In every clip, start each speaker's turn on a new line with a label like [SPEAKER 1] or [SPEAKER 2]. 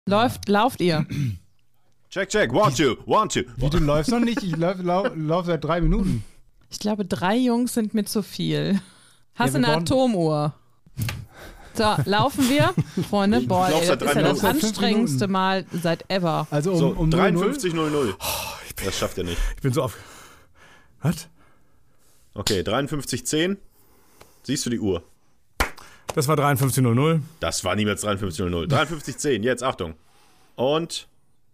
[SPEAKER 1] Lauft ihr?
[SPEAKER 2] Check, one, two.
[SPEAKER 3] Wie, du läufst noch nicht? Ich lauf seit 3 Minuten.
[SPEAKER 1] Ich glaube, 3 Jungs sind mir zu viel. Hast du eine Atomuhr? So, laufen wir? Freunde, boah, ey, das ist ja das anstrengendste Mal seit ever.
[SPEAKER 3] Also
[SPEAKER 2] um 53:00. Das schafft ihr nicht.
[SPEAKER 4] Ich bin so auf... Was?
[SPEAKER 2] Okay, 53:10. Siehst du die Uhr?
[SPEAKER 4] Das war 53:00.
[SPEAKER 2] Das war niemals 53:00. 53:10, jetzt Achtung. Und...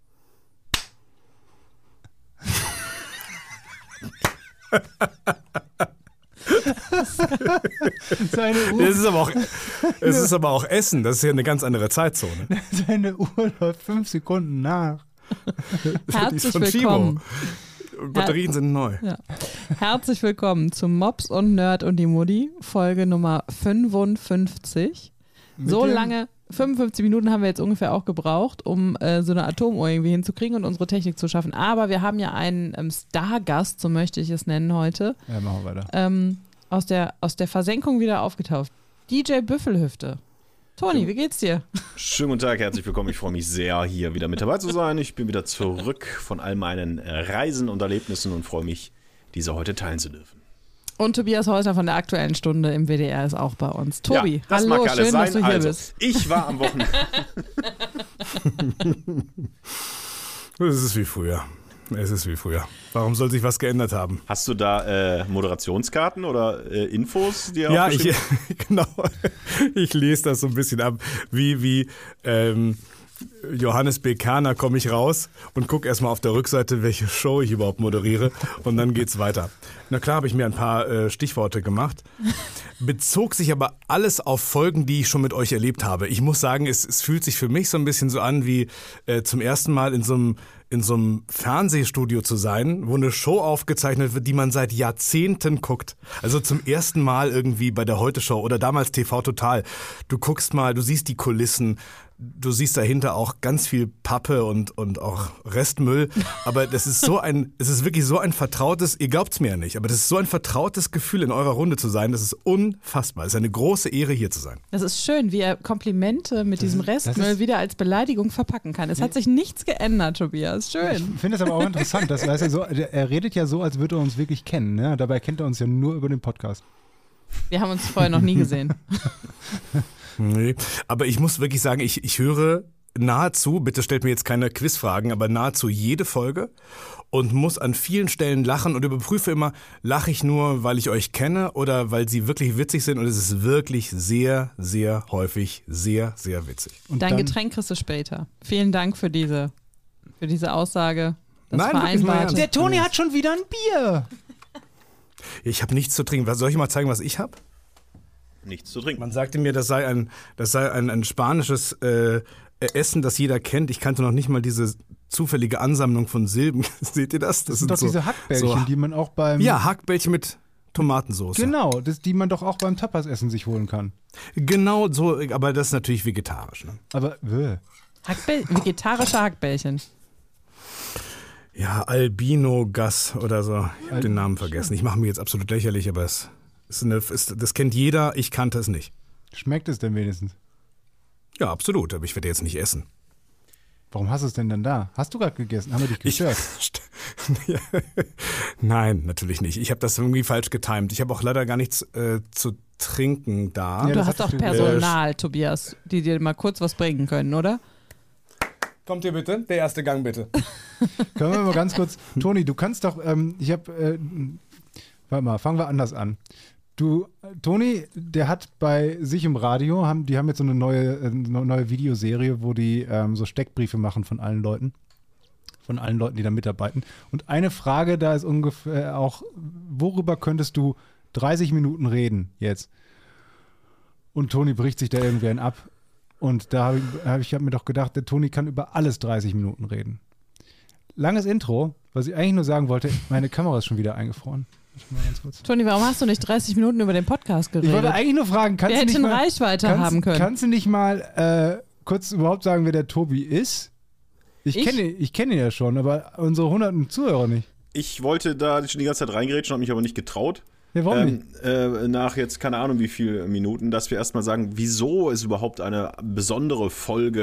[SPEAKER 3] Seine Uhr.
[SPEAKER 4] Es ist aber auch Essen. Das ist ja eine ganz andere Zeitzone.
[SPEAKER 3] Seine Uhr läuft 5 Sekunden nach.
[SPEAKER 1] Herzlich willkommen.
[SPEAKER 4] Batterien sind neu.
[SPEAKER 1] Ja. Herzlich willkommen zu Mops und Nerd und die Mutti, Folge Nummer 55. So lange, 55 Minuten haben wir jetzt ungefähr auch gebraucht, um so eine Atomuhr irgendwie hinzukriegen und unsere Technik zu schaffen. Aber wir haben ja einen Stargast, so möchte ich es nennen heute.
[SPEAKER 3] Ja, machen wir weiter.
[SPEAKER 1] Aus der Versenkung wieder aufgetaucht. DJ Büffelhüfte. Toni, wie geht's dir?
[SPEAKER 2] Schönen guten Tag, herzlich willkommen. Ich freue mich sehr, hier wieder mit dabei zu sein. Ich bin wieder zurück von all meinen Reisen und Erlebnissen und freue mich, diese heute teilen zu dürfen.
[SPEAKER 1] Und Tobias Häusler von der Aktuellen Stunde im WDR ist auch bei uns. Tobi,
[SPEAKER 2] ja, das
[SPEAKER 1] hallo,
[SPEAKER 2] mag alles
[SPEAKER 1] schön,
[SPEAKER 2] sein.
[SPEAKER 1] dass du hier bist.
[SPEAKER 2] Ich war am Wochenende.
[SPEAKER 4] Es ist wie früher. Warum soll sich was geändert haben?
[SPEAKER 2] Hast du da Moderationskarten oder Infos, die
[SPEAKER 4] ja, genau. Ich lese das so ein bisschen ab, wie Johannes B. Kerner komme ich raus und gucke erstmal auf der Rückseite, welche Show ich überhaupt moderiere und dann geht's weiter. Na klar, habe ich mir ein paar Stichworte gemacht. Bezog sich aber alles auf Folgen, die ich schon mit euch erlebt habe. Ich muss sagen, es fühlt sich für mich so ein bisschen so an, wie zum ersten Mal in so einem Fernsehstudio zu sein, wo eine Show aufgezeichnet wird, die man seit Jahrzehnten guckt. Also zum ersten Mal irgendwie bei der Heute-Show oder damals TV Total. Du guckst mal, du siehst die Kulissen, du siehst dahinter auch ganz viel Pappe und auch Restmüll. Aber es ist wirklich so ein vertrautes, ihr glaubt's mir ja nicht, aber das ist so ein vertrautes Gefühl, in eurer Runde zu sein. Das ist unfassbar. Es ist eine große Ehre, hier zu sein.
[SPEAKER 1] Das ist schön, wie er Komplimente mit diesem Restmüll wieder als Beleidigung verpacken kann. Es hat sich nichts geändert, Tobias. Schön.
[SPEAKER 3] Ich finde das aber auch interessant. Das heißt ja so, er redet ja so, als würde er uns wirklich kennen. Ne? Dabei kennt er uns ja nur über den Podcast.
[SPEAKER 1] Wir haben uns vorher noch nie gesehen.
[SPEAKER 4] Nee, aber ich muss wirklich sagen, ich höre nahezu, bitte stellt mir jetzt keine Quizfragen, aber nahezu jede Folge und muss an vielen Stellen lachen und überprüfe immer, lache ich nur, weil ich euch kenne oder weil sie wirklich witzig sind und es ist wirklich sehr, sehr häufig sehr, sehr witzig.
[SPEAKER 1] Und dein Getränk kriegst du später. Vielen Dank für diese Aussage. Das Vereinbarte.
[SPEAKER 3] Der Toni hat schon wieder ein Bier.
[SPEAKER 4] Ich habe nichts zu trinken. Soll ich mal zeigen, was ich habe?
[SPEAKER 2] Nichts zu trinken.
[SPEAKER 4] Man sagte mir, das sei ein spanisches Essen, das jeder kennt. Ich kannte noch nicht mal diese zufällige Ansammlung von Silben. Seht ihr das?
[SPEAKER 3] Das sind doch so, diese Hackbällchen, die man auch beim...
[SPEAKER 4] Ja, Hackbällchen mit Tomatensauce.
[SPEAKER 3] Genau, die man doch auch beim Tapas-Essen sich holen kann.
[SPEAKER 4] Genau so, aber das ist natürlich vegetarisch. Ne?
[SPEAKER 3] Aber,
[SPEAKER 1] vegetarische Hackbällchen.
[SPEAKER 4] Ja, Albino-Gas oder so. Ich habe den Namen vergessen. Ich mache mich jetzt absolut lächerlich, aber das kennt jeder, ich kannte es nicht.
[SPEAKER 3] Schmeckt es denn wenigstens?
[SPEAKER 4] Ja, absolut, aber ich werde jetzt nicht essen.
[SPEAKER 3] Warum hast du es denn dann da? Hast du gerade gegessen? Haben wir dich gestört?
[SPEAKER 4] Nein, natürlich nicht. Ich habe das irgendwie falsch getimt. Ich habe auch leider gar nichts zu trinken da.
[SPEAKER 1] Ja, du hast auch Personal, Tobias, die dir mal kurz was bringen können, oder?
[SPEAKER 4] Kommt ihr bitte? Der erste Gang bitte.
[SPEAKER 3] Können wir mal ganz kurz... Toni, du kannst doch... warte mal, fangen wir anders an. Toni, der hat bei sich im Radio, die haben jetzt so eine neue Videoserie, wo die so Steckbriefe machen von allen Leuten, die da mitarbeiten. Und eine Frage da ist ungefähr auch, worüber könntest du 30 Minuten reden jetzt? Und Toni bricht sich da irgendwann ab. Und da hab ich mir doch gedacht, der Toni kann über alles 30 Minuten reden. Langes Intro, was ich eigentlich nur sagen wollte, meine Kamera ist schon wieder eingefroren.
[SPEAKER 1] Toni, warum hast du nicht 30 Minuten über den Podcast geredet?
[SPEAKER 3] Ich wollte eigentlich nur fragen,
[SPEAKER 1] kannst du nicht mal Reichweite haben können?
[SPEAKER 3] Kannst du nicht mal kurz überhaupt sagen, wer der Tobi ist? Ich kenne ihn ja schon, aber unsere hunderten Zuhörer nicht.
[SPEAKER 2] Ich wollte da schon die ganze Zeit reingrätschen, habe mich aber nicht getraut.
[SPEAKER 3] Ja, warum nicht?
[SPEAKER 2] Nach jetzt keine Ahnung wie viele Minuten, dass wir erstmal sagen, wieso es überhaupt eine besondere Folge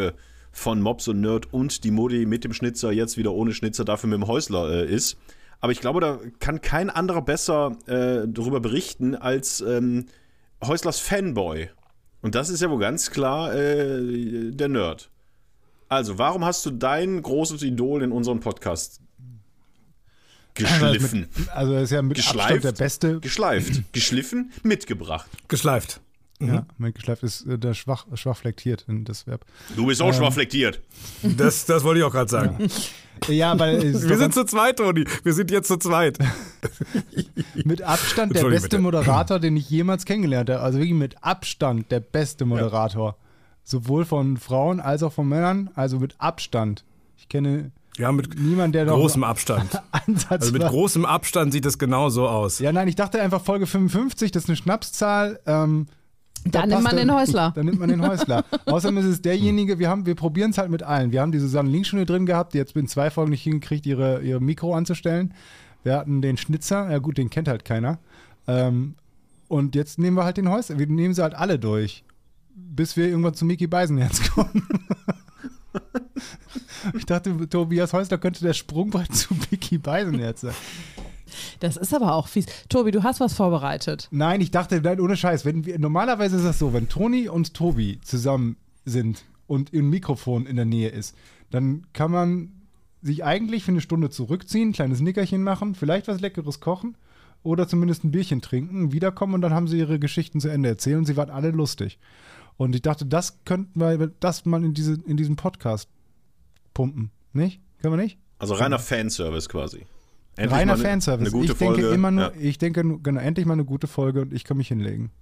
[SPEAKER 2] von Mops und Nerd und die Mutti mit dem Schnitzer, jetzt wieder ohne Schnitzer, dafür mit dem Häusler ist. Aber ich glaube, da kann kein anderer besser darüber berichten als Häuslers Fanboy. Und das ist ja wohl ganz klar der Nerd. Also, warum hast du dein großes Idol in unserem Podcast geschliffen?
[SPEAKER 3] Also er ist ja mit Abstand der Beste.
[SPEAKER 2] Geschleift. Geschliffen, mitgebracht.
[SPEAKER 4] Geschleift.
[SPEAKER 3] Ja, mitgeschleift ist der schwach flektiert in das Verb.
[SPEAKER 2] Du bist auch schwach flektiert.
[SPEAKER 4] Das wollte ich auch gerade sagen.
[SPEAKER 3] Ja, weil
[SPEAKER 4] Wir sind zu zweit, Toni. Wir sind jetzt zu zweit.
[SPEAKER 3] mit Abstand der beste Moderator, den ich jemals kennengelernt habe. Also wirklich mit Abstand der beste Moderator. Ja. Sowohl von Frauen als auch von Männern. Also mit Abstand. Ich kenne
[SPEAKER 4] mit
[SPEAKER 3] niemanden, der
[SPEAKER 4] großem Abstand. Also mit großem Abstand sieht es genau so aus.
[SPEAKER 3] Ja, nein, ich dachte einfach Folge 55, das ist eine Schnapszahl.
[SPEAKER 1] Da nimmt man den Häusler.
[SPEAKER 3] Dann nimmt man den Häusler. Außerdem ist es derjenige, wir probieren es halt mit allen. Wir haben die Susanne Link schon hier drin gehabt, die jetzt in 2 Folgen nicht hingekriegt, ihre Mikro anzustellen. Wir hatten den Schnitzer, ja gut, den kennt halt keiner. Und jetzt nehmen wir halt den Häusler. Wir nehmen sie halt alle durch, bis wir irgendwann zu Micky Beisenherz kommen. Ich dachte, Tobias Häusler könnte der Sprungbrett zu Micky Beisenherz sein.
[SPEAKER 1] Das ist aber auch fies. Tobi, du hast was vorbereitet.
[SPEAKER 3] Nein, ich dachte, nein, ohne Scheiß. Normalerweise ist das so, wenn Toni und Tobi zusammen sind und ein Mikrofon in der Nähe ist, dann kann man sich eigentlich für eine Stunde zurückziehen, ein kleines Nickerchen machen, vielleicht was Leckeres kochen oder zumindest ein Bierchen trinken, wiederkommen und dann haben sie ihre Geschichten zu Ende erzählt und sie waren alle lustig. Und ich dachte, das könnten wir, das mal in diesem Podcast pumpen. Nicht? Können wir nicht?
[SPEAKER 2] Also reiner Fanservice quasi.
[SPEAKER 3] Reiner Fanservice.
[SPEAKER 2] Eine gute
[SPEAKER 3] ich denke
[SPEAKER 2] Folge.
[SPEAKER 3] immer nur, ich denke genau, endlich mal eine gute Folge und ich kann mich hinlegen.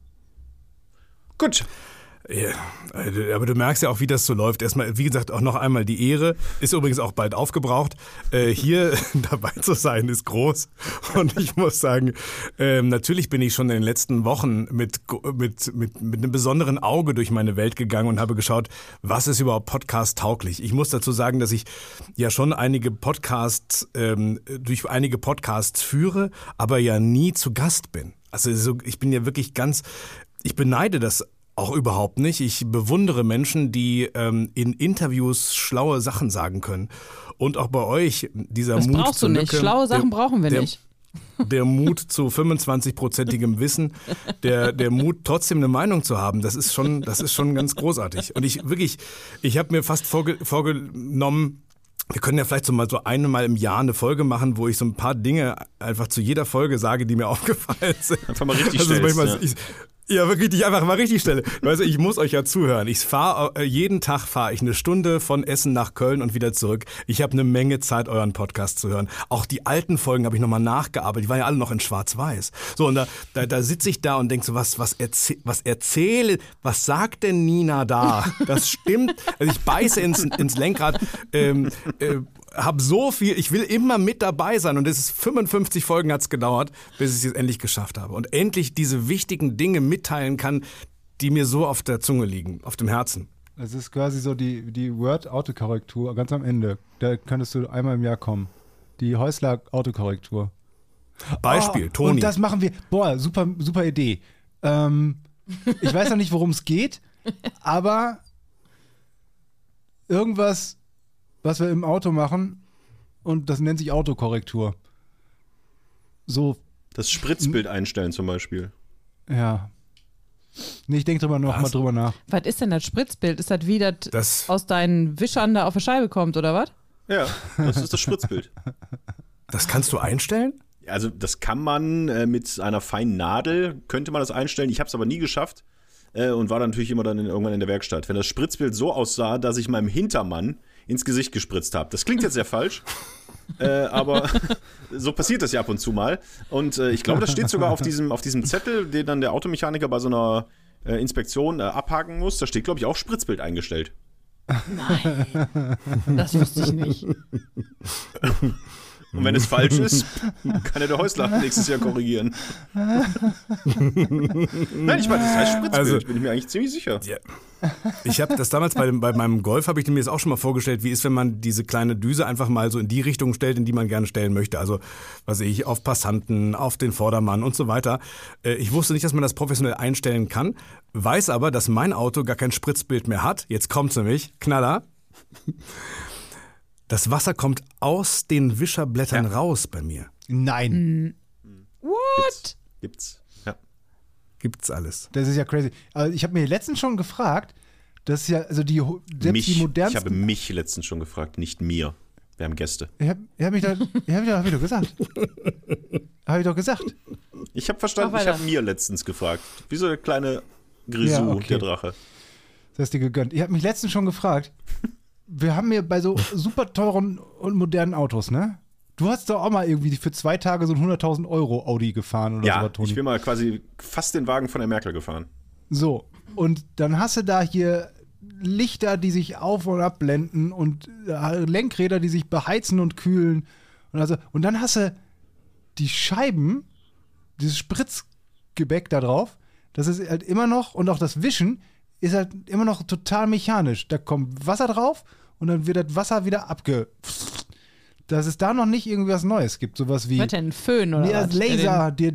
[SPEAKER 2] Gut.
[SPEAKER 4] Ja, aber du merkst ja auch, wie das so läuft. Erstmal, wie gesagt, auch noch einmal die Ehre. Ist übrigens auch bald aufgebraucht. Hier dabei zu sein, ist groß. Und ich muss sagen, natürlich bin ich schon in den letzten Wochen mit einem besonderen Auge durch meine Welt gegangen und habe geschaut, was ist überhaupt Podcast-tauglich. Ich muss dazu sagen, dass ich ja schon durch einige Podcasts führe, aber ja nie zu Gast bin. Also ich bin ja wirklich ich beneide das auch überhaupt nicht. Ich bewundere Menschen, die in Interviews schlaue Sachen sagen können. Und auch bei euch, dieser
[SPEAKER 1] das
[SPEAKER 4] Mut
[SPEAKER 1] brauchst
[SPEAKER 4] zur
[SPEAKER 1] du nicht.
[SPEAKER 4] Lücke,
[SPEAKER 1] Schlaue Sachen brauchen wir nicht.
[SPEAKER 4] Der Mut zu 25%igem Wissen, der Mut, trotzdem eine Meinung zu haben, das ist schon ganz großartig. Und ich habe mir fast vorgenommen, wir können ja vielleicht so einmal im Jahr eine Folge machen, wo ich so ein paar Dinge einfach zu jeder Folge sage, die mir aufgefallen sind.
[SPEAKER 2] Einfach mal richtig stellst,
[SPEAKER 4] ja, wirklich, die einfach mal richtig stelle. Also ich muss euch ja zuhören. Jeden Tag fahre ich eine Stunde von Essen nach Köln und wieder zurück. Ich habe eine Menge Zeit, euren Podcast zu hören. Auch die alten Folgen habe ich nochmal nachgearbeitet. Die waren ja alle noch in Schwarz-Weiß. So, und da sitze ich da und denke so, was erzähle, was sagt denn Nina da? Das stimmt. Also ich beiße ins Lenkrad, habe so viel, ich will immer mit dabei sein und 55 Folgen hat es gedauert, bis ich es jetzt endlich geschafft habe und endlich diese wichtigen Dinge mitteilen kann, die mir so auf der Zunge liegen, auf dem Herzen.
[SPEAKER 3] Es ist quasi so die Word-Autokorrektur ganz am Ende. Da könntest du einmal im Jahr kommen. Die Häusler-Autokorrektur.
[SPEAKER 4] Beispiel, Toni.
[SPEAKER 3] Und das machen wir. Boah, super, super Idee. Ich weiß noch nicht, worum es geht, aber irgendwas, was wir im Auto machen, und das nennt sich Autokorrektur. So.
[SPEAKER 2] Das Spritzbild einstellen zum Beispiel.
[SPEAKER 3] Ja. Nee, ich denke mal drüber nach.
[SPEAKER 1] Was ist denn das Spritzbild? Ist das wie das aus deinen Wischern da auf der Scheibe kommt, oder was?
[SPEAKER 2] Ja, das ist das Spritzbild.
[SPEAKER 4] Das kannst du einstellen?
[SPEAKER 2] Also das kann man mit einer feinen Nadel, könnte man das einstellen. Ich habe es aber nie geschafft und war dann natürlich immer irgendwann in der Werkstatt. Wenn das Spritzbild so aussah, dass ich meinem Hintermann ins Gesicht gespritzt habe. Das klingt jetzt sehr falsch, aber so passiert das ja ab und zu mal. Und ich glaube, das steht sogar auf diesem Zettel, den dann der Automechaniker bei so einer Inspektion abhaken muss. Da steht, glaube ich, auch Spritzbild eingestellt.
[SPEAKER 1] Nein, das wusste ich nicht.
[SPEAKER 2] Und wenn es falsch ist, kann der Häusler nächstes Jahr korrigieren. Nein, ich meine, das heißt Spritzbild,
[SPEAKER 4] Also,
[SPEAKER 2] bin ich mir eigentlich ziemlich sicher.
[SPEAKER 4] Ja. Ich habe das damals bei meinem Golf, habe ich mir das auch schon mal vorgestellt, wie ist, wenn man diese kleine Düse einfach mal so in die Richtung stellt, in die man gerne stellen möchte. Also, was weiß ich, auf Passanten, auf den Vordermann und so weiter. Ich wusste nicht, dass man das professionell einstellen kann, weiß aber, dass mein Auto gar kein Spritzbild mehr hat. Jetzt kommt's nämlich, Knaller. Das Wasser kommt aus den Wischerblättern raus bei mir.
[SPEAKER 3] Nein,
[SPEAKER 1] What?
[SPEAKER 2] Gibt's. Ja.
[SPEAKER 4] Gibt's alles.
[SPEAKER 3] das ist ja crazy. Also ich habe mir letztens schon gefragt, dass ja, also selbst die
[SPEAKER 2] Ich
[SPEAKER 3] modernsten...
[SPEAKER 2] habe mich letztens schon gefragt, nicht mir. Wir haben Gäste.
[SPEAKER 3] hab ich doch gesagt. Habe ich doch gesagt.
[SPEAKER 2] Ich habe verstanden,
[SPEAKER 1] Mach
[SPEAKER 2] ich
[SPEAKER 1] weiter.
[SPEAKER 2] habe mir letztens gefragt. Wie so der kleine Grisou,
[SPEAKER 3] Ja, okay.
[SPEAKER 2] der Drache.
[SPEAKER 3] Das hast dir gegönnt. Ich habe mich letztens schon gefragt, wir haben hier bei so super teuren und modernen Autos, ne? Du hast doch auch mal irgendwie für 2 Tage so ein 100.000 Euro Audi gefahren oder
[SPEAKER 2] Ja,
[SPEAKER 3] so, Toni.
[SPEAKER 2] ich bin mal quasi fast den Wagen von der Merkel gefahren.
[SPEAKER 3] So, und dann hast du da hier Lichter, die sich auf- und abblenden und Lenkräder, die sich beheizen und kühlen. Und dann hast du die Scheiben, dieses Spritzgebäck da drauf, das ist halt immer noch, und auch das Wischen ist halt immer noch total mechanisch. Da kommt Wasser drauf und dann wird das Wasser wieder dass es da noch nicht irgendwie was Neues gibt. Sowas wie
[SPEAKER 1] Was denn, ein Föhn oder
[SPEAKER 3] ja,
[SPEAKER 1] was?
[SPEAKER 3] Laser, der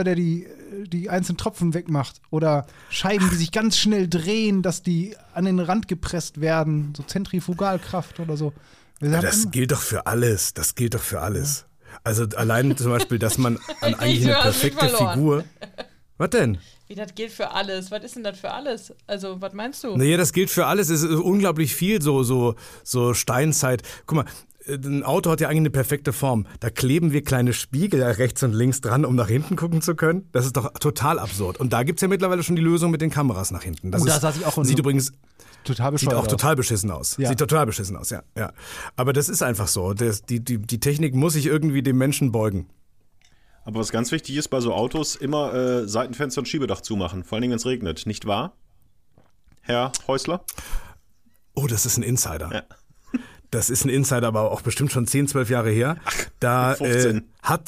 [SPEAKER 3] die einzelnen Tropfen wegmacht. Oder Scheiben, die sich ganz schnell drehen, dass die an den Rand gepresst werden. So Zentrifugalkraft oder so.
[SPEAKER 4] Das gilt doch für alles. Das gilt doch für alles. Also allein zum Beispiel, dass man an eigentlich
[SPEAKER 1] Du
[SPEAKER 4] eine
[SPEAKER 1] hast mich
[SPEAKER 4] perfekte
[SPEAKER 1] verloren.
[SPEAKER 4] Figur. Was denn?
[SPEAKER 1] Wie, das gilt für alles? Was ist denn das für alles? Also, was meinst du?
[SPEAKER 4] Naja, das gilt für alles. Es ist unglaublich viel so Steinzeit. Guck mal, ein Auto hat ja eigentlich eine perfekte Form. Da kleben wir kleine Spiegel rechts und links dran, um nach hinten gucken zu können. Das ist doch total absurd. Und da gibt es ja mittlerweile schon die Lösung mit den Kameras nach hinten. Das
[SPEAKER 3] da saß ich auch in
[SPEAKER 4] sieht
[SPEAKER 3] so-
[SPEAKER 4] übrigens
[SPEAKER 3] total
[SPEAKER 4] Sieht
[SPEAKER 3] bescheuert
[SPEAKER 4] auch total beschissen aus.
[SPEAKER 3] Ja.
[SPEAKER 4] Sieht total beschissen aus, ja. Aber das ist einfach so. Die Technik muss sich irgendwie dem Menschen beugen.
[SPEAKER 2] Aber was ganz wichtig ist bei so Autos, immer Seitenfenster und Schiebedach zumachen. Vor allen Dingen, wenn es regnet. Nicht wahr, Herr Häusler?
[SPEAKER 4] Oh, das ist ein Insider.
[SPEAKER 2] Ja.
[SPEAKER 4] Das ist ein Insider, aber auch bestimmt schon 10, 12 Jahre her. Da
[SPEAKER 2] 15.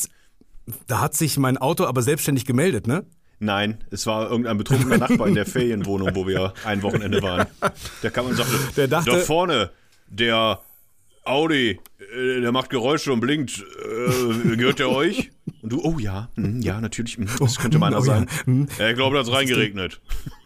[SPEAKER 4] hat sich mein Auto aber selbstständig gemeldet, ne?
[SPEAKER 2] Nein, es war irgendein betrunkener Nachbar in der Ferienwohnung, wo wir ein Wochenende waren. Der kam und sagte,
[SPEAKER 4] Der dachte-
[SPEAKER 2] da vorne, der Audi, der macht Geräusche und blinkt, gehört der euch? Und du, oh ja, ja, natürlich, das könnte meiner sein. Ja, ich glaube, da hat es reingeregnet.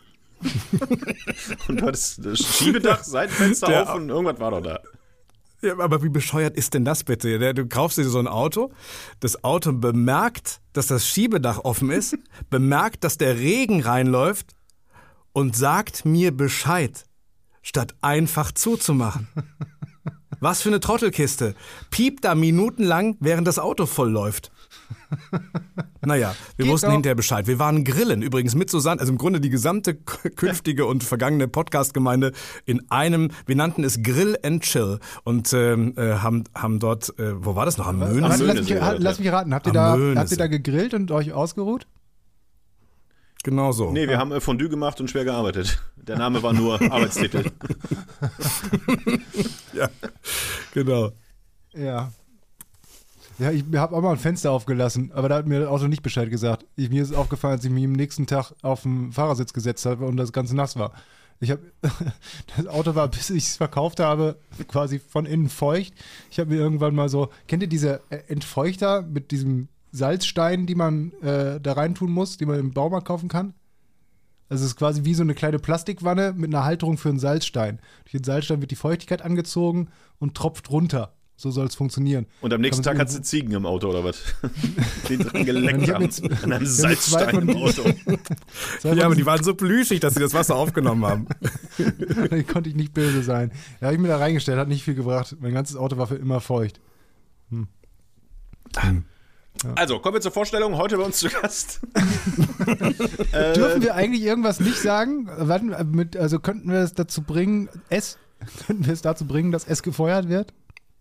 [SPEAKER 2] Und du hattest das Schiebedach, Seitenfenster
[SPEAKER 4] Der-
[SPEAKER 2] auf und irgendwas war doch da.
[SPEAKER 4] Ja, aber wie bescheuert ist denn das bitte? Du kaufst dir so ein Auto, das Auto bemerkt, dass das Schiebedach offen ist, bemerkt, dass der Regen reinläuft und sagt mir Bescheid, statt einfach zuzumachen. Was für eine Trottelkiste. Piept da minutenlang, während das Auto voll läuft. Naja, wir wussten
[SPEAKER 3] doch.
[SPEAKER 4] hinterher Bescheid. Wir waren grillen, übrigens mit Susanne, also im Grunde die gesamte künftige und vergangene Podcast-Gemeinde in einem, wir nannten es Grill and Chill und haben dort, wo war das noch? Am Möhnesee?
[SPEAKER 3] Lass mich raten, habt ihr
[SPEAKER 4] Am
[SPEAKER 3] da
[SPEAKER 4] Möhnesee.
[SPEAKER 3] gegrillt und euch ausgeruht?
[SPEAKER 4] Genau so.
[SPEAKER 2] Nee, wir haben Fondue gemacht und schwer gearbeitet. Der Name war nur Arbeitstitel.
[SPEAKER 4] Ja, genau.
[SPEAKER 3] Ja. Ja, ich habe auch mal ein Fenster aufgelassen, aber da hat mir das Auto nicht Bescheid gesagt. Mir ist aufgefallen, als ich mich am nächsten Tag auf den Fahrersitz gesetzt habe und das Ganze nass war. Das Auto war, bis ich es verkauft habe, quasi von innen feucht. Ich habe mir irgendwann mal so, kennt ihr diese Entfeuchter mit diesem Salzstein, die man da reintun muss, die man im Baumarkt kaufen kann? Also es ist quasi wie so eine kleine Plastikwanne mit einer Halterung für einen Salzstein. Durch den Salzstein wird die Feuchtigkeit angezogen und tropft runter. So soll es funktionieren.
[SPEAKER 2] Und am nächsten
[SPEAKER 3] Kann
[SPEAKER 2] Tag
[SPEAKER 3] man
[SPEAKER 2] hat sie Ziegen im Auto oder was? Die dran geleckt
[SPEAKER 3] Ich hab
[SPEAKER 2] haben.
[SPEAKER 3] jetzt-
[SPEAKER 2] An einem
[SPEAKER 3] ich hab jetzt zwei
[SPEAKER 2] Salzstein
[SPEAKER 3] von
[SPEAKER 2] im Auto.
[SPEAKER 4] Ja, aber die waren so plüschig, dass sie das Wasser aufgenommen haben.
[SPEAKER 3] Da konnte ich nicht böse sein. Da habe ich mir da reingestellt, hat nicht viel gebracht. Mein ganzes Auto war für immer feucht.
[SPEAKER 2] Also, kommen wir zur Vorstellung. Heute bei uns zu Gast.
[SPEAKER 3] Dürfen wir eigentlich irgendwas nicht sagen? Also könnten wir es dazu bringen, dass es gefeuert wird?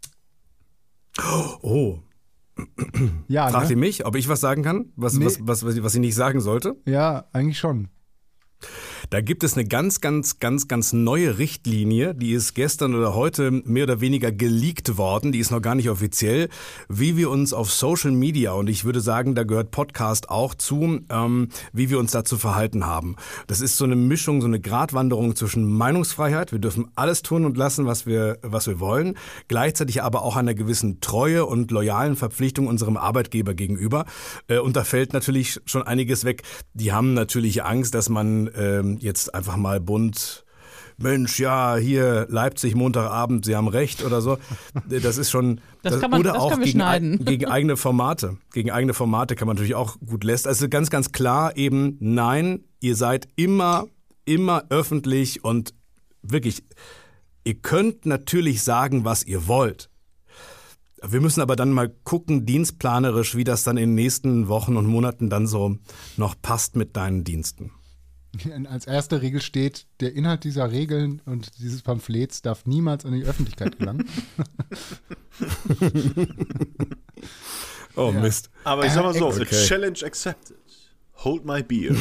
[SPEAKER 4] Oh,
[SPEAKER 3] Ja,
[SPEAKER 4] fragt ihr
[SPEAKER 3] ne?
[SPEAKER 4] mich, ob ich was sagen kann, was
[SPEAKER 3] Nee.
[SPEAKER 4] ich nicht sagen sollte?
[SPEAKER 3] Ja, eigentlich schon.
[SPEAKER 4] Da gibt es eine ganz neue Richtlinie, die ist gestern oder heute mehr oder weniger geleakt worden, die ist noch gar nicht offiziell, wie wir uns auf Social Media, und ich würde sagen, da gehört Podcast auch zu, wie wir uns dazu verhalten haben. Das ist so eine Mischung, so eine Gratwanderung zwischen Meinungsfreiheit, wir dürfen alles tun und lassen, was wir wollen, gleichzeitig aber auch einer gewissen Treue und loyalen Verpflichtung unserem Arbeitgeber gegenüber. Und da fällt natürlich schon einiges weg. Die haben natürlich Angst, dass man jetzt einfach mal bunt, Mensch, ja, hier Leipzig, Montagabend, Sie haben recht oder so. Das ist schon...
[SPEAKER 1] Das kann wir schneiden.
[SPEAKER 4] Gegen eigene Formate. Gegen eigene Formate kann man natürlich auch gut lästern. Also ganz klar eben, nein, ihr seid immer öffentlich und wirklich, ihr könnt natürlich sagen, was ihr wollt. Wir müssen aber dann mal gucken, dienstplanerisch, wie das dann in den nächsten Wochen und Monaten dann so noch passt mit deinen Diensten.
[SPEAKER 3] Als erste Regel steht, der Inhalt dieser Regeln und dieses Pamphlets darf niemals an die Öffentlichkeit gelangen.
[SPEAKER 4] Oh ja. Mist.
[SPEAKER 2] Aber ich sag mal so, okay. Challenge accepted. Hold my beer.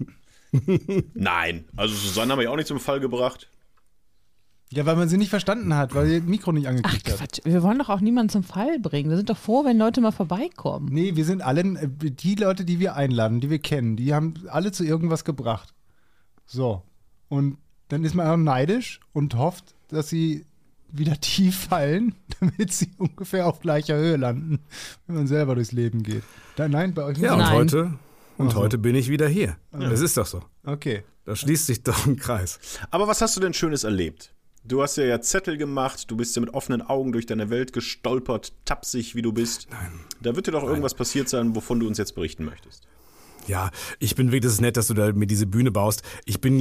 [SPEAKER 2] Nein, also Susanne haben wir ja auch nicht zum Fall gebracht.
[SPEAKER 3] Ja, weil man sie nicht verstanden hat, weil ihr Mikro nicht angeklickt hat.
[SPEAKER 1] Quatsch, wir wollen doch auch niemanden zum Fall bringen. Wir sind doch froh, wenn Leute mal vorbeikommen.
[SPEAKER 3] Nee, wir sind alle, die Leute, die wir einladen, die wir kennen, die haben alle zu irgendwas gebracht. So. Und dann ist man auch neidisch und hofft, dass sie wieder tief fallen, damit sie ungefähr auf gleicher Höhe landen, wenn man selber durchs Leben geht. Nein, bei euch nicht.
[SPEAKER 4] Ja,
[SPEAKER 1] Nein.
[SPEAKER 4] Heute bin ich wieder hier.
[SPEAKER 3] Ja.
[SPEAKER 4] Das ist doch so.
[SPEAKER 3] Okay.
[SPEAKER 4] Da schließt sich doch ein Kreis.
[SPEAKER 2] Aber was hast du denn Schönes erlebt? Du hast ja Zettel gemacht, du bist ja mit offenen Augen durch deine Welt gestolpert, tapsig wie du bist.
[SPEAKER 4] Nein.
[SPEAKER 2] Da wird dir doch irgendwas passiert sein, wovon du uns jetzt berichten möchtest.
[SPEAKER 4] Ja, ich bin wirklich, das ist nett, dass du da mir diese Bühne baust. Ich bin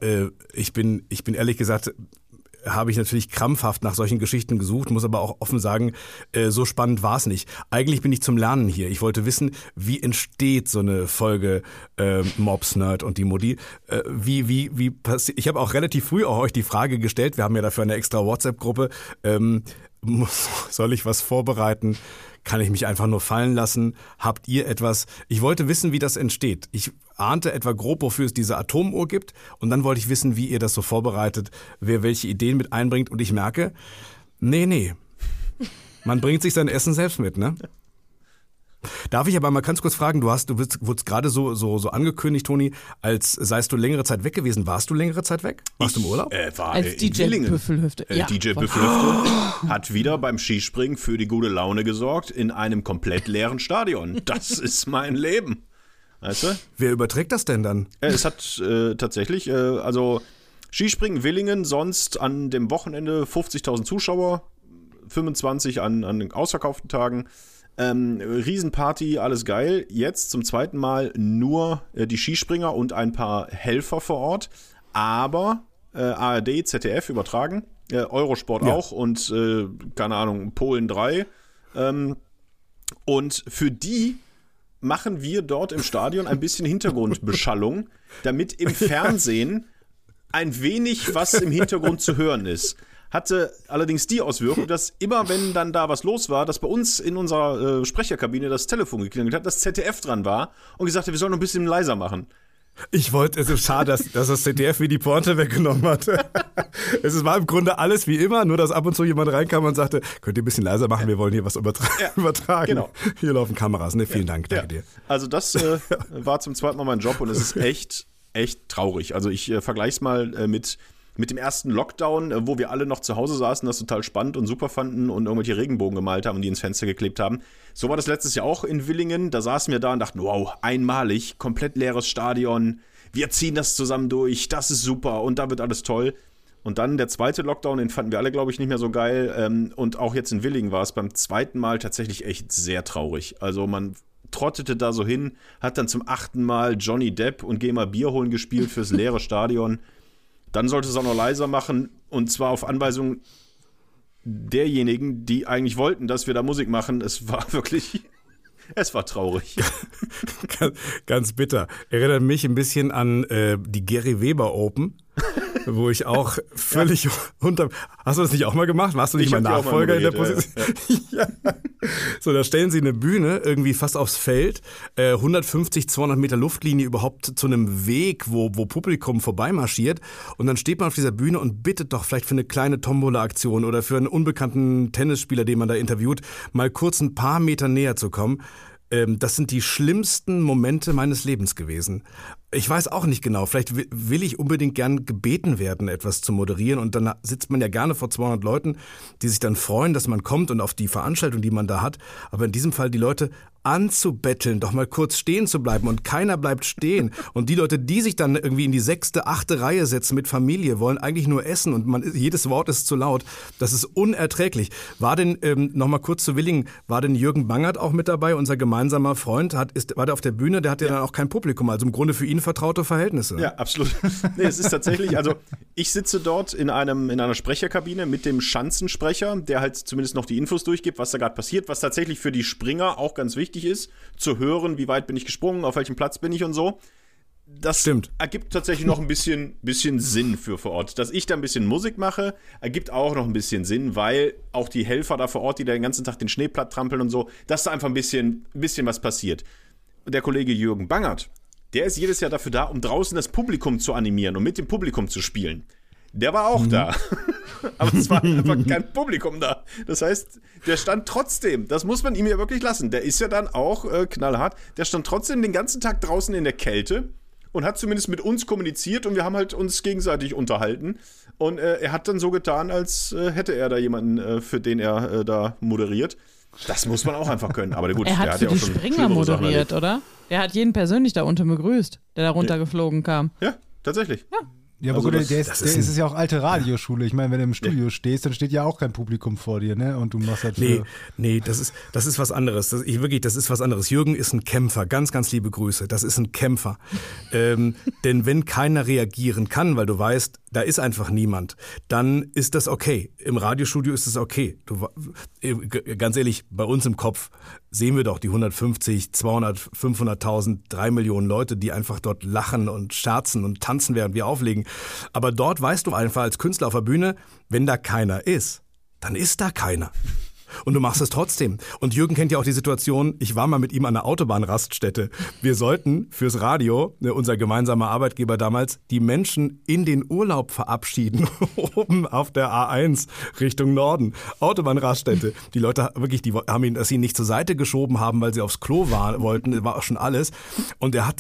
[SPEAKER 4] ehrlich gesagt, habe ich natürlich krampfhaft nach solchen Geschichten gesucht, muss aber auch offen sagen, so spannend war es nicht. Eigentlich bin ich zum Lernen hier. Ich wollte wissen, wie entsteht so eine Folge Mops, Nerd und die Mutti. Wie passiert? Ich habe auch relativ früh auch euch die Frage gestellt, wir haben ja dafür eine extra WhatsApp-Gruppe, soll ich was vorbereiten? Kann ich mich einfach nur fallen lassen? Habt ihr etwas? Ich wollte wissen, wie das entsteht. Ich ahnte etwa grob, wofür es diese Atomuhr gibt. Und dann wollte ich wissen, wie ihr das so vorbereitet, wer welche Ideen mit einbringt. Und ich merke, nee. Man bringt sich sein Essen selbst mit, ne? Darf ich aber mal ganz kurz fragen, wurdest gerade so angekündigt, Toni, als seist du längere Zeit weg gewesen. Warst du längere Zeit weg? Warst du im Urlaub?
[SPEAKER 2] War
[SPEAKER 1] als DJ Büffelhüfte.
[SPEAKER 2] DJ Büffelhüfte hat wieder beim Skispringen für die gute Laune gesorgt in einem komplett leeren Stadion. Das ist mein Leben. Weißt du?
[SPEAKER 4] Wer überträgt das denn dann?
[SPEAKER 2] Es hat tatsächlich, also Skispringen Willingen, sonst an dem Wochenende 50.000 Zuschauer, 25 an ausverkauften Tagen. Riesenparty, alles geil. Jetzt zum zweiten Mal nur die Skispringer und ein paar Helfer vor Ort. Aber ARD, ZDF übertragen, Eurosport auch und keine Ahnung, Polen 3. Und für die machen wir dort im Stadion ein bisschen Hintergrundbeschallung, damit im Fernsehen ein wenig was im Hintergrund zu hören ist. Hatte allerdings die Auswirkung, dass immer, wenn dann da was los war, dass bei uns in unserer Sprecherkabine das Telefon geklingelt hat, das ZDF dran war und gesagt hat, wir sollen noch ein bisschen leiser machen.
[SPEAKER 4] Es ist schade, dass das ZDF wie die Pointe weggenommen hat. Es war im Grunde alles wie immer, nur dass ab und zu jemand reinkam und sagte, könnt ihr ein bisschen leiser machen, wir wollen hier was übertragen.
[SPEAKER 2] Genau.
[SPEAKER 4] Hier laufen Kameras, ne? Vielen Dank, danke dir.
[SPEAKER 2] Also das war zum zweiten Mal mein Job und es ist echt traurig. Also ich vergleiche es mal mit dem ersten Lockdown, wo wir alle noch zu Hause saßen, das total spannend und super fanden und irgendwelche Regenbogen gemalt haben und die ins Fenster geklebt haben. So war das letztes Jahr auch in Willingen. Da saßen wir da und dachten, wow, einmalig, komplett leeres Stadion. Wir ziehen das zusammen durch, das ist super und da wird alles toll. Und dann der zweite Lockdown, den fanden wir alle, glaube ich, nicht mehr so geil. Und auch jetzt in Willingen war es beim zweiten Mal tatsächlich echt sehr traurig. Also man trottete da so hin, hat dann zum 8. Mal Johnny Depp und Geh mal Bier holen gespielt fürs leere Stadion. Dann sollte es auch noch leiser machen und zwar auf Anweisung derjenigen, die eigentlich wollten, dass wir da Musik machen. Es war traurig.
[SPEAKER 4] Ganz bitter. Erinnert mich ein bisschen an die Gary Weber Open. wo ich auch völlig unter... Hast du das nicht auch mal gemacht? Warst du nicht mal Nachfolger in der Position? Ja. So, da stellen sie eine Bühne irgendwie fast aufs Feld, 150, 200 Meter Luftlinie überhaupt zu einem Weg, wo Publikum vorbeimarschiert und dann steht man auf dieser Bühne und bittet doch vielleicht für eine kleine Tombola-Aktion oder für einen unbekannten Tennisspieler, den man da interviewt, mal kurz ein paar Meter näher zu kommen. Das sind die schlimmsten Momente meines Lebens gewesen. Ich weiß auch nicht genau, vielleicht will ich unbedingt gern gebeten werden, etwas zu moderieren und dann sitzt man ja gerne vor 200 Leuten, die sich dann freuen, dass man kommt und auf die Veranstaltung, die man da hat, aber in diesem Fall die Leute anzubetteln, doch mal kurz stehen zu bleiben und keiner bleibt stehen und die Leute, die sich dann irgendwie in die 6., 8. Reihe setzen mit Familie, wollen eigentlich nur essen und jedes Wort ist zu laut, das ist unerträglich. War denn, nochmal kurz zu Willingen, war denn Jürgen Bangert auch mit dabei, unser gemeinsamer Freund, war der auf der Bühne, der hat ja dann auch kein Publikum, also im Grunde für ihn vertraute Verhältnisse.
[SPEAKER 2] Ja, absolut. Nee, es ist tatsächlich, also ich sitze dort in einer Sprecherkabine mit dem Schanzensprecher, der halt zumindest noch die Infos durchgibt, was da gerade passiert, was tatsächlich für die Springer auch ganz wichtig ist, zu hören, wie weit bin ich gesprungen, auf welchem Platz bin ich und so. Das
[SPEAKER 4] Stimmt.
[SPEAKER 2] Ergibt tatsächlich noch ein bisschen Sinn für vor Ort. Dass ich da ein bisschen Musik mache, ergibt auch noch ein bisschen Sinn, weil auch die Helfer da vor Ort, die da den ganzen Tag den Schnee platt trampeln und so, dass da einfach ein bisschen was passiert. Und der Kollege Jürgen Bangert, der ist jedes Jahr dafür da, um draußen das Publikum zu animieren und mit dem Publikum zu spielen. Der war auch da. Aber es war einfach kein Publikum da. Das heißt, der stand trotzdem, das muss man ihm ja wirklich lassen, der ist ja dann auch knallhart, der stand trotzdem den ganzen Tag draußen in der Kälte und hat zumindest mit uns kommuniziert und wir haben halt uns gegenseitig unterhalten. Und er hat dann so getan, als hätte er da jemanden, für den er da moderiert. Das muss man auch einfach können. Aber gut,
[SPEAKER 1] er hat für
[SPEAKER 2] ja auch
[SPEAKER 1] die
[SPEAKER 2] schon
[SPEAKER 1] Springer moderiert, oder? Er hat jeden persönlich da unten begrüßt, der da runtergeflogen kam.
[SPEAKER 2] Ja, tatsächlich.
[SPEAKER 1] Ja.
[SPEAKER 3] Ja, aber
[SPEAKER 2] Also
[SPEAKER 3] gut,
[SPEAKER 2] das
[SPEAKER 3] ist ja auch alte Radioschule. Ich meine, wenn du im Studio stehst, dann steht ja auch kein Publikum vor dir, ne? Und du machst halt
[SPEAKER 4] Nee, das ist was anderes. Das ist was anderes. Jürgen ist ein Kämpfer. Ganz, ganz liebe Grüße. Das ist ein Kämpfer. Denn wenn keiner reagieren kann, weil du weißt, da ist einfach niemand, dann ist das okay. Im Radiostudio ist es okay. Ganz ehrlich, bei uns im Kopf sehen wir doch die 150, 200, 500.000, 3 Millionen Leute, die einfach dort lachen und scherzen und tanzen, während wir auflegen. Aber dort weißt du einfach als Künstler auf der Bühne, wenn da keiner ist, dann ist da keiner. Und du machst es trotzdem. Und Jürgen kennt ja auch die Situation, ich war mal mit ihm an einer Autobahnraststätte. Wir sollten fürs Radio, unser gemeinsamer Arbeitgeber damals, die Menschen in den Urlaub verabschieden. Oben auf der A1 Richtung Norden. Autobahnraststätte. Die Leute wirklich, die haben ihn, dass sie ihn nicht zur Seite geschoben haben, weil sie aufs Klo wollten, war auch schon alles. Und es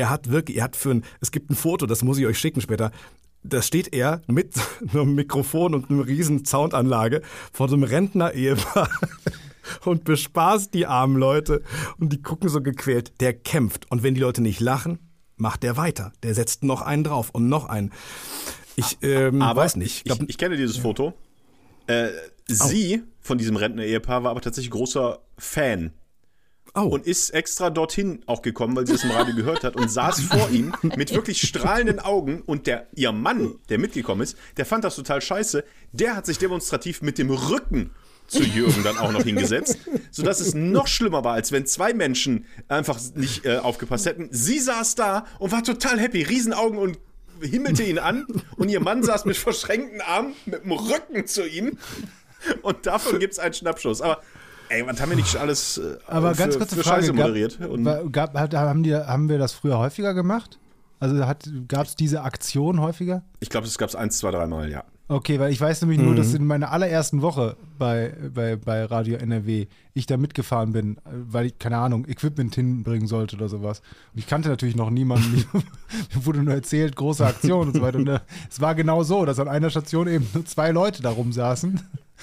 [SPEAKER 4] gibt ein Foto, das muss ich euch schicken später. Da steht er mit einem Mikrofon und einer riesen Soundanlage vor so einem Rentner-Ehepaar und bespaßt die armen Leute und die gucken so gequält. Der kämpft und wenn die Leute nicht lachen, macht der weiter. Der setzt noch einen drauf und noch einen. Ich weiß nicht.
[SPEAKER 2] Ich kenne dieses Foto. Sie von diesem Rentner-Ehepaar war aber tatsächlich großer Fan. Und ist extra dorthin auch gekommen, weil sie das im Radio gehört hat und saß vor ihm mit wirklich strahlenden Augen und ihr Mann, der mitgekommen ist, der fand das total scheiße, der hat sich demonstrativ mit dem Rücken zu Jürgen dann auch noch hingesetzt, sodass es noch schlimmer war, als wenn zwei Menschen einfach nicht aufgepasst hätten. Sie saß da und war total happy, Riesenaugen und himmelte ihn an und ihr Mann saß mit verschränkten Armen mit dem Rücken zu ihm und davon gibt es einen Schnappschuss. Aber was haben wir nicht schon alles
[SPEAKER 3] ganz kurze Frage,
[SPEAKER 2] Scheiße moderiert?
[SPEAKER 3] Haben wir das früher häufiger gemacht? Also gab es diese Aktion häufiger?
[SPEAKER 2] Ich glaube, das gab es 1, 2, 3 Mal, ja.
[SPEAKER 3] Okay, weil ich weiß nämlich nur, dass in meiner allerersten Woche bei Radio NRW ich da mitgefahren bin, weil ich, keine Ahnung, Equipment hinbringen sollte oder sowas. Und ich kannte natürlich noch niemanden. Mir wurde nur erzählt, große Aktion und so weiter. Und es war genau so, dass an einer Station eben nur 2 Leute da rumsaßen.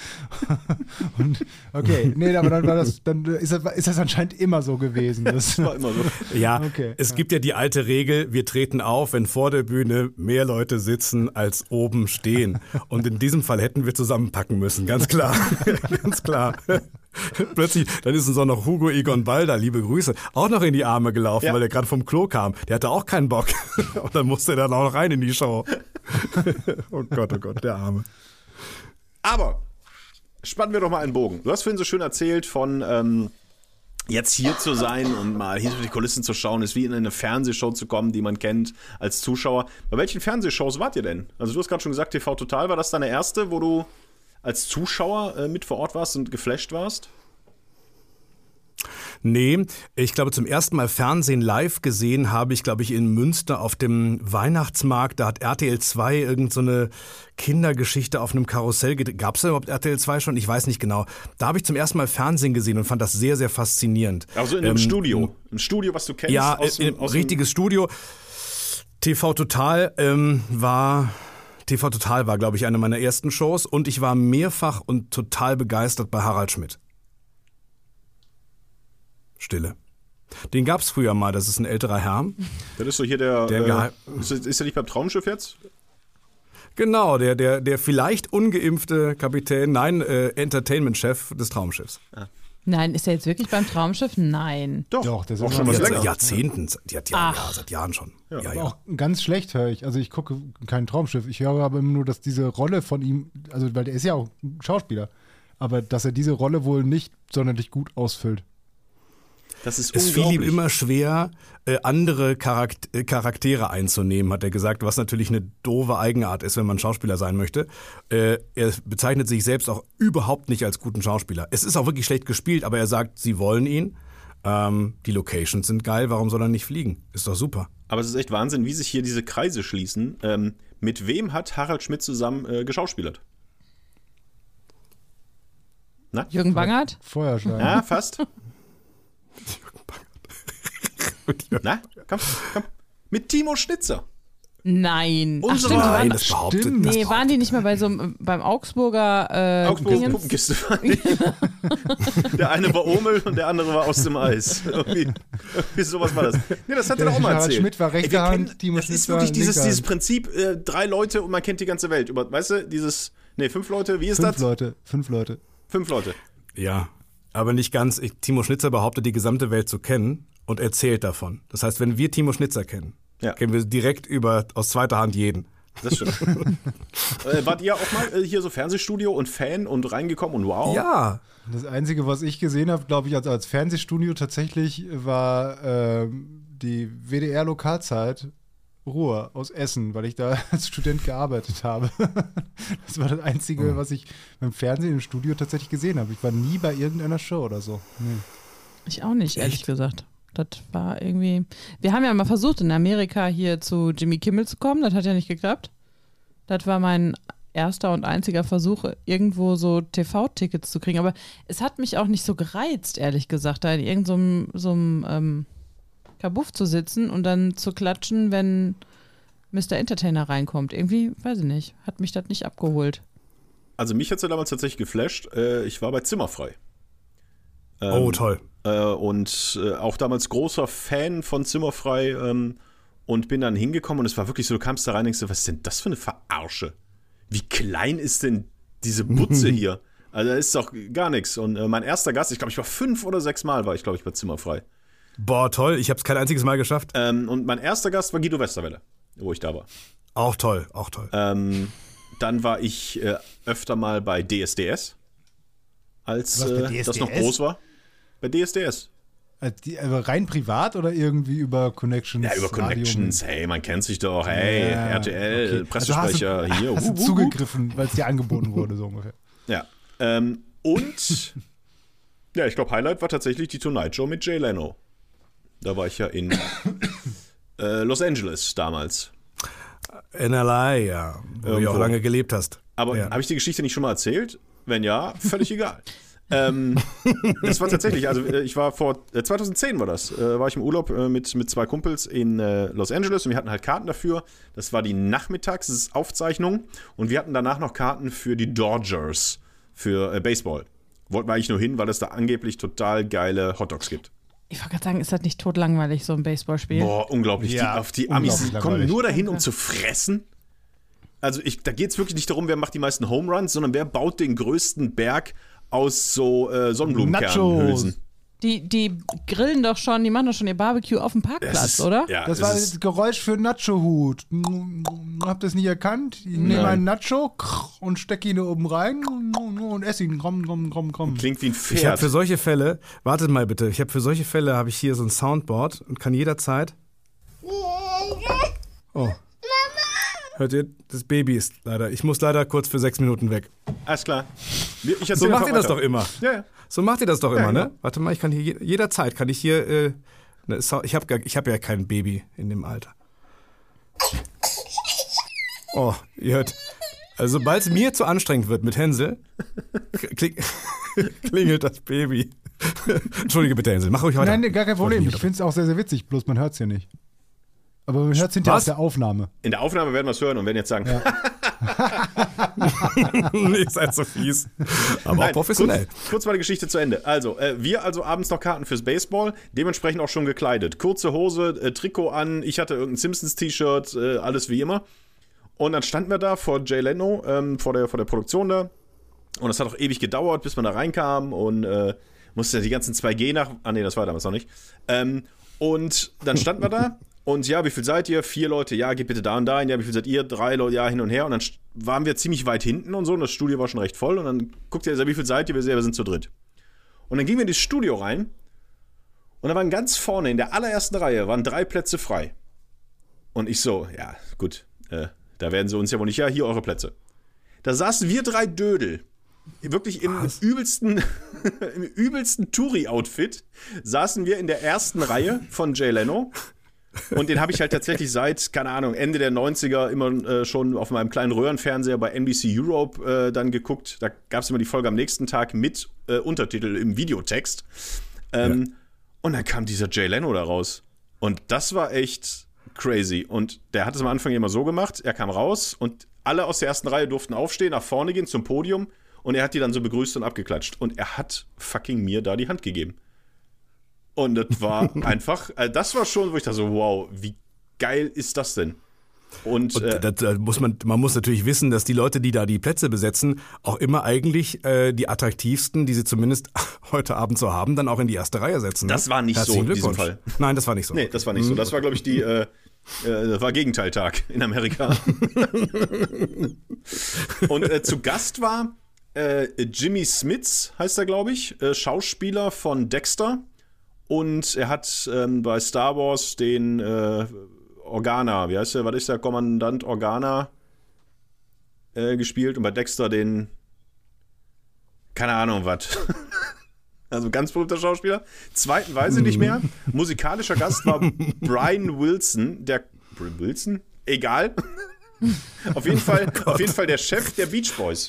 [SPEAKER 3] Und okay, nee, aber dann ist das anscheinend immer so gewesen. Das
[SPEAKER 2] war immer so.
[SPEAKER 4] Ja, okay, es gibt ja die alte Regel, wir treten auf, wenn vor der Bühne mehr Leute sitzen, als oben stehen. Und in diesem Fall hätten wir zusammenpacken müssen, ganz klar. Ganz klar. Plötzlich, dann ist uns auch noch Hugo Egon Balder, liebe Grüße, auch noch in die Arme gelaufen, weil er gerade vom Klo kam. Der hatte auch keinen Bock. Und dann musste er dann auch noch rein in die Show. Oh Gott, der Arme.
[SPEAKER 2] Aber spannen wir doch mal einen Bogen. Du hast vorhin so schön erzählt von jetzt hier zu sein und mal hinter die Kulissen zu schauen, ist wie in eine Fernsehshow zu kommen, die man kennt als Zuschauer. Bei welchen Fernsehshows wart ihr denn? Also du hast gerade schon gesagt, TV Total, war das deine erste, wo du als Zuschauer mit vor Ort warst und geflasht warst?
[SPEAKER 4] Nee, ich glaube, zum ersten Mal Fernsehen live gesehen habe ich, glaube ich, in Münster auf dem Weihnachtsmarkt. Da hat RTL 2 irgend so eine Kindergeschichte auf einem Karussell. Gab es da überhaupt RTL 2 schon? Ich weiß nicht genau. Da habe ich zum ersten Mal Fernsehen gesehen und fand das sehr, sehr faszinierend.
[SPEAKER 2] Also in einem Studio? Im Studio, was du kennst?
[SPEAKER 4] Ja, richtiges Studio. TV Total war, glaube ich, eine meiner ersten Shows. Und ich war mehrfach und total begeistert bei Harald Schmidt. Stille. Den gab es früher mal, das ist ein älterer Herr.
[SPEAKER 2] Das ist so hier ist der nicht beim Traumschiff jetzt?
[SPEAKER 4] Genau, der vielleicht ungeimpfte Kapitän, nein, Entertainment-Chef des Traumschiffs.
[SPEAKER 2] Ah.
[SPEAKER 1] Nein, ist er jetzt wirklich beim Traumschiff? Nein.
[SPEAKER 3] Doch, das ist
[SPEAKER 2] auch schon was
[SPEAKER 4] Seit
[SPEAKER 2] länger.
[SPEAKER 4] Jahrzehnten, seit Jahren schon.
[SPEAKER 2] Ja.
[SPEAKER 3] Auch ganz schlecht höre ich. Also ich gucke kein Traumschiff. Ich höre aber immer nur, dass diese Rolle von ihm, also weil der ist ja auch ein Schauspieler, aber dass er diese Rolle wohl nicht sonderlich gut ausfüllt.
[SPEAKER 2] Das ist
[SPEAKER 4] Es fiel ihm
[SPEAKER 2] unglaublich.
[SPEAKER 4] immer schwer, andere Charaktere einzunehmen, hat er gesagt, was natürlich eine doofe Eigenart ist, wenn man Schauspieler sein möchte. Er bezeichnet sich selbst auch überhaupt nicht als guten Schauspieler. Es ist auch wirklich schlecht gespielt, aber er sagt, sie wollen ihn. Die Locations sind geil, warum soll er nicht fliegen? Ist doch super.
[SPEAKER 2] Aber es ist echt Wahnsinn, wie sich hier diese Kreise schließen. Mit wem hat Harald Schmidt zusammen geschauspielert? Na?
[SPEAKER 1] Jürgen Bangert?
[SPEAKER 3] Feuerschein.
[SPEAKER 2] Ja, fast. Na, komm. Mit Timo Schnitzer.
[SPEAKER 1] Nein. Ach,
[SPEAKER 2] Unsere-
[SPEAKER 1] stimmt, die
[SPEAKER 4] Nein,
[SPEAKER 1] waren,
[SPEAKER 4] das behauptet.
[SPEAKER 3] stimmt.
[SPEAKER 1] nee, waren die nicht mal bei so einem, beim Augsburger
[SPEAKER 2] Augsburg
[SPEAKER 1] Dingens?
[SPEAKER 2] Puppenkiste. Der eine war Omel und der andere war aus dem Eis. Irgendwie sowas war das. Nee, das hat er
[SPEAKER 3] Der
[SPEAKER 2] doch auch mal
[SPEAKER 3] Harald
[SPEAKER 2] erzählt.
[SPEAKER 3] Schmidt war rechte
[SPEAKER 2] wir
[SPEAKER 3] Hand,
[SPEAKER 2] kennen-
[SPEAKER 3] Timo
[SPEAKER 2] Das ist
[SPEAKER 3] Schnitzer
[SPEAKER 2] wirklich dieses
[SPEAKER 3] linke Hand.
[SPEAKER 2] Prinzip, 3 Leute und man kennt die ganze Welt. Weißt du, 5 Leute, wie ist das?
[SPEAKER 3] 5 Leute.
[SPEAKER 2] 5 Leute.
[SPEAKER 4] Ja, aber nicht ganz. Timo Schnitzer behauptet, die gesamte Welt zu kennen und erzählt davon. Das heißt, wenn wir Timo Schnitzer kennen,
[SPEAKER 2] Ja.
[SPEAKER 4] kennen wir direkt aus zweiter Hand jeden.
[SPEAKER 2] Das stimmt. Wart ihr auch mal hier so Fernsehstudio und Fan und reingekommen und wow?
[SPEAKER 4] Ja,
[SPEAKER 3] Das Einzige, was ich gesehen habe, glaube ich, als Fernsehstudio tatsächlich, war die WDR-Lokalzeit Ruhr aus Essen, weil ich da als Student gearbeitet habe. Das war das Einzige, was ich beim Fernsehen im Studio tatsächlich gesehen habe. Ich war nie bei irgendeiner Show oder so. Nee.
[SPEAKER 1] Ich auch nicht, ehrlich gesagt. Das war irgendwie. Wir haben ja mal versucht, in Amerika hier zu Jimmy Kimmel zu kommen. Das hat ja nicht geklappt. Das war mein erster und einziger Versuch, irgendwo so TV-Tickets zu kriegen. Aber es hat mich auch nicht so gereizt, ehrlich gesagt, da in irgendeinem Kabuff zu sitzen und dann zu klatschen, wenn Mr. Entertainer reinkommt. Irgendwie, weiß ich nicht, hat mich das nicht abgeholt.
[SPEAKER 2] Also mich hat es ja damals tatsächlich geflasht. Ich war bei Zimmerfrei.
[SPEAKER 4] oh toll.
[SPEAKER 2] Und auch damals großer Fan von Zimmerfrei und bin dann hingekommen und es war wirklich so, du kamst da rein und denkst, was ist denn das für eine Verarsche? Wie klein ist denn diese Butze hier? Also da ist doch gar nichts. Und mein erster Gast, ich glaube, ich war 5 oder 6 Mal, war ich glaube ich bei Zimmerfrei.
[SPEAKER 4] Boah, toll. Ich habe es kein einziges Mal geschafft.
[SPEAKER 2] Und mein erster Gast war Guido Westerwelle, wo ich da war.
[SPEAKER 4] Auch toll, auch toll.
[SPEAKER 2] Dann war ich öfter mal bei DSDS, als
[SPEAKER 3] Was, bei
[SPEAKER 2] das noch
[SPEAKER 3] DSDS?
[SPEAKER 2] groß war. Bei DSDS.
[SPEAKER 3] Aber rein privat oder irgendwie über Connections?
[SPEAKER 2] Ja, über Connections. Hey, man kennt sich doch. Hey,
[SPEAKER 3] Ja,
[SPEAKER 2] RTL,
[SPEAKER 3] okay.
[SPEAKER 2] Pressesprecher,
[SPEAKER 3] Also
[SPEAKER 2] hier.
[SPEAKER 3] Hast du zugegriffen, weil es dir angeboten wurde, so ungefähr.
[SPEAKER 2] Ja. Und ja, ich glaube, Highlight war tatsächlich die Tonight Show mit Jay Leno. Da war ich ja in Los Angeles damals.
[SPEAKER 4] In LA, ja. Wo du ja
[SPEAKER 2] Irgendwo.
[SPEAKER 4] auch lange gelebt hast.
[SPEAKER 2] Aber
[SPEAKER 4] Ja.
[SPEAKER 2] habe ich die Geschichte nicht schon mal erzählt? Wenn ja, völlig egal. Das war tatsächlich, also ich war 2010 war das, war ich im Urlaub mit 2 Kumpels in Los Angeles und wir hatten halt Karten dafür. Das war die Nachmittagsaufzeichnung und wir hatten danach noch Karten für die Dodgers, für Baseball. Wollten wir eigentlich nur hin, weil es da angeblich total geile Hotdogs gibt.
[SPEAKER 1] Ich wollte gerade sagen, ist das nicht totlangweilig, so ein Baseballspiel?
[SPEAKER 2] Boah, unglaublich.
[SPEAKER 3] Ja,
[SPEAKER 2] Die Amis
[SPEAKER 3] unglaublich
[SPEAKER 2] kommen
[SPEAKER 3] langweilig.
[SPEAKER 2] nur dahin, um zu fressen. Also da geht es wirklich nicht darum, wer macht die meisten Home Runs, sondern wer baut den größten Berg aus so Sonnenblumenkernhülsen.
[SPEAKER 1] Die grillen doch schon, die machen doch schon ihr Barbecue auf dem Parkplatz, oder?
[SPEAKER 2] Ja,
[SPEAKER 3] Das war das Geräusch für Nacho-Hut. Habt ihr es nicht erkannt? Ich nehme einen Nacho und stecke ihn oben rein und esse ihn. Komm.
[SPEAKER 2] Klingt wie ein Pferd.
[SPEAKER 4] Ich habe für solche Fälle, wartet mal bitte, habe ich hier so ein Soundboard und kann jederzeit. Oh. Hört ihr? Das Baby ist leider. Ich muss leider kurz für 6 Minuten weg.
[SPEAKER 2] Alles klar.
[SPEAKER 4] So macht ihr das doch immer.
[SPEAKER 2] Ja.
[SPEAKER 4] So macht ihr das doch immer,
[SPEAKER 2] genau.
[SPEAKER 4] ne? Warte mal, ich kann hier jederzeit kann ich hier. Ich habe ja kein Baby in dem Alter. Oh, ihr hört. Also sobald es mir zu anstrengend wird mit Hänsel, klingelt das Baby. Entschuldige bitte, Hänsel, mach ruhig weiter.
[SPEAKER 3] Nein, gar kein Problem. Ich finde es auch sehr, sehr witzig, bloß man hört es hier nicht. Aber man hört es hinterher auf der Aufnahme.
[SPEAKER 2] In der Aufnahme werden wir es hören und werden jetzt sagen,
[SPEAKER 4] Ihr seid so fies. Aber auch professionell.
[SPEAKER 2] Kurz mal die Geschichte zu Ende. Also, wir abends noch Karten fürs Baseball, dementsprechend auch schon gekleidet. Kurze Hose, Trikot an, ich hatte irgendein Simpsons-T-Shirt, alles wie immer. Und dann standen wir da vor Jay Leno, vor der Produktion da. Und es hat auch ewig gedauert, bis man da reinkam und musste die ganzen 2G das war damals noch nicht. Und dann standen wir da. Und ja, wie viel seid ihr? 4 Leute, ja, geht bitte da und da hin. Ja, wie viel seid ihr? 3 Leute, ja, hin und her. Und dann waren wir ziemlich weit hinten und so. Und das Studio war schon recht voll. Und dann guckt ihr, wie viel seid ihr? Wir sind zu dritt. Und dann gingen wir in das Studio rein. Und da waren ganz vorne, in der allerersten Reihe, waren 3 Plätze frei. Und ich so, ja, gut, da werden sie uns ja wohl nicht, ja, hier eure Plätze. Da saßen wir 3 Dödel. Wirklich im übelsten Touri-Outfit saßen wir in der ersten Reihe von Jay Leno. Und den habe ich halt tatsächlich seit, keine Ahnung, Ende der 90er immer schon auf meinem kleinen Röhrenfernseher bei NBC Europe dann geguckt. Da gab es immer die Folge am nächsten Tag mit Untertitel im Videotext. Und dann kam dieser Jay Leno da raus. Und das war echt crazy. Und der hat es am Anfang immer so gemacht, er kam raus und alle aus der ersten Reihe durften aufstehen, nach vorne gehen zum Podium und er hat die dann so begrüßt und abgeklatscht. Und er hat fucking mir da die Hand gegeben. Und das war einfach, das war schon, wo ich dachte so, wow, wie geil ist das denn? Und
[SPEAKER 4] man muss natürlich wissen, dass die Leute, die da die Plätze besetzen, auch immer eigentlich die attraktivsten, die sie zumindest heute Abend so haben, dann auch in die erste Reihe setzen.
[SPEAKER 2] Das war nicht so in diesem Fall.
[SPEAKER 4] Nein, das war nicht so.
[SPEAKER 2] Nee, das war nicht so. Das war, glaube ich, das war Gegenteiltag in Amerika. Und zu Gast war Jimmy Smits, heißt er, glaube ich, Schauspieler von Dexter. Und er hat bei Star Wars den Organa, wie heißt der, was ist der, Kommandant Organa gespielt und bei Dexter den, keine Ahnung was. Also ganz berühmter Schauspieler. Zweiten weiß ich nicht mehr. Musikalischer Gast war Brian Wilson, Wilson? Egal. Auf jeden Fall der Chef der Beach Boys.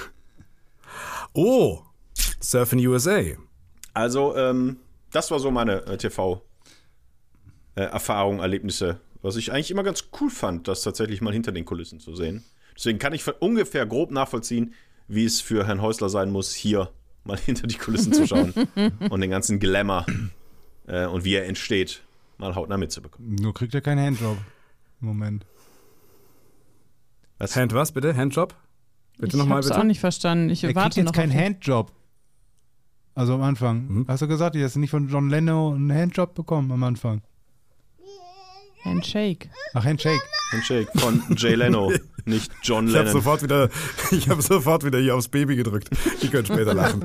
[SPEAKER 4] Oh, Surfing USA.
[SPEAKER 2] Also, das war so meine TV-Erfahrung, Erlebnisse, was ich eigentlich immer ganz cool fand, das tatsächlich mal hinter den Kulissen zu sehen. Deswegen kann ich ungefähr grob nachvollziehen, wie es für Herrn Häusler sein muss, hier mal hinter die Kulissen zu schauen und den ganzen Glamour und wie er entsteht, mal hautnah mitzubekommen.
[SPEAKER 3] Nur kriegt er keinen Handjob im Moment.
[SPEAKER 4] Was bitte? Handjob? Bitte
[SPEAKER 1] Ich
[SPEAKER 4] nochmal,
[SPEAKER 1] hab's
[SPEAKER 4] bitte.
[SPEAKER 1] auch nicht verstanden. Ich
[SPEAKER 3] Er
[SPEAKER 1] warte
[SPEAKER 3] kriegt
[SPEAKER 1] noch
[SPEAKER 3] jetzt keinen
[SPEAKER 1] auf den-
[SPEAKER 3] Handjob. Also am Anfang. Hast du gesagt, du hast nicht von John Leno einen Handjob bekommen am Anfang?
[SPEAKER 1] Handshake.
[SPEAKER 3] Ach, Handshake.
[SPEAKER 2] Handshake von Jay Leno, nicht John
[SPEAKER 4] Ich habe
[SPEAKER 2] Lennon.
[SPEAKER 4] sofort wieder hier aufs Baby gedrückt. Ich könnte später lachen.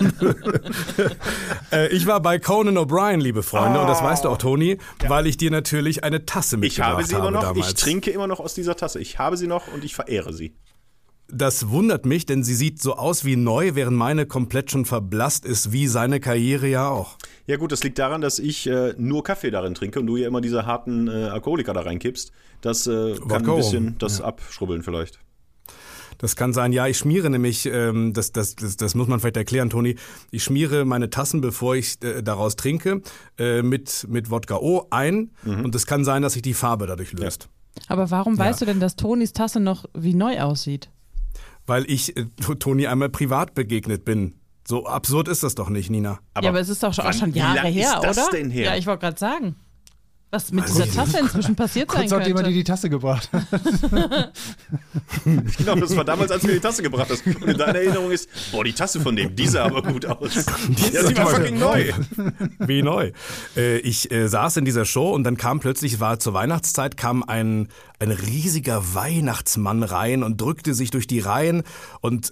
[SPEAKER 4] Ich war bei Conan O'Brien, liebe Freunde, und das weißt du auch, Toni, weil ich dir natürlich eine Tasse
[SPEAKER 2] Ich
[SPEAKER 4] mitgebracht
[SPEAKER 2] habe sie immer noch,
[SPEAKER 4] damals.
[SPEAKER 2] ich trinke immer noch aus dieser Tasse. Ich habe sie noch und ich verehre sie.
[SPEAKER 4] Das wundert mich, denn sie sieht so aus wie neu, während meine komplett schon verblasst ist, wie seine Karriere ja auch.
[SPEAKER 2] Ja gut, das liegt daran, dass ich nur Kaffee darin trinke und du ja immer diese harten Alkoholiker da reinkippst. Das kann ein bisschen das abschrubbeln vielleicht.
[SPEAKER 4] Das kann sein, ja, ich schmiere nämlich, das muss man vielleicht erklären, Toni, ich schmiere meine Tassen, bevor ich daraus trinke, mit Wodka O ein und es kann sein, dass sich die Farbe dadurch löst.
[SPEAKER 1] Aber warum weißt du denn, dass Tonis Tasse noch wie neu aussieht?
[SPEAKER 4] Weil ich Toni einmal privat begegnet bin. So absurd ist das doch nicht, Nina.
[SPEAKER 1] Ja, aber es ist doch auch schon
[SPEAKER 2] wie
[SPEAKER 1] Jahre
[SPEAKER 2] lang
[SPEAKER 1] her,
[SPEAKER 2] ist das
[SPEAKER 1] oder?
[SPEAKER 2] denn her?
[SPEAKER 1] Ja, ich wollte gerade sagen. Was mit dieser Tasse inzwischen passiert sein
[SPEAKER 3] Kurz nachdem er
[SPEAKER 1] könnte.
[SPEAKER 3] dir die Tasse gebracht hat.
[SPEAKER 2] Genau, das war damals, als du mir die Tasse gebracht hast. Und in deiner Erinnerung ist, boah, die Tasse von dem, die sah aber gut aus. Ja, die war fucking neu.
[SPEAKER 4] Wie neu. Ich saß in dieser Show und dann kam plötzlich, war zur Weihnachtszeit, kam ein riesiger Weihnachtsmann rein und drückte sich durch die Reihen und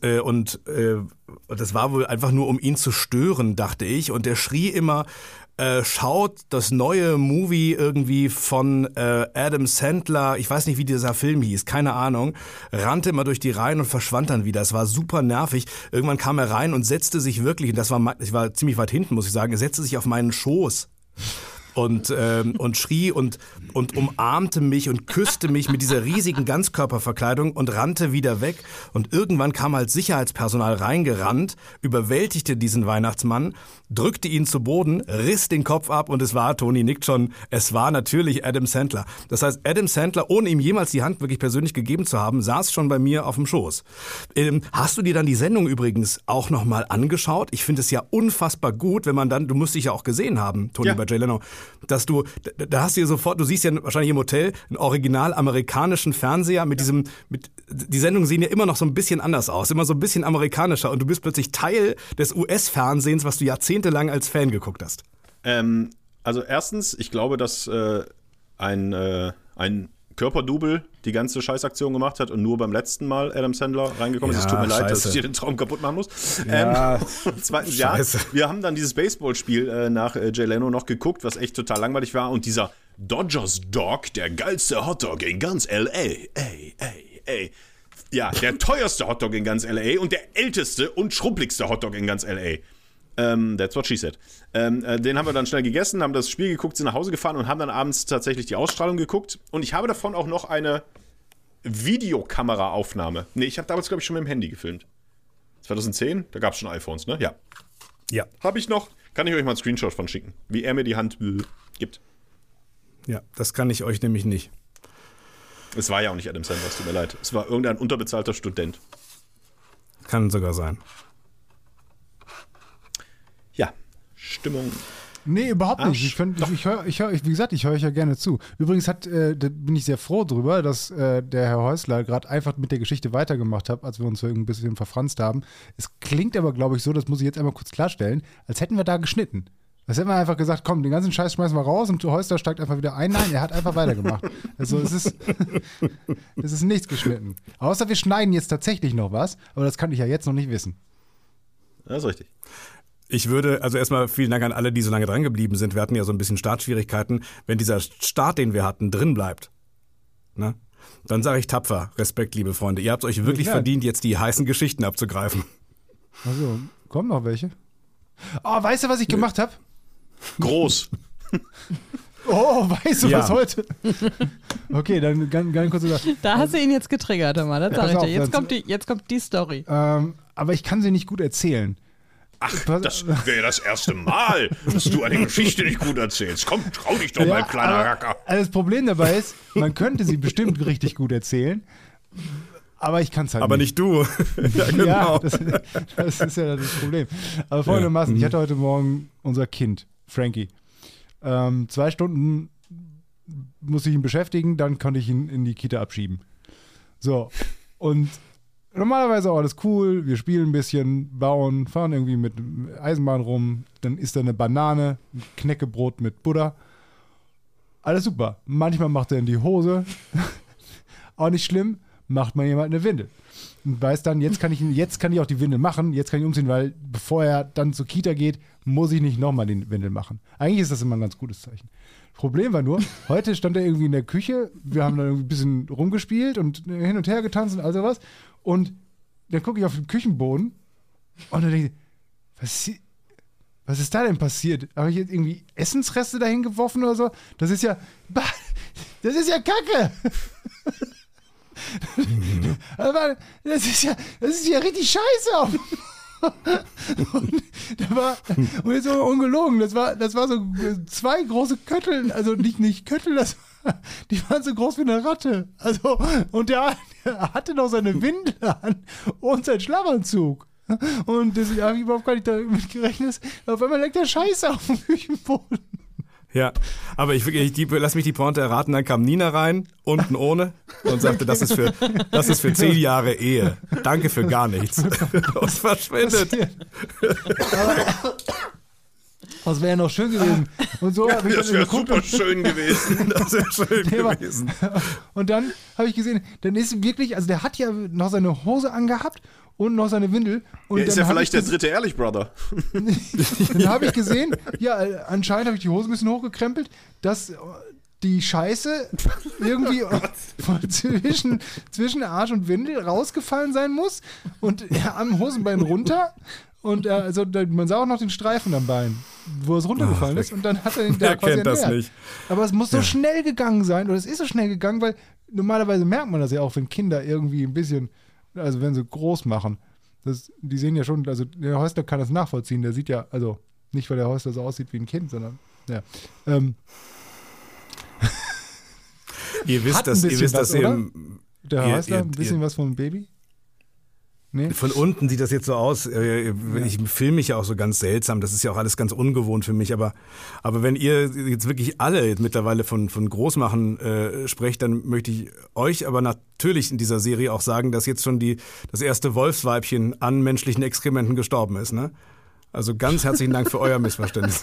[SPEAKER 4] das war wohl einfach nur, um ihn zu stören, dachte ich. Und der schrie immer, schaut das neue Movie irgendwie von Adam Sandler, ich weiß nicht, wie dieser Film hieß, keine Ahnung, rannte immer durch die Reihen und verschwand dann wieder. Es war super nervig. Irgendwann kam er rein und setzte sich wirklich, und ich war ziemlich weit hinten, muss ich sagen, er setzte sich auf meinen Schoß. Und schrie und umarmte mich und küsste mich mit dieser riesigen Ganzkörperverkleidung und rannte wieder weg. Und irgendwann kam halt Sicherheitspersonal reingerannt, überwältigte diesen Weihnachtsmann, drückte ihn zu Boden, riss den Kopf ab und es war, Toni nickt schon, es war natürlich Adam Sandler. Das heißt, Adam Sandler, ohne ihm jemals die Hand wirklich persönlich gegeben zu haben, saß schon bei mir auf dem Schoß. Hast du dir dann die Sendung übrigens auch nochmal angeschaut? Ich finde es ja unfassbar gut, wenn man dann, du musst dich ja auch gesehen haben, Toni, bei Jay Leno, dass da hast du dir sofort, du siehst ja wahrscheinlich im Hotel einen original amerikanischen Fernseher mit die Sendungen sehen ja immer noch so ein bisschen anders aus, immer so ein bisschen amerikanischer und du bist plötzlich Teil des US-Fernsehens, was du jahrzehntelang als Fan geguckt hast.
[SPEAKER 2] Also erstens, ich glaube, dass ein Körperdouble die ganze Scheißaktion gemacht hat und nur beim letzten Mal Adam Sandler reingekommen ist. Es tut mir leid, dass ich dir den Traum kaputt machen muss.
[SPEAKER 4] Ja,
[SPEAKER 2] Zweitens, ja, wir haben dann dieses Baseballspiel nach Jay Leno noch geguckt, was echt total langweilig war. Und dieser Dodgers Dog, der geilste Hotdog in ganz L.A. Ja, der teuerste Hotdog in ganz L.A. und der älteste und schrumpeligste Hotdog in ganz L.A. That's what she said. Den haben wir dann schnell gegessen, haben das Spiel geguckt, sind nach Hause gefahren und haben dann abends tatsächlich die Ausstrahlung geguckt. Und ich habe davon auch noch eine Videokameraaufnahme. Nee, ich habe damals, glaube ich, schon mit dem Handy gefilmt. 2010? Da gab es schon iPhones, ne? Ja. Habe ich noch. Kann ich euch mal einen Screenshot von schicken, wie er mir die Hand gibt.
[SPEAKER 4] Ja, das kann ich euch nämlich nicht.
[SPEAKER 2] Es war ja auch nicht Adam Sandler, es tut mir leid. Es war irgendein unterbezahlter Student.
[SPEAKER 4] Kann sogar sein.
[SPEAKER 2] Ja, Stimmung.
[SPEAKER 3] Nee, überhaupt nicht. Ich höre euch ja gerne zu. Übrigens da bin ich sehr froh drüber, dass der Herr Häusler gerade einfach mit der Geschichte weitergemacht hat, als wir uns ein bisschen verfranst haben. Es klingt aber, glaube ich, so, das muss ich jetzt einmal kurz klarstellen, als hätten wir da geschnitten. Als hätten wir einfach gesagt, komm, den ganzen Scheiß schmeißen wir raus und Häusler steigt einfach wieder ein. Nein, er hat einfach weitergemacht. Also es ist nichts geschnitten. Außer wir schneiden jetzt tatsächlich noch was, aber das kann ich ja jetzt noch nicht wissen.
[SPEAKER 2] Das ist richtig.
[SPEAKER 4] Ich würde, also erstmal vielen Dank an alle, die so lange dran geblieben sind. Wir hatten ja so ein bisschen Startschwierigkeiten. Wenn dieser Start, den wir hatten, drin bleibt, ne, dann sage ich tapfer, Respekt, liebe Freunde. Ihr habt euch wirklich verdient, jetzt die heißen Geschichten abzugreifen.
[SPEAKER 3] Also, kommen noch welche? Oh, weißt du, was ich gemacht habe?
[SPEAKER 2] Groß.
[SPEAKER 3] Oh, weißt du, was heute? Okay, dann ganz kurz über.
[SPEAKER 1] Da hast du ihn jetzt getriggert, Mann. Das sag ich dir. Jetzt kommt die Story.
[SPEAKER 3] Aber ich kann sie nicht gut erzählen.
[SPEAKER 2] Ach, das wäre das erste Mal, dass du eine Geschichte nicht gut erzählst. Komm, trau dich doch mal, kleiner Racker.
[SPEAKER 3] Also das Problem dabei ist, man könnte sie bestimmt richtig gut erzählen, aber ich kann es halt
[SPEAKER 4] aber nicht du. Ja, genau.
[SPEAKER 3] Ja, das ist ja das Problem. Aber folgendermaßen, ich hatte heute Morgen unser Kind, Frankie. 2 Stunden musste ich ihn beschäftigen, dann konnte ich ihn in die Kita abschieben. So, und normalerweise auch alles cool, wir spielen ein bisschen, bauen, fahren irgendwie mit Eisenbahn rum, dann isst er eine Banane, ein Knäckebrot mit Butter. Alles super. Manchmal macht er in die Hose. Auch nicht schlimm, macht mal jemand eine Windel. Und weiß dann, jetzt kann ich auch die Windel machen, jetzt kann ich umziehen, weil bevor er dann zur Kita geht, muss ich nicht nochmal den Windel machen. Eigentlich ist das immer ein ganz gutes Zeichen. Problem war nur, heute stand er irgendwie in der Küche, wir haben dann irgendwie ein bisschen rumgespielt und hin und her getanzt und all sowas. Und dann gucke ich auf den Küchenboden und dann denke ich, was ist da denn passiert? Habe ich jetzt irgendwie Essensreste dahin geworfen oder so? Das ist ja Kacke! Das ist ja richtig scheiße. Und jetzt so ungelogen, das war so 2 große Kötteln, also nicht Köttel, die waren so groß wie eine Ratte. Also, und der hatte noch seine Windel an und seinen Schlafanzug. Und deswegen habe ich überhaupt gar nicht damit gerechnet. Auf einmal leckt der Scheiße auf dem Küchenboden.
[SPEAKER 4] Ja, aber lass mich die Pointe erraten, dann kam Nina rein, unten ohne, und sagte, das ist für 10 Jahre Ehe. Danke für gar nichts. Und verschwindet.
[SPEAKER 3] Das wäre ja noch schön gewesen. Und so habe ich
[SPEAKER 2] Das wäre super schön gewesen.
[SPEAKER 4] Das wäre schön gewesen.
[SPEAKER 3] Und dann habe ich gesehen, dann ist wirklich, also der hat ja noch seine Hose angehabt und noch seine Windel. Und
[SPEAKER 2] Ist ja vielleicht der dritte Ehrlich-Brother.
[SPEAKER 3] Dann habe ich gesehen, ja, anscheinend habe ich die Hose ein bisschen hochgekrempelt, dass die Scheiße irgendwie zwischen Arsch und Windel rausgefallen sein muss und am Hosenbein runter. Und also man sah auch noch den Streifen am Bein, wo es runtergefallen ist. Und dann hat er den da quasi
[SPEAKER 4] kennt das
[SPEAKER 3] ernährt.
[SPEAKER 4] nicht.
[SPEAKER 3] Aber es muss so schnell gegangen sein, oder es ist so schnell gegangen, weil normalerweise merkt man das ja auch, wenn Kinder irgendwie ein bisschen, also wenn sie groß machen. Die sehen ja schon, also der Häusler kann das nachvollziehen. Der sieht ja, also nicht, weil der Häusler so aussieht wie ein Kind, sondern, ja.
[SPEAKER 4] Ihr wisst, dass ihr
[SPEAKER 3] Der Häusler ein bisschen was vom Baby? Nee?
[SPEAKER 4] Von unten sieht das jetzt so aus. Ich filme mich ja auch so ganz seltsam. Das ist ja auch alles ganz ungewohnt für mich. Aber wenn ihr jetzt wirklich alle mittlerweile von Großmachen sprecht, dann möchte ich euch aber natürlich in dieser Serie auch sagen, dass jetzt schon das erste Wolfsweibchen an menschlichen Exkrementen gestorben ist. Ne? Also ganz herzlichen Dank für euer Missverständnis.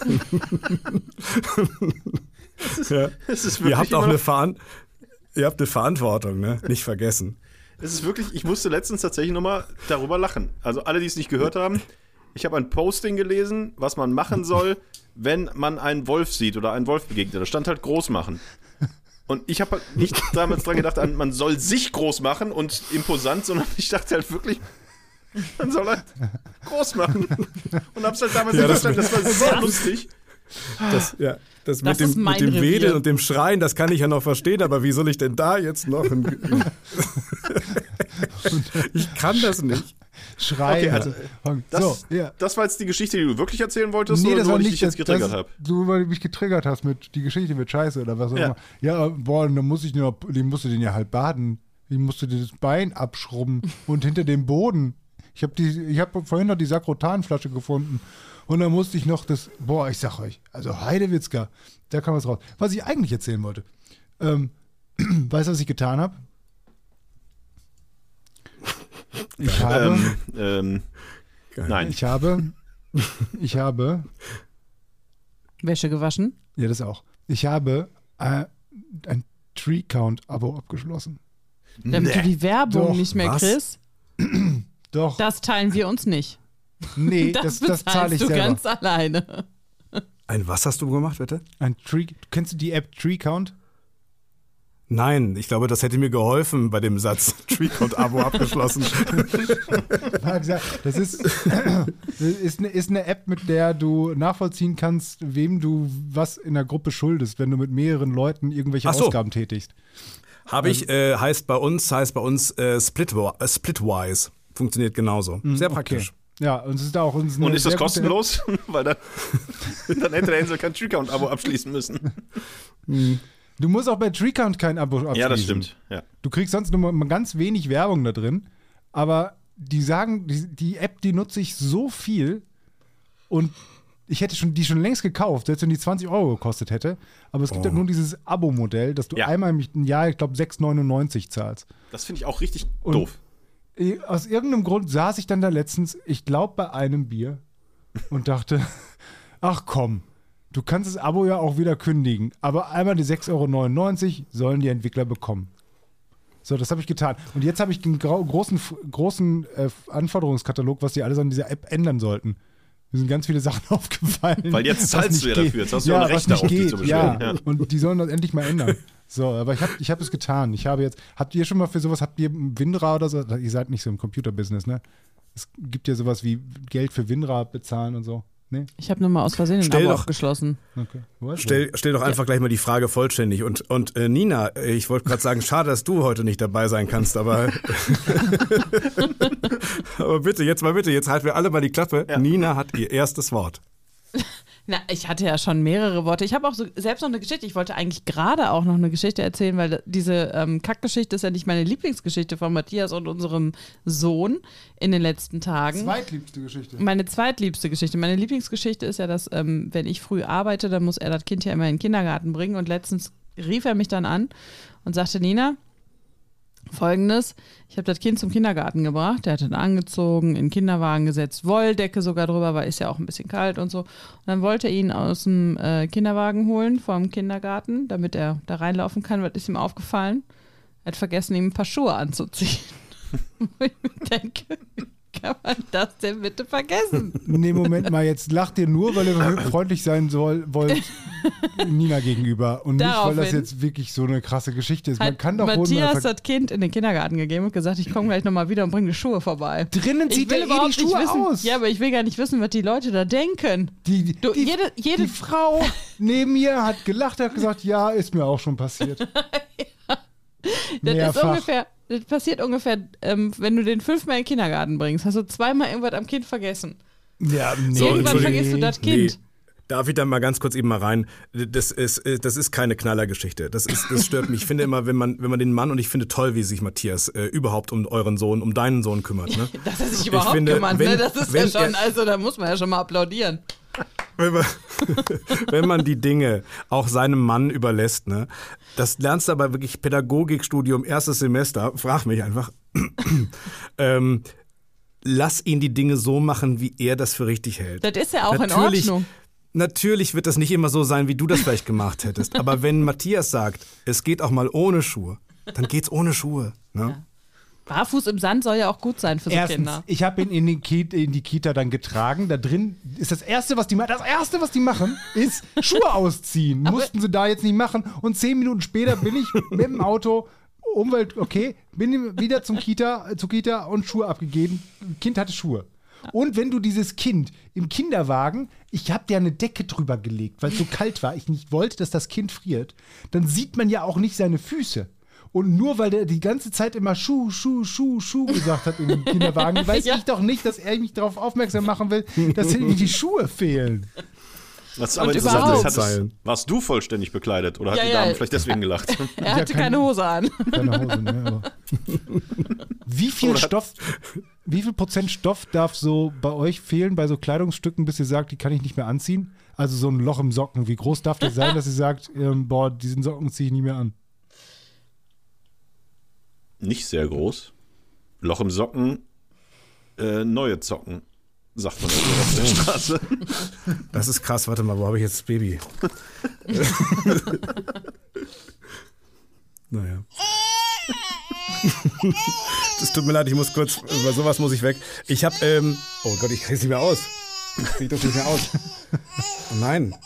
[SPEAKER 4] Ihr habt auch eine Verantwortung, ne? Nicht vergessen.
[SPEAKER 2] Es ist wirklich, ich musste letztens tatsächlich nochmal darüber lachen. Also alle, die es nicht gehört haben, ich habe ein Posting gelesen, was man machen soll, wenn man einen Wolf sieht oder einen Wolf begegnet. Da stand halt groß machen. Und ich habe halt nicht damals dran gedacht, man soll sich groß machen und imposant, sondern ich dachte halt wirklich, man soll halt groß machen. Und hab's halt damals nicht verstanden. Das war sehr lustig.
[SPEAKER 4] Das mit dem Wedeln und dem Schreien, das kann ich ja noch verstehen, aber wie soll ich denn da jetzt noch? Ich kann das nicht.
[SPEAKER 3] Schreien.
[SPEAKER 2] Okay, das war jetzt die Geschichte, die du wirklich erzählen wolltest,
[SPEAKER 3] nee,
[SPEAKER 2] oder
[SPEAKER 3] nur,
[SPEAKER 2] weil ich dich jetzt getriggert habe?
[SPEAKER 3] Du, weil du mich getriggert hast mit die Geschichte mit Scheiße oder was auch immer. Ja, boah, dann musste den ja halt baden. Ich musste dir das Bein abschrubben und hinter dem Boden. Ich habe vorhin noch die Sakrotanflasche gefunden. Und dann musste ich noch ich sag euch, also Heidewitzka, da kam was raus. Was ich eigentlich erzählen wollte. Weißt du, was ich getan habe?
[SPEAKER 2] Nein.
[SPEAKER 3] Ich habe
[SPEAKER 1] Wäsche gewaschen?
[SPEAKER 3] Ja, das auch. Ich habe ein Tree-Count-Abo abgeschlossen.
[SPEAKER 1] Damit du die Werbung nicht mehr kriegst?
[SPEAKER 3] Doch.
[SPEAKER 1] Das teilen wir uns nicht.
[SPEAKER 3] Nee, das zahle ich
[SPEAKER 1] du
[SPEAKER 3] selber.
[SPEAKER 1] ganz alleine.
[SPEAKER 4] Ein was hast du gemacht, bitte?
[SPEAKER 3] Kennst du die App Tree-Count?
[SPEAKER 4] Nein, ich glaube, das hätte mir geholfen bei dem Satz Tree-Count-Abo abgeschlossen.
[SPEAKER 3] Das ist eine App, mit der du nachvollziehen kannst, wem du was in der Gruppe schuldest, wenn du mit mehreren Leuten irgendwelche Ausgaben tätigst.
[SPEAKER 4] Heißt bei uns Splitwise. Funktioniert genauso. Sehr praktisch.
[SPEAKER 3] Okay. Ja, und es ist auch uns
[SPEAKER 2] und ist das kostenlos? Weil dann hätte der Insel kein Treecount-Abo abschließen müssen.
[SPEAKER 3] Du musst auch bei Treecount kein Abo abschließen.
[SPEAKER 2] Ja, das stimmt. Ja.
[SPEAKER 3] Du kriegst sonst nur mal ganz wenig Werbung da drin, aber die sagen, die App, die nutze ich so viel und ich hätte die schon längst gekauft, selbst wenn die 20 € gekostet hätte. Aber es gibt halt nur dieses Abo-Modell, dass du einmal im Jahr, ich glaube, 6,99 zahlst.
[SPEAKER 2] Das finde ich auch richtig doof.
[SPEAKER 3] Aus irgendeinem Grund saß ich dann da letztens, ich glaube, bei einem Bier und dachte, ach komm, du kannst das Abo ja auch wieder kündigen, aber einmal die 6,99 € sollen die Entwickler bekommen. So, das habe ich getan. Und jetzt habe ich einen großen Anforderungskatalog, was die alles an dieser App ändern sollten. Mir sind ganz viele Sachen aufgefallen.
[SPEAKER 2] Weil jetzt zahlst du ja dafür, jetzt hast du ja ein Recht darauf, dich zu beschweren. Ja.
[SPEAKER 3] Und die sollen das endlich mal ändern. So, aber ich hab es getan. Habt ihr schon mal für sowas, habt ihr WinRAR oder so? Ihr seid nicht so im Computerbusiness, ne? Es gibt ja sowas wie Geld für WinRAR bezahlen und so. Nee?
[SPEAKER 1] Ich habe nur mal aus Versehen ein Abo abgeschlossen.
[SPEAKER 3] Okay.
[SPEAKER 4] Stell doch einfach gleich mal die Frage vollständig. Und Nina, ich wollte gerade sagen, schade, dass du heute nicht dabei sein kannst, aber aber bitte, jetzt halten wir alle mal die Klappe. Ja. Nina hat ihr erstes Wort.
[SPEAKER 1] Na, ich hatte ja schon mehrere Worte. Ich habe auch selbst noch eine Geschichte. Ich wollte eigentlich gerade auch noch eine Geschichte erzählen, weil diese Kackgeschichte ist ja nicht meine Lieblingsgeschichte von Matthias und unserem Sohn in den letzten Tagen.
[SPEAKER 3] Zweitliebste Geschichte.
[SPEAKER 1] Meine zweitliebste Geschichte. Meine Lieblingsgeschichte ist ja, dass wenn ich früh arbeite, dann muss er das Kind ja immer in den Kindergarten bringen. Und letztens rief er mich dann an und sagte, Nina, Folgendes, ich habe das Kind zum Kindergarten gebracht, der hat ihn angezogen, in den Kinderwagen gesetzt, Wolldecke sogar drüber, weil ist ja auch ein bisschen kalt und so. Und dann wollte er ihn aus dem Kinderwagen holen vom Kindergarten, damit er da reinlaufen kann. Was ist ihm aufgefallen? Er hat vergessen, ihm ein paar Schuhe anzuziehen. Wo ich mir denke, kann man das denn bitte vergessen?
[SPEAKER 3] Nee, Moment mal, jetzt lacht ihr nur, weil ihr freundlich sein wollt Nina gegenüber und nicht, weil das jetzt wirklich so eine krasse Geschichte ist. Man kann doch
[SPEAKER 1] Matthias das Kind in den Kindergarten gegeben und gesagt, ich komme gleich nochmal wieder und bringe die Schuhe vorbei.
[SPEAKER 3] Drinnen zieht er die Schuhe aus.
[SPEAKER 1] Ja, aber ich will gar nicht wissen, was die Leute da denken.
[SPEAKER 3] Die Frau neben mir hat gelacht, hat gesagt, ja, ist mir auch schon passiert.
[SPEAKER 1] Das passiert ungefähr, wenn du den 5-mal in den Kindergarten bringst, hast du 2-mal irgendwas am Kind vergessen.
[SPEAKER 3] Ja, nee.
[SPEAKER 1] Irgendwann vergisst du das Kind.
[SPEAKER 4] Nee. Darf ich da mal ganz kurz eben mal rein? Das ist keine Knallergeschichte. Das stört mich. Ich finde immer, wenn man den Mann, und ich finde toll, wie sich Matthias überhaupt um euren Sohn, um deinen Sohn kümmert. Ne?
[SPEAKER 1] Dass er sich überhaupt kümmert, ne? Das ist ja schon, also da muss man ja schon mal applaudieren.
[SPEAKER 4] Wenn man die Dinge auch seinem Mann überlässt, ne? Das lernst du aber wirklich Pädagogikstudium, erstes Semester, frag mich einfach. Lass ihn die Dinge so machen, wie er das für richtig hält.
[SPEAKER 1] Das ist ja auch in Ordnung.
[SPEAKER 4] Natürlich wird das nicht immer so sein, wie du das vielleicht gemacht hättest. Aber wenn Matthias sagt, es geht auch mal ohne Schuhe, dann geht's ohne Schuhe. Ne?
[SPEAKER 1] Ja. Barfuß im Sand soll ja auch gut sein für so Kinder.
[SPEAKER 3] Ich habe ihn in die Kita dann getragen. Da drin ist das Erste, was die machen, ist Schuhe ausziehen. Mussten sie da jetzt nicht machen. Und 10 Minuten später bin ich mit dem Auto, Umwelt, okay, bin wieder zur Kita und Schuhe abgegeben. Kind hatte Schuhe. Und wenn du dieses Kind im Kinderwagen, ich habe dir eine Decke drüber gelegt, weil es so kalt war, ich nicht wollte, dass das Kind friert, dann sieht man ja auch nicht seine Füße. Und nur weil der die ganze Zeit immer Schuh gesagt hat im Kinderwagen, weiß ich doch nicht, dass er mich darauf aufmerksam machen will, dass ihm die Schuhe fehlen.
[SPEAKER 2] Das ist aber interessant. Warst du vollständig bekleidet oder hat die Dame vielleicht deswegen gelacht?
[SPEAKER 1] Er hatte keine Hose an.
[SPEAKER 3] Keine Hose, ne? Aber wie viel Prozent Stoff darf so bei euch fehlen bei so Kleidungsstücken, bis ihr sagt, die kann ich nicht mehr anziehen? Also so ein Loch im Socken. Wie groß darf das sein, dass ihr sagt, diesen Socken ziehe ich nie mehr an?
[SPEAKER 2] Nicht sehr groß. Loch im Socken, neue Zocken, sagt man auf der Straße.
[SPEAKER 4] Das ist krass. Warte mal, wo habe ich jetzt das Baby? Naja. Das tut mir leid, ich muss kurz, über sowas muss ich weg. Ich habe, oh Gott, ich kriege es nicht mehr aus. Ich kriege das nicht mehr aus. Nein.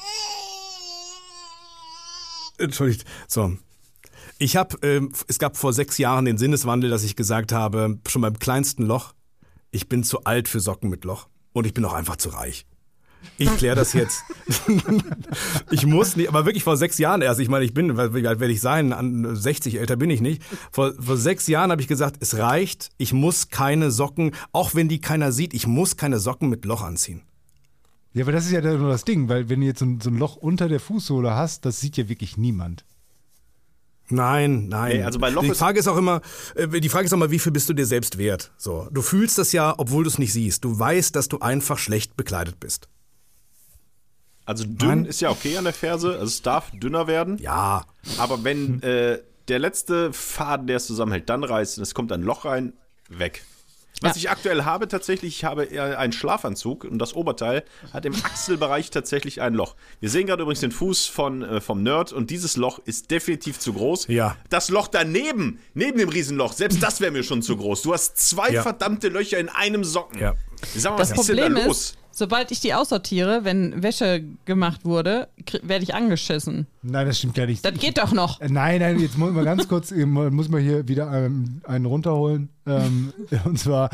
[SPEAKER 4] Entschuldigt. So. Es gab vor 6 Jahren den Sinneswandel, dass ich gesagt habe, schon beim kleinsten Loch, ich bin zu alt für Socken mit Loch und ich bin auch einfach zu reich. Ich kläre das jetzt. Ich muss nicht, aber wirklich vor 6 Jahren erst. Ich meine, wie alt werde ich sein? An 60, älter bin ich nicht. Vor 6 Jahren habe ich gesagt, es reicht. Ich muss keine Socken, auch wenn die keiner sieht, ich muss keine Socken mit Loch anziehen.
[SPEAKER 3] Ja, aber das ist ja nur das Ding, weil wenn du jetzt so ein Loch unter der Fußsohle hast, das sieht ja wirklich niemand.
[SPEAKER 4] Nein.
[SPEAKER 2] Hey, also bei Loch
[SPEAKER 4] die Frage ist auch immer, wie viel bist du dir selbst wert? So, du fühlst das ja, obwohl du es nicht siehst. Du weißt, dass du einfach schlecht bekleidet bist.
[SPEAKER 2] Also dünn ist ja okay an der Ferse, also es darf dünner werden.
[SPEAKER 4] Ja.
[SPEAKER 2] Aber wenn der letzte Faden, der es zusammenhält, dann reißt und es kommt ein Loch rein, weg. Was ich aktuell habe tatsächlich, ich habe einen Schlafanzug und das Oberteil hat im Achselbereich tatsächlich ein Loch. Wir sehen gerade übrigens den Fuß vom Nerd und dieses Loch ist definitiv zu groß.
[SPEAKER 4] Ja.
[SPEAKER 2] Das Loch daneben, neben dem Riesenloch, selbst das wäre mir schon zu groß. Du hast 2 verdammte Löcher in einem Socken.
[SPEAKER 4] Ja.
[SPEAKER 2] Sag mal,
[SPEAKER 1] das
[SPEAKER 2] was ist denn da
[SPEAKER 1] Problem
[SPEAKER 2] los?
[SPEAKER 1] ist, sobald ich die aussortiere, wenn Wäsche gemacht wurde, werde ich angeschissen.
[SPEAKER 3] Nein, das stimmt gar nicht.
[SPEAKER 1] Das geht doch noch.
[SPEAKER 3] Nein, jetzt muss man ganz kurz, muss man hier wieder einen runterholen. Und zwar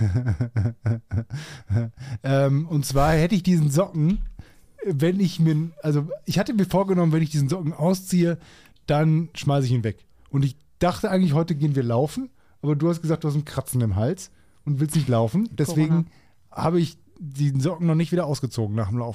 [SPEAKER 3] hätte ich diesen Socken, ich hatte mir vorgenommen, wenn ich diesen Socken ausziehe, dann schmeiße ich ihn weg. Und ich dachte eigentlich, heute gehen wir laufen, aber du hast gesagt, du hast einen Kratzen im Hals und willst nicht laufen. Deswegen habe ich diesen Socken noch nicht wieder ausgezogen nach dem Laufen.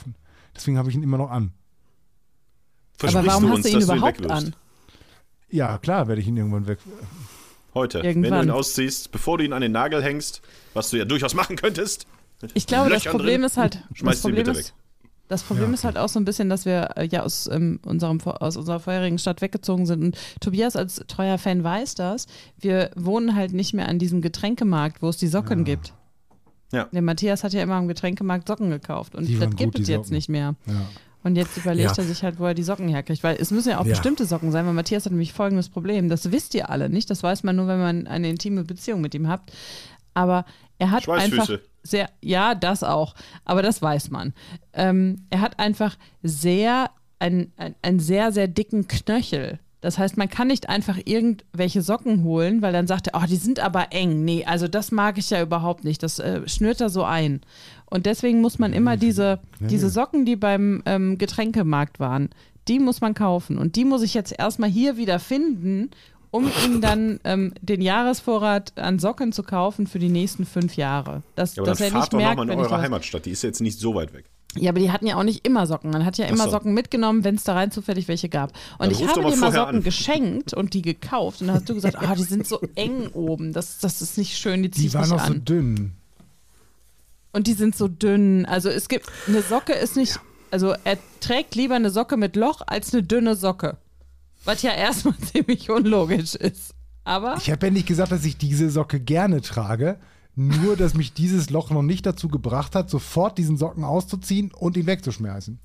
[SPEAKER 3] Deswegen habe ich ihn immer noch an.
[SPEAKER 1] Aber warum hast du ihn überhaupt an?
[SPEAKER 3] Ja, klar, werde ich ihn irgendwann weg.
[SPEAKER 2] Heute,
[SPEAKER 1] Irgendwann.
[SPEAKER 2] wenn du ihn ausziehst, bevor du ihn an den Nagel hängst, was du ja durchaus machen könntest.
[SPEAKER 1] Ich glaube, das Problem ist halt,
[SPEAKER 2] schmeißt ihn bitte weg.
[SPEAKER 1] Das Problem ist halt auch so ein bisschen, dass wir ja aus unserer vorherigen Stadt weggezogen sind. Und Tobias als treuer Fan weiß das. Wir wohnen halt nicht mehr an diesem Getränkemarkt, wo es die Socken gibt.
[SPEAKER 2] Ja.
[SPEAKER 1] Der Matthias hat ja immer am Getränkemarkt Socken gekauft. Und das gibt es jetzt nicht mehr.
[SPEAKER 3] Ja.
[SPEAKER 1] Und jetzt überlegt er sich halt, wo er die Socken herkriegt. Weil es müssen ja auch bestimmte Socken sein, weil Matthias hat nämlich folgendes Problem. Das wisst ihr alle nicht. Das weiß man nur, wenn man eine intime Beziehung mit ihm hat. Aber er hat einfach das auch, aber das weiß man. Er hat einfach einen sehr, sehr dicken Knöchel. Das heißt, man kann nicht einfach irgendwelche Socken holen, weil dann sagt er, die sind aber eng. Nee, also das mag ich ja überhaupt nicht. Das schnürt er so ein. Und deswegen muss man immer diese Socken, die beim Getränkemarkt waren, die muss man kaufen. Und die muss ich jetzt erstmal hier wieder finden, um ihm dann den Jahresvorrat an Socken zu kaufen für die nächsten 5 Jahre.
[SPEAKER 2] Aber dann fahrt doch nochmal in eure Heimatstadt, die ist jetzt nicht so weit weg.
[SPEAKER 1] Ja, aber die hatten ja auch nicht immer Socken. Man hat ja immer Socken mitgenommen, wenn es da rein zufällig welche gab. Und ich habe dir mal Socken geschenkt und die gekauft. Und dann hast du gesagt, die sind so eng oben. Das ist nicht schön, die ziehe ich nicht an.
[SPEAKER 3] Die waren noch so dünn.
[SPEAKER 1] Und die sind so dünn. Also es gibt, eine Socke ist nicht, also er trägt lieber eine Socke mit Loch als eine dünne Socke. Was ja erstmal ziemlich unlogisch ist. Aber
[SPEAKER 3] ich habe ja nicht gesagt, dass ich diese Socke gerne trage. Nur, dass mich dieses Loch noch nicht dazu gebracht hat, sofort diesen Socken auszuziehen und ihn wegzuschmeißen.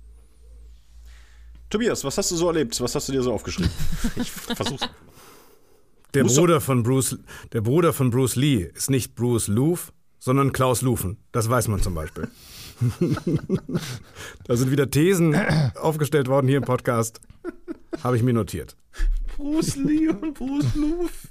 [SPEAKER 2] Tobias, was hast du so erlebt? Was hast du dir so aufgeschrieben? Ich versuch's.
[SPEAKER 4] Der Bruder von Bruce Lee ist nicht Bruce Loof, sondern Klaus Lufen. Das weiß man zum Beispiel. Da sind wieder Thesen aufgestellt worden hier im Podcast. Habe ich mir notiert.
[SPEAKER 2] Bruce Lee und Bruce Loof.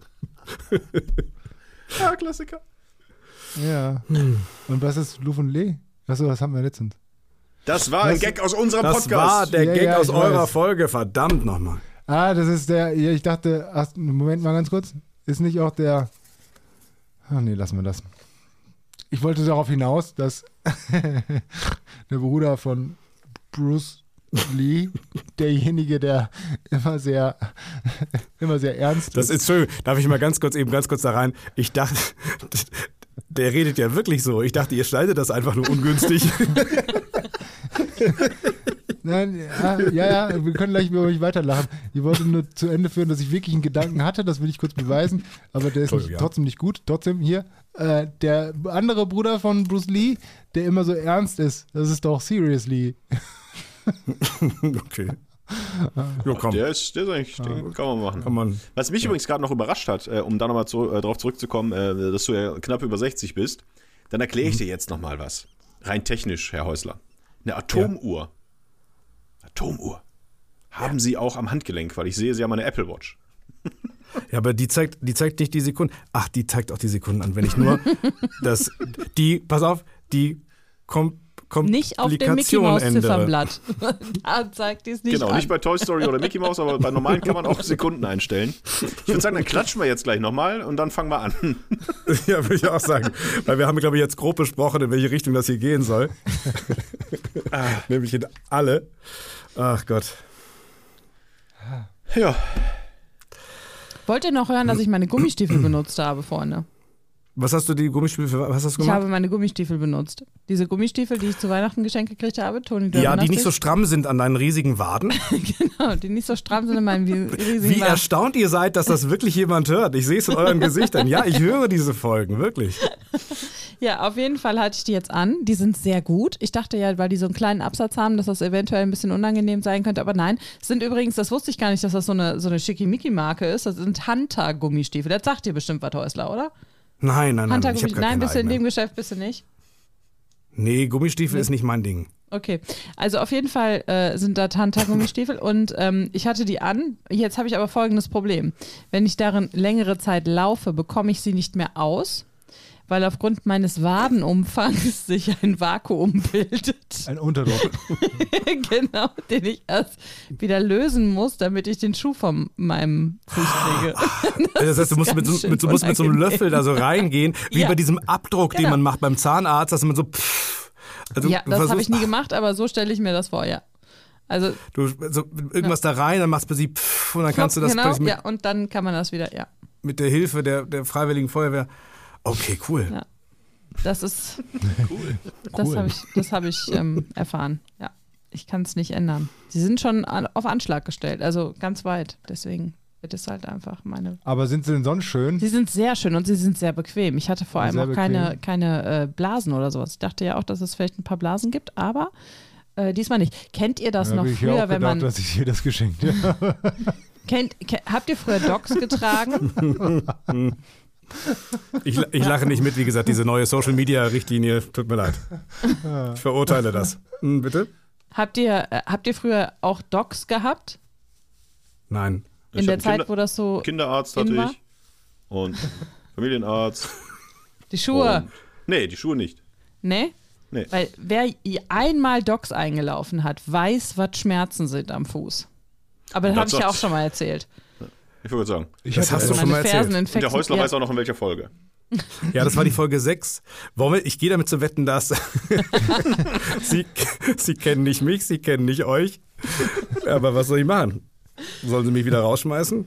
[SPEAKER 2] Ja, Klassiker.
[SPEAKER 3] Ja. Und was ist Loof und Lee? Achso, was haben wir letztens?
[SPEAKER 2] Das war ein Gag aus unserem Podcast.
[SPEAKER 4] Das war der Gag aus eurer Folge, verdammt nochmal.
[SPEAKER 3] Das ist der, ich dachte, Moment mal ganz kurz. Ist nicht auch der, nee, lassen wir das. Ich wollte darauf hinaus, dass der Bruder von Bruce Lee, derjenige, der immer sehr ernst
[SPEAKER 4] ist. Entschuldigung, darf ich mal ganz kurz da rein? Ich dachte, der redet ja wirklich so. Ich dachte, ihr schneidet das einfach nur ungünstig.
[SPEAKER 3] Nein, wir können gleich über euch weiterlachen. Ich wollte nur zu Ende führen, dass ich wirklich einen Gedanken hatte, das will ich kurz beweisen, aber der ist trotzdem nicht gut. Trotzdem hier, der andere Bruder von Bruce Lee, der immer so ernst ist, das ist doch Seriously.
[SPEAKER 4] Okay.
[SPEAKER 2] Ja, komm. Der ist eigentlich, den kann man machen. Was mich übrigens gerade noch überrascht hat, um da nochmal drauf zurückzukommen, dass du ja knapp über 60 bist, dann erkläre ich dir jetzt nochmal was. Rein technisch, Herr Häusler. Eine Atomuhr. Atomuhr. Haben Sie auch am Handgelenk, weil ich sehe, Sie haben eine Apple Watch.
[SPEAKER 4] Ja, aber die zeigt nicht die Sekunden. Ach, die zeigt auch die Sekunden an, wenn ich nur pass auf, die
[SPEAKER 1] nicht auf dem Mickey Maus Zifferblatt. Da zeigt die es nicht an.
[SPEAKER 2] Nicht bei Toy Story oder Mickey Maus, aber bei normalen kann man auch Sekunden einstellen. Ich würde sagen, dann klatschen wir jetzt gleich nochmal und dann fangen wir an.
[SPEAKER 4] Ja, würde ich auch sagen. Weil wir haben, glaube ich, jetzt grob besprochen, in welche Richtung das hier gehen soll. Nämlich in alle. Ach Gott.
[SPEAKER 2] Ja.
[SPEAKER 1] Wollt ihr noch hören, dass ich meine Gummistiefel benutzt habe vorne?
[SPEAKER 4] Was hast du gemacht?
[SPEAKER 1] Ich habe meine Gummistiefel benutzt. Diese Gummistiefel, die ich zu Weihnachten geschenkt gekriegt habe. Toni,
[SPEAKER 4] ja, die nicht so stramm sind an deinen riesigen Waden.
[SPEAKER 1] Genau, die nicht so stramm sind an meinen riesigen Waden.
[SPEAKER 4] Wie erstaunt ihr seid, dass das wirklich jemand hört. Ich sehe es in euren Gesichtern. Ja, ich höre diese Folgen, wirklich.
[SPEAKER 1] Ja, auf jeden Fall hatte ich die jetzt an. Die sind sehr gut. Ich dachte ja, weil die so einen kleinen Absatz haben, dass das eventuell ein bisschen unangenehm sein könnte. Aber nein, sind übrigens, das wusste ich gar nicht, dass das so eine Schickimicki-Marke ist. Das sind Hunter-Gummistiefel. Das sagt dir bestimmt was, Häusler, oder?
[SPEAKER 4] Nein.
[SPEAKER 1] Nein, bist du in dem Geschäft, bist du nicht?
[SPEAKER 4] Nee, Gummistiefel ist nicht mein Ding.
[SPEAKER 1] Okay, also auf jeden Fall sind da Hunter-Gummistiefel und ich hatte die an. Jetzt habe ich aber folgendes Problem. Wenn ich darin längere Zeit laufe, bekomme ich sie nicht mehr aus, weil aufgrund meines Wadenumfangs sich ein Vakuum bildet.
[SPEAKER 3] Ein Unterdruck.
[SPEAKER 1] Genau, den ich erst wieder lösen muss, damit ich den Schuh von meinem Fuß kriege.
[SPEAKER 4] Das heißt, du musst mit so einem Löffel da so reingehen, wie bei diesem Abdruck, den man macht beim Zahnarzt, dass man so Also,
[SPEAKER 1] ja, das habe ich nie gemacht, aber so stelle ich mir das vor, ja. Also
[SPEAKER 4] irgendwas da rein, dann machst du sie und dann kannst du das
[SPEAKER 1] genau, ja, und dann kann man das wieder, ja.
[SPEAKER 4] Mit der Hilfe der Freiwilligen Feuerwehr. Okay, cool.
[SPEAKER 1] Ja. Das ist
[SPEAKER 2] Cool.
[SPEAKER 1] Das habe ich erfahren. Ja, ich kann es nicht ändern. Sie sind schon auf Anschlag gestellt, also ganz weit. Deswegen wird es halt einfach meine.
[SPEAKER 3] Aber sind sie denn sonst schön?
[SPEAKER 1] Sie sind sehr schön und sie sind sehr bequem. Ich hatte vor allem
[SPEAKER 3] Sehr
[SPEAKER 1] auch keine Blasen oder sowas. Ich dachte ja auch, dass es vielleicht ein paar Blasen gibt, aber diesmal nicht. Kennt ihr das noch
[SPEAKER 3] ich
[SPEAKER 1] früher,
[SPEAKER 3] auch
[SPEAKER 1] wenn man.
[SPEAKER 3] dass ich dir das geschenkt habe.
[SPEAKER 1] Habt ihr früher Docs getragen?
[SPEAKER 4] Ich lache nicht mit, wie gesagt, diese neue Social-Media-Richtlinie, tut mir leid. Ich verurteile das. Bitte?
[SPEAKER 1] Habt ihr früher auch Docs gehabt?
[SPEAKER 4] Nein.
[SPEAKER 1] In der Zeit, wo das so
[SPEAKER 2] Kinderarzt
[SPEAKER 1] in
[SPEAKER 2] hatte
[SPEAKER 1] war?
[SPEAKER 2] ich und Familienarzt.
[SPEAKER 1] Die Schuhe?
[SPEAKER 2] Nee, die Schuhe nicht.
[SPEAKER 1] Nee?
[SPEAKER 2] Nee.
[SPEAKER 1] Weil wer einmal Docs eingelaufen hat, weiß, was Schmerzen sind am Fuß. Aber das habe ich ja auch schon mal erzählt.
[SPEAKER 2] Ich würde sagen.
[SPEAKER 4] Das hast du schon mal erzählt.
[SPEAKER 2] Und der Häusler weiß auch noch in welcher Folge.
[SPEAKER 4] Ja, das war die Folge 6. Ich gehe damit zu wetten, dass Sie kennen nicht mich, Sie kennen nicht euch. Aber was soll ich machen? Sollen Sie mich wieder rausschmeißen?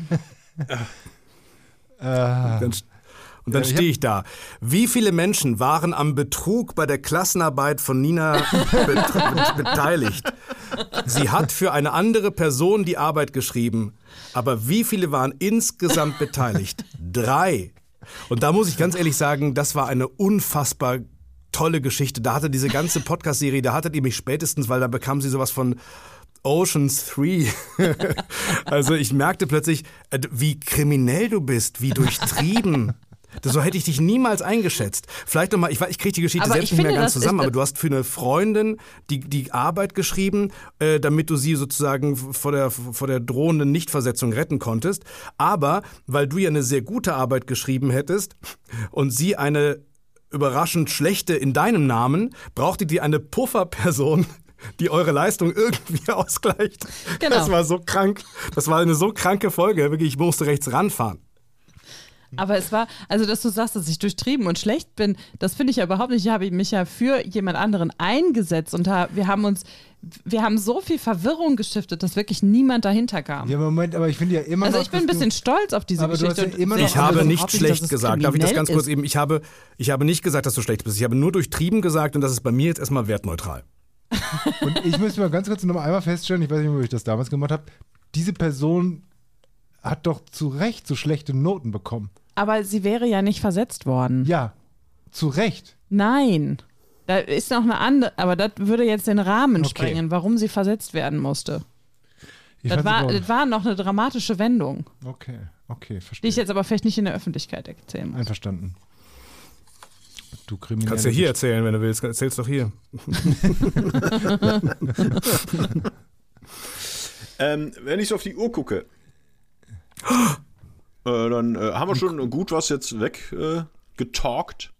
[SPEAKER 4] Und dann stehe ich da. Wie viele Menschen waren am Betrug bei der Klassenarbeit von Nina beteiligt? Sie hat für eine andere Person die Arbeit geschrieben. Aber wie viele waren insgesamt beteiligt? 3. Und da muss ich ganz ehrlich sagen, das war eine unfassbar tolle Geschichte. Da hatte diese ganze Podcast-Serie, da hattet ihr mich spätestens, weil da bekam sie sowas von Ocean's 3. Also ich merkte plötzlich, wie kriminell du bist, wie durchtrieben. So hätte ich dich niemals eingeschätzt. Vielleicht nochmal, ich kriege die Geschichte
[SPEAKER 1] aber
[SPEAKER 4] selbst nicht mehr ganz zusammen, aber du hast für eine Freundin die Arbeit geschrieben, damit du sie sozusagen vor der drohenden Nichtversetzung retten konntest. Aber weil du ja eine sehr gute Arbeit geschrieben hättest und sie eine überraschend schlechte in deinem Namen, brauchte die eine Pufferperson, die eure Leistung irgendwie ausgleicht. Genau. Das war so krank. Das war eine so kranke Folge. Wirklich, ich musste rechts ranfahren.
[SPEAKER 1] Aber es war, also dass du sagst, dass ich durchtrieben und schlecht bin, das finde ich ja überhaupt nicht. Ich habe mich ja für jemand anderen eingesetzt und wir haben so viel Verwirrung gestiftet, dass wirklich niemand dahinter kam.
[SPEAKER 3] Ja, Moment, aber ich finde ja immer
[SPEAKER 1] also
[SPEAKER 3] noch,
[SPEAKER 1] ich bin ein bisschen stolz auf diese Geschichte.
[SPEAKER 4] Ich habe nicht schlecht gesagt. Darf ich das ganz kurz eben? Ich habe nicht gesagt, dass du schlecht bist. Ich habe nur durchtrieben gesagt und das ist bei mir jetzt erstmal wertneutral.
[SPEAKER 3] Und ich müsste mal ganz kurz noch einmal feststellen, ich weiß nicht, ob ich das damals gemacht habe, diese Person hat doch zu Recht so schlechte Noten bekommen.
[SPEAKER 1] Aber sie wäre ja nicht versetzt worden.
[SPEAKER 3] Ja, zu Recht.
[SPEAKER 1] Nein. Da ist noch eine andere, aber das würde jetzt den Rahmen sprengen, warum sie versetzt werden musste. Das war noch eine dramatische Wendung.
[SPEAKER 3] Okay, verstehe.
[SPEAKER 1] Die ich jetzt aber vielleicht nicht in der Öffentlichkeit erzählen muss.
[SPEAKER 3] Einverstanden. Du Kriminelle.
[SPEAKER 4] Kannst ja hier erzählen, wenn du willst. Erzähl's doch hier.
[SPEAKER 2] Wenn ich so auf die Uhr gucke, dann haben wir schon gut was jetzt weggetalkt.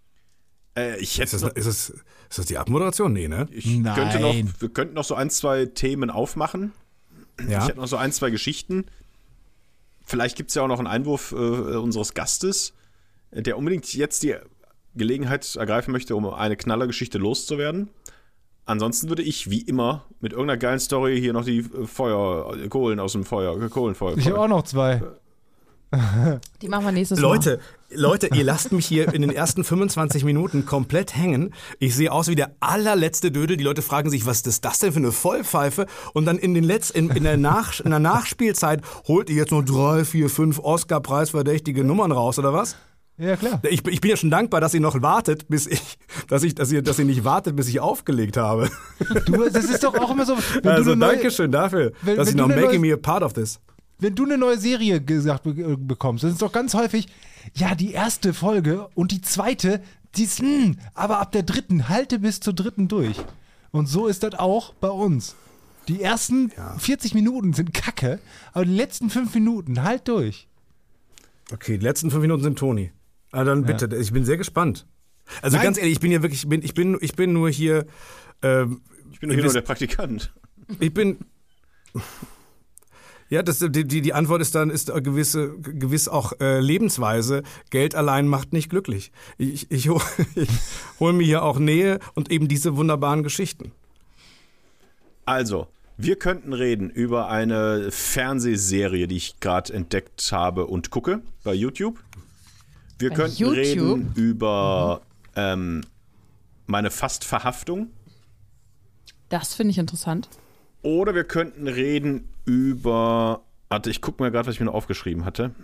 [SPEAKER 4] Ist das die Abmoderation? Nee, ne?
[SPEAKER 2] Wir könnten noch so 1, 2 Themen aufmachen.
[SPEAKER 4] Ja.
[SPEAKER 2] Ich hätte noch so 1, 2 Geschichten. Vielleicht gibt es ja auch noch einen Einwurf unseres Gastes, der unbedingt jetzt die Gelegenheit ergreifen möchte, um eine Knallergeschichte loszuwerden. Ansonsten würde ich, wie immer, mit irgendeiner geilen Story hier noch die Kohlen aus dem Kohlenfeuer.
[SPEAKER 3] Ich habe auch noch 2.
[SPEAKER 1] Die machen wir nächstes Mal.
[SPEAKER 4] Leute, ihr lasst mich hier in den ersten 25 Minuten komplett hängen. Ich sehe aus wie der allerletzte Dödel. Die Leute fragen sich, was ist das denn für eine Vollpfeife? Und dann in der Nachspielzeit holt ihr jetzt noch 3, 4, 5 Oscar-Preisverdächtige Nummern raus, oder was?
[SPEAKER 3] Ja, klar.
[SPEAKER 4] Ich bin ja schon dankbar, dass ihr noch wartet, dass ihr nicht wartet, bis ich aufgelegt habe.
[SPEAKER 3] Das ist doch auch immer so.
[SPEAKER 4] Also Dankeschön dafür, dass ich noch making me a part of this.
[SPEAKER 3] Wenn du eine neue Serie gesagt bekommst, das ist doch ganz häufig, ja, die erste Folge und die zweite, die ist, aber ab der 3. halte bis zur 3. durch. Und so ist das auch bei uns. Die ersten 40 Minuten sind kacke, aber die letzten 5 Minuten halt durch.
[SPEAKER 4] Okay, die letzten 5 Minuten sind Toni. Dann bitte, ich bin sehr gespannt. Also ganz ehrlich, ich bin ja wirklich, ich bin nur hier. Ich
[SPEAKER 2] bin nur der Praktikant.
[SPEAKER 4] Ja, die Antwort ist gewiss auch Lebensweise. Geld allein macht nicht glücklich. Ich hol mir hier auch Nähe und eben diese wunderbaren Geschichten.
[SPEAKER 2] Also, wir könnten reden über eine Fernsehserie, die ich gerade entdeckt habe und gucke bei YouTube. Wir könnten reden über meine Fastverhaftung.
[SPEAKER 1] Das finde ich interessant.
[SPEAKER 2] Oder wir könnten reden über, warte, ich gucke mal gerade, was ich mir noch aufgeschrieben hatte,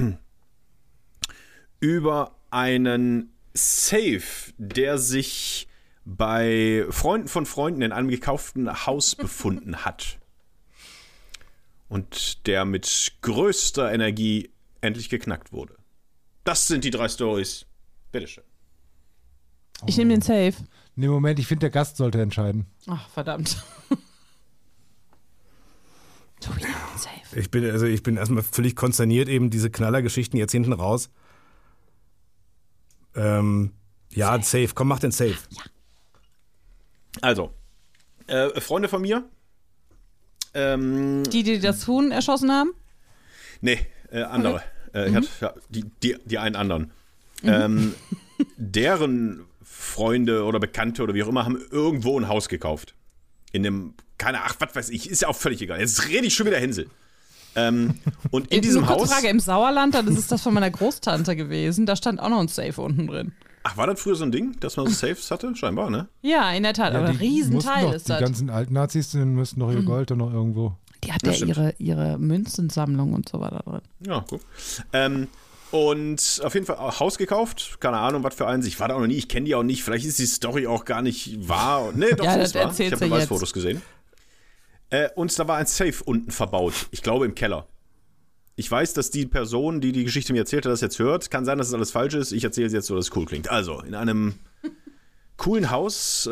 [SPEAKER 2] über einen Safe, der sich bei Freunden von Freunden in einem gekauften Haus befunden hat. Und der mit größter Energie endlich geknackt wurde. Das sind die 3 Storys. Bitteschön.
[SPEAKER 1] Ich nehme den Safe.
[SPEAKER 3] Nee, Moment, ich finde, der Gast sollte entscheiden.
[SPEAKER 1] Ach, verdammt. Tobi, safe.
[SPEAKER 4] Ich bin erstmal völlig konsterniert, eben diese Knallergeschichten jetzt hinten raus. Ja, safe. Komm, mach den Safe.
[SPEAKER 1] Ja.
[SPEAKER 2] Also, Freunde von mir.
[SPEAKER 1] Die das Huhn erschossen haben?
[SPEAKER 2] Nee, andere. Ich hatte, die einen anderen. Deren Freunde oder Bekannte oder wie auch immer haben irgendwo ein Haus gekauft. In einem, was weiß ich, ist ja auch völlig egal. Jetzt rede ich schon wieder Hänsel. Und in diesem Haus.
[SPEAKER 1] Frage, im Sauerland, dann ist das von meiner Großtante gewesen. Da stand auch noch ein Safe unten drin.
[SPEAKER 2] Ach, war das früher so ein Ding, dass man so Safes hatte? Scheinbar, ne?
[SPEAKER 1] Ja, in der Tat.
[SPEAKER 3] Ja,
[SPEAKER 1] aber ein Riesenteil ist
[SPEAKER 3] die
[SPEAKER 1] das.
[SPEAKER 3] Die ganzen Altnazis müssten doch ihr Gold dann noch irgendwo.
[SPEAKER 1] Die hat ja ihre Münzensammlung und so weiter drin.
[SPEAKER 2] Ja, guck. Und auf jeden Fall auch Haus gekauft. Keine Ahnung, was für eins. Ich war da auch noch nie, ich kenne die auch nicht. Vielleicht ist die Story auch gar nicht wahr. Nee, doch,
[SPEAKER 1] ja,
[SPEAKER 2] das ist wahr. Ich habe
[SPEAKER 1] jetzt
[SPEAKER 2] Fotos gesehen. Und da war ein Safe unten verbaut. Ich glaube im Keller. Ich weiß, dass die Person, die Geschichte mir erzählt hat, das jetzt hört. Kann sein, dass es alles falsch ist. Ich erzähle es jetzt so, dass es cool klingt. Also, in einem coolen Haus,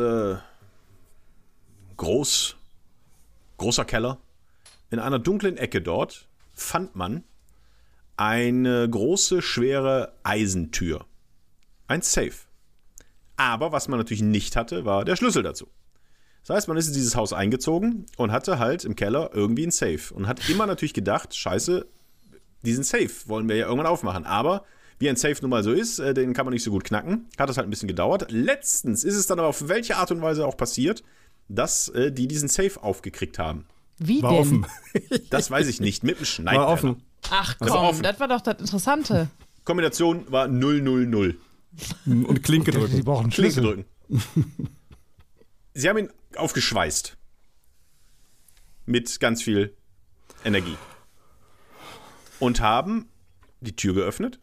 [SPEAKER 2] großer Keller, in einer dunklen Ecke dort, fand man eine große, schwere Eisentür. Ein Safe. Aber was man natürlich nicht hatte, war der Schlüssel dazu. Das heißt, man ist in dieses Haus eingezogen und hatte halt im Keller irgendwie ein Safe. Und hat immer natürlich gedacht, scheiße, diesen Safe wollen wir ja irgendwann aufmachen. Aber wie ein Safe nun mal so ist, den kann man nicht so gut knacken. Hat das halt ein bisschen gedauert. Letztens ist es dann aber auf welche Art und Weise auch passiert, dass die diesen Safe aufgekriegt haben.
[SPEAKER 1] Wie
[SPEAKER 4] war
[SPEAKER 1] denn?
[SPEAKER 4] Offen.
[SPEAKER 2] Das weiß ich nicht. Mit dem Schneidbrenner.
[SPEAKER 4] War offen.
[SPEAKER 1] Ach
[SPEAKER 2] Also
[SPEAKER 1] komm,
[SPEAKER 2] offen.
[SPEAKER 1] das war doch das Interessante.
[SPEAKER 2] Kombination war 000.
[SPEAKER 4] Und Klinke
[SPEAKER 3] Die
[SPEAKER 4] drücken.
[SPEAKER 3] brauchen einen
[SPEAKER 2] Klinke
[SPEAKER 3] Schlüssel.
[SPEAKER 2] drücken. Sie haben ihn aufgeschweißt. Mit ganz viel Energie. Und haben die Tür geöffnet.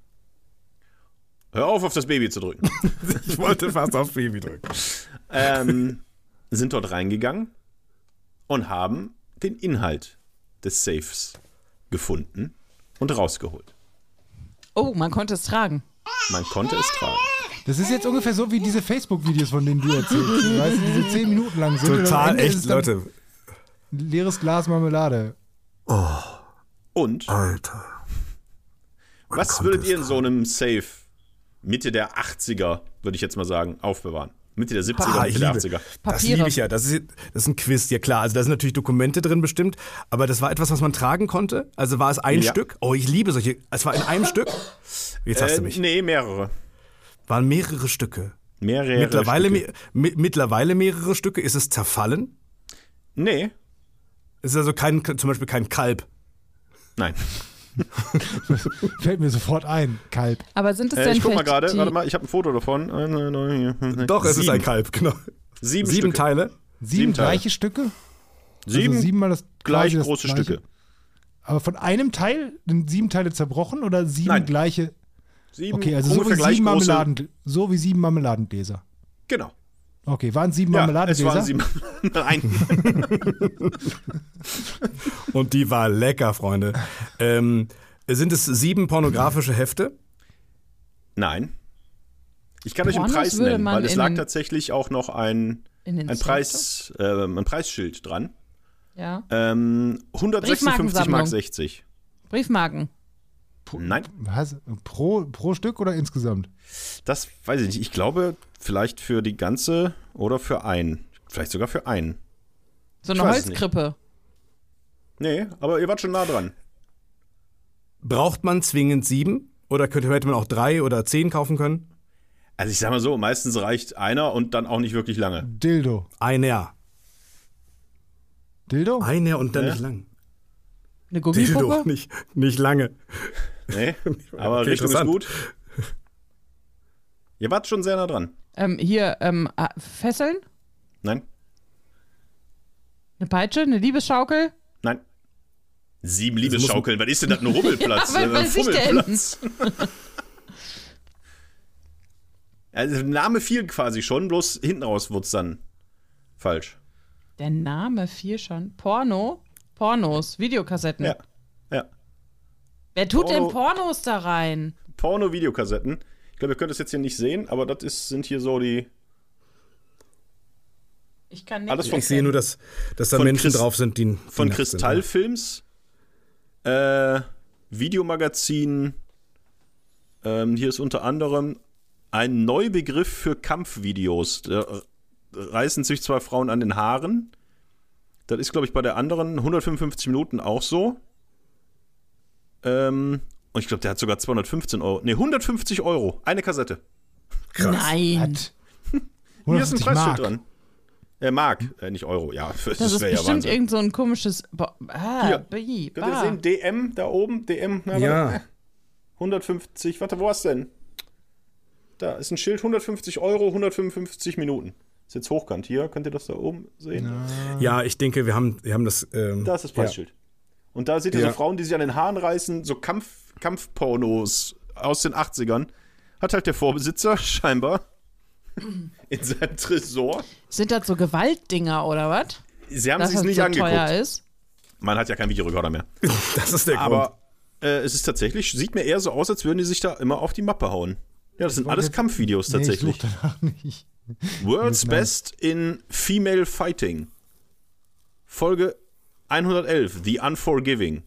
[SPEAKER 2] Hör auf das Baby zu drücken.
[SPEAKER 4] Ich wollte fast aufs Baby drücken.
[SPEAKER 2] Sind dort reingegangen und haben den Inhalt des Safes gefunden und rausgeholt.
[SPEAKER 1] Oh, man konnte es tragen.
[SPEAKER 2] Man konnte es tragen.
[SPEAKER 3] Das ist jetzt ungefähr so wie diese Facebook-Videos, von denen du erzählst. Weißt du, diese 10 Minuten lang sind. Und am
[SPEAKER 4] Total
[SPEAKER 3] Ende ist
[SPEAKER 4] echt,
[SPEAKER 3] es dann
[SPEAKER 4] Leute.
[SPEAKER 3] ein leeres Glas Marmelade.
[SPEAKER 2] Und
[SPEAKER 4] Alter.
[SPEAKER 2] was würdet ihr in so einem Safe Mitte der 80er, würde ich jetzt mal sagen, aufbewahren? Mitte der 70er,
[SPEAKER 4] ich
[SPEAKER 2] Mitte der
[SPEAKER 4] liebe.
[SPEAKER 2] 80er.
[SPEAKER 4] Das
[SPEAKER 1] Papiere.
[SPEAKER 4] liebe ich ja. Das ist ein Quiz, ja klar. Also da sind natürlich Dokumente drin bestimmt, aber das war etwas, was man tragen konnte. Also war es ein
[SPEAKER 2] Ja.
[SPEAKER 4] Stück. Oh, ich liebe solche. Es war in einem Stück. Jetzt hast du mich.
[SPEAKER 2] Nee, mehrere.
[SPEAKER 4] Waren mehrere Stücke.
[SPEAKER 2] Mittlerweile
[SPEAKER 4] Stücke. Mittlerweile mehrere Stücke. Ist es zerfallen?
[SPEAKER 2] Nee.
[SPEAKER 4] Es ist also zum Beispiel kein Kalb.
[SPEAKER 2] Nein.
[SPEAKER 3] Fällt mir sofort ein. Kalb.
[SPEAKER 1] Aber sind es denn
[SPEAKER 2] Ich guck mal
[SPEAKER 1] vielleicht
[SPEAKER 2] gerade.
[SPEAKER 1] die-
[SPEAKER 2] Warte mal, ich habe ein Foto davon.
[SPEAKER 4] Doch, es ist
[SPEAKER 2] 7.
[SPEAKER 4] ein Kalb, genau.
[SPEAKER 2] 7
[SPEAKER 4] 7
[SPEAKER 2] Stücke.
[SPEAKER 4] Teile.
[SPEAKER 3] 7
[SPEAKER 2] Teile.
[SPEAKER 3] gleiche Stücke?
[SPEAKER 2] 7
[SPEAKER 3] also 7 mal das
[SPEAKER 2] gleich
[SPEAKER 3] quasi das
[SPEAKER 2] große
[SPEAKER 3] gleiche?
[SPEAKER 2] Stücke.
[SPEAKER 3] Aber von einem Teil sind 7 Teile zerbrochen oder 7
[SPEAKER 2] Nein.
[SPEAKER 3] gleiche?
[SPEAKER 2] 7
[SPEAKER 3] Okay, also so wie 7 Marmeladengläser.
[SPEAKER 2] Genau.
[SPEAKER 3] Okay, waren 7
[SPEAKER 2] Ja, es
[SPEAKER 3] Marmeladengläser?
[SPEAKER 2] waren 7. Nein.
[SPEAKER 4] Und die war lecker, Freunde. Sind es 7 pornografische Hefte?
[SPEAKER 2] Nein. Ich kann euch einen
[SPEAKER 1] Pornos
[SPEAKER 2] Preis
[SPEAKER 1] würde
[SPEAKER 2] nennen,
[SPEAKER 1] man
[SPEAKER 2] weil es
[SPEAKER 1] in
[SPEAKER 2] lag
[SPEAKER 1] den-
[SPEAKER 2] tatsächlich auch noch ein
[SPEAKER 1] in den
[SPEAKER 2] Preisschild dran.
[SPEAKER 1] Ja.
[SPEAKER 2] 156,60 Mark.
[SPEAKER 1] Briefmarken.
[SPEAKER 2] Nein,
[SPEAKER 3] Was? Pro Stück oder insgesamt?
[SPEAKER 2] das weiß ich nicht. Ich glaube, vielleicht für die ganze oder für einen. Vielleicht sogar für einen.
[SPEAKER 1] So eine
[SPEAKER 2] Ich weiß es nicht.
[SPEAKER 1] Holzkrippe.
[SPEAKER 2] Nee, aber ihr wart schon nah dran.
[SPEAKER 4] Braucht man zwingend 7? Oder hätte man auch 3 oder 10 kaufen können?
[SPEAKER 2] Also ich sag mal so, meistens reicht einer und dann auch nicht wirklich lange.
[SPEAKER 3] Dildo.
[SPEAKER 4] Einer.
[SPEAKER 3] Dildo?
[SPEAKER 4] Einer und dann nicht lang.
[SPEAKER 1] Eine Gummipuppe?
[SPEAKER 4] Dildo, nicht lange.
[SPEAKER 2] Nee, aber
[SPEAKER 4] Okay,
[SPEAKER 2] Richtung ist
[SPEAKER 4] interessant.
[SPEAKER 2] gut. Ihr wart schon sehr nah dran.
[SPEAKER 1] Fesseln?
[SPEAKER 2] Nein?
[SPEAKER 1] Eine Peitsche? Eine Liebesschaukel?
[SPEAKER 2] Nein. 7 Liebesschaukeln, was ist denn das, ein Rubbelplatz?
[SPEAKER 1] Ja,
[SPEAKER 2] ein
[SPEAKER 1] was weiß ich denn?
[SPEAKER 2] Fummelplatz. Also der Name fiel quasi schon, bloß hinten raus wurde es dann falsch.
[SPEAKER 1] Der Name fiel schon. Pornos, Videokassetten.
[SPEAKER 2] Ja.
[SPEAKER 1] Wer tut
[SPEAKER 2] Porno.
[SPEAKER 1] denn Pornos da rein?
[SPEAKER 2] Porno-Videokassetten. Ich glaube, ihr könnt es jetzt hier nicht sehen, aber sind hier so die...
[SPEAKER 1] Ich kann nicht.
[SPEAKER 2] Alles von-
[SPEAKER 4] Ich sehe nur, dass da
[SPEAKER 2] Von
[SPEAKER 4] Menschen
[SPEAKER 2] Chris-
[SPEAKER 4] drauf sind, die
[SPEAKER 2] Von
[SPEAKER 4] nackt sind.
[SPEAKER 2] Kristallfilms, Videomagazin, hier ist unter anderem ein Neubegriff für Kampfvideos. Da reißen sich 2 Frauen an den Haaren. Das ist, glaube ich, bei der anderen 155 Minuten auch so. Und ich glaube, der hat sogar 215 Euro. Ne, 150 Euro. Eine Kassette.
[SPEAKER 4] Krass.
[SPEAKER 1] Nein.
[SPEAKER 2] Hier ist ein
[SPEAKER 3] 150
[SPEAKER 2] Preisschild
[SPEAKER 3] Mark.
[SPEAKER 2] dran. Mark, nicht Euro. Ja,
[SPEAKER 1] Das ist
[SPEAKER 2] wäre ja
[SPEAKER 1] bestimmt
[SPEAKER 2] Wahnsinn.
[SPEAKER 1] irgend so ein komisches.
[SPEAKER 2] Hier. Könnt ihr sehen, DM da oben? DM, na,
[SPEAKER 4] Ja.
[SPEAKER 2] warte. 150, warte, wo hast du denn? Da ist ein Schild, 150 Euro, 155 Minuten. Ist jetzt hochkant hier, könnt ihr das da oben sehen?
[SPEAKER 4] Ja, ich denke, wir haben das.
[SPEAKER 2] Da ist das Preisschild. Und da seht ihr
[SPEAKER 4] Ja.
[SPEAKER 2] so Frauen, die sich an den Haaren reißen, so Kampfpornos aus den 80ern. Hat halt der Vorbesitzer scheinbar in seinem Tresor.
[SPEAKER 1] Sind das so Gewaltdinger oder was?
[SPEAKER 2] Sie haben
[SPEAKER 1] Dass
[SPEAKER 2] sich
[SPEAKER 1] das
[SPEAKER 2] nicht
[SPEAKER 1] so
[SPEAKER 2] angeguckt.
[SPEAKER 1] teuer ist?
[SPEAKER 2] Man hat ja keinen Videorekorder mehr.
[SPEAKER 4] Das ist der Grund.
[SPEAKER 2] Aber es ist tatsächlich, sieht mir eher so aus, als würden die sich da immer auf die Mappe hauen. Ja, das sind alles Kampfvideos tatsächlich.
[SPEAKER 3] Nee, ich such danach nicht.
[SPEAKER 2] World's Best in Female Fighting. Folge 111, The Unforgiving.